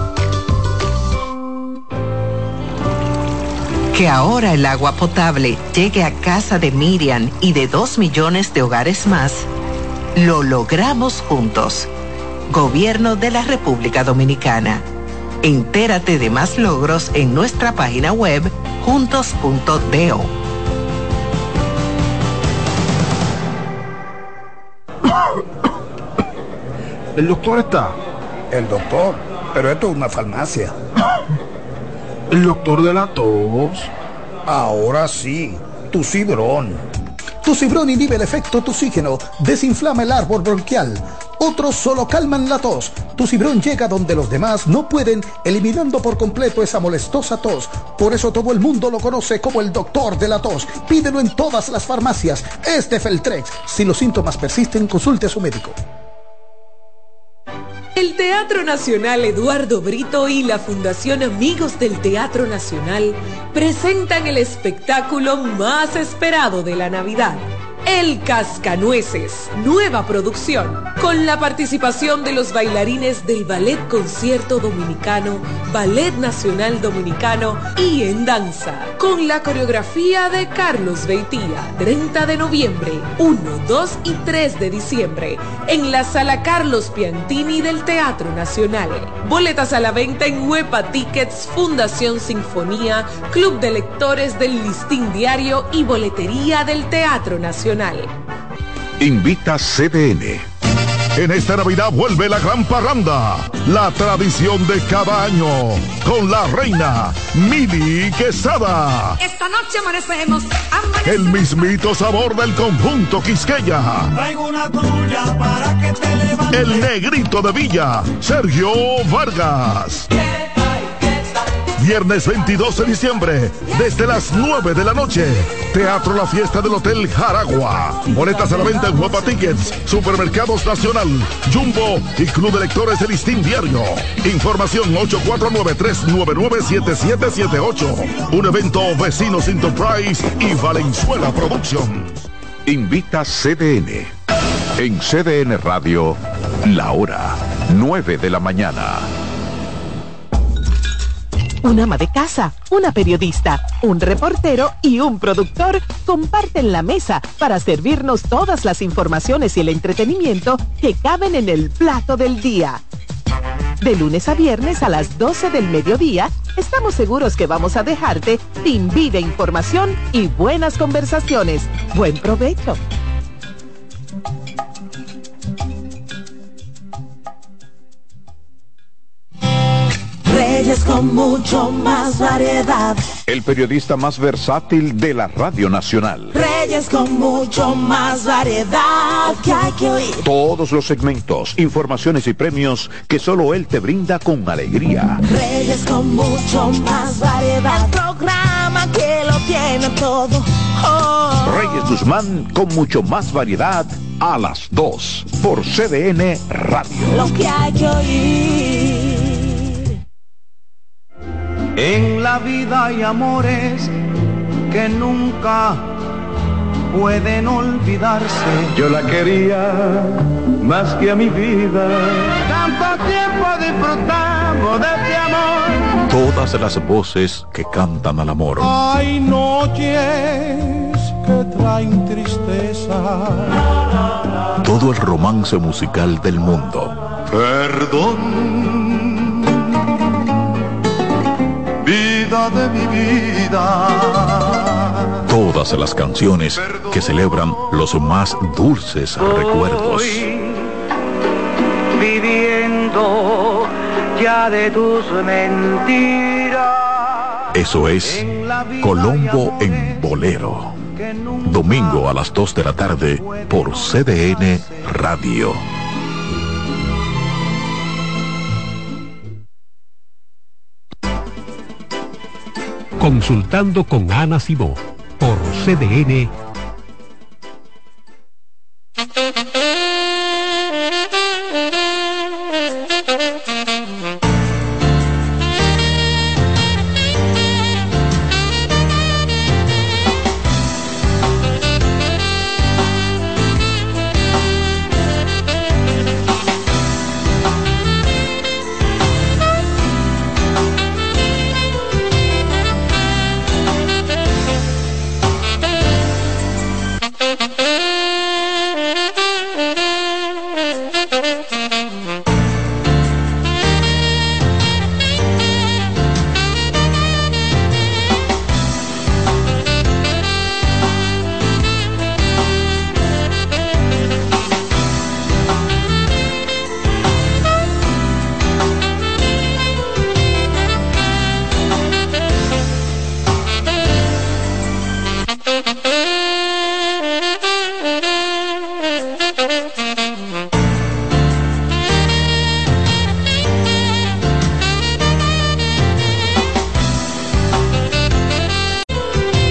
Que ahora el agua potable llegue a casa de Miriam y de dos millones de hogares más, lo logramos juntos. Gobierno de la República Dominicana. Entérate de más logros en nuestra página web juntos punto do. ¿El doctor está? El doctor, pero esto es una farmacia. El doctor de la tos. Ahora sí, tu cibrón. Tu cibrón inhibe el efecto toxígeno, desinflama el árbol bronquial. Otros solo calman la tos. Tu cibrón llega donde los demás no pueden, eliminando por completo esa molestosa tos. Por eso todo el mundo lo conoce como el doctor de la tos. Pídelo en todas las farmacias. Es de Feltrex. Si los síntomas persisten, consulte a su médico. El Teatro Nacional Eduardo Brito y la Fundación Amigos del Teatro Nacional presentan el espectáculo más esperado de la Navidad, El Cascanueces, nueva producción, con la participación de los bailarines del Ballet Concierto Dominicano, Ballet Nacional Dominicano y en danza, con la coreografía de Carlos Beitía, treinta de noviembre, uno, dos y tres de diciembre, en la Sala Carlos Piantini del Teatro Nacional. Boletas a la venta en Huepa Tickets, Fundación Sinfonía, Club de Lectores del Listín Diario y Boletería del Teatro Nacional. Invita C D N. En esta Navidad vuelve la gran parranda, la tradición de cada año, con la reina Mili Quesada. Esta noche amanecemos, amanecemos. El mismito sabor del conjunto Quisqueya. Traigo una tuya para que te levantes. El negrito de Villa, Sergio Vargas. Viernes veintidós de diciembre, desde las nueve de la noche. Teatro La Fiesta del Hotel Jaragua. Boletas a la venta en Huepa Tickets, Supermercados Nacional, Jumbo y Club de Lectores del Listín Diario. Información ocho cuatro nueve, tres nueve nueve, siete siete siete ocho. Un evento Vecinos Enterprise y Valenzuela Productions. Invita C D N. En C D N Radio, la hora nueve de la mañana. Un ama de casa, una periodista, un reportero y un productor comparten la mesa para servirnos todas las informaciones y el entretenimiento que caben en el plato del día. De lunes a viernes a las doce del mediodía, estamos seguros que vamos a dejarte sin vida, información y buenas conversaciones. Buen provecho. Reyes con mucho más variedad. El periodista más versátil de la Radio Nacional. Reyes con mucho más variedad que hay que oír. Todos los segmentos, informaciones y premios que solo él te brinda con alegría. Reyes con mucho más variedad. El programa que lo tiene todo. Oh. Reyes Guzmán con mucho más variedad a las dos por C D N Radio. Lo que hay que oír. En la vida hay amores que nunca pueden olvidarse. Yo la quería más que a mi vida. Tanto tiempo disfrutamos de este amor Todas las voces que cantan al amor. Hay noches que traen tristeza. Todo el romance musical del mundo. Perdón, vida de mi vida. Todas las canciones que celebran los más dulces recuerdos. Viviendo ya de tus mentiras. Eso es Colombo en Bolero. Domingo a las dos de la tarde por C D N Radio. Consultando con Ana Simó por C D N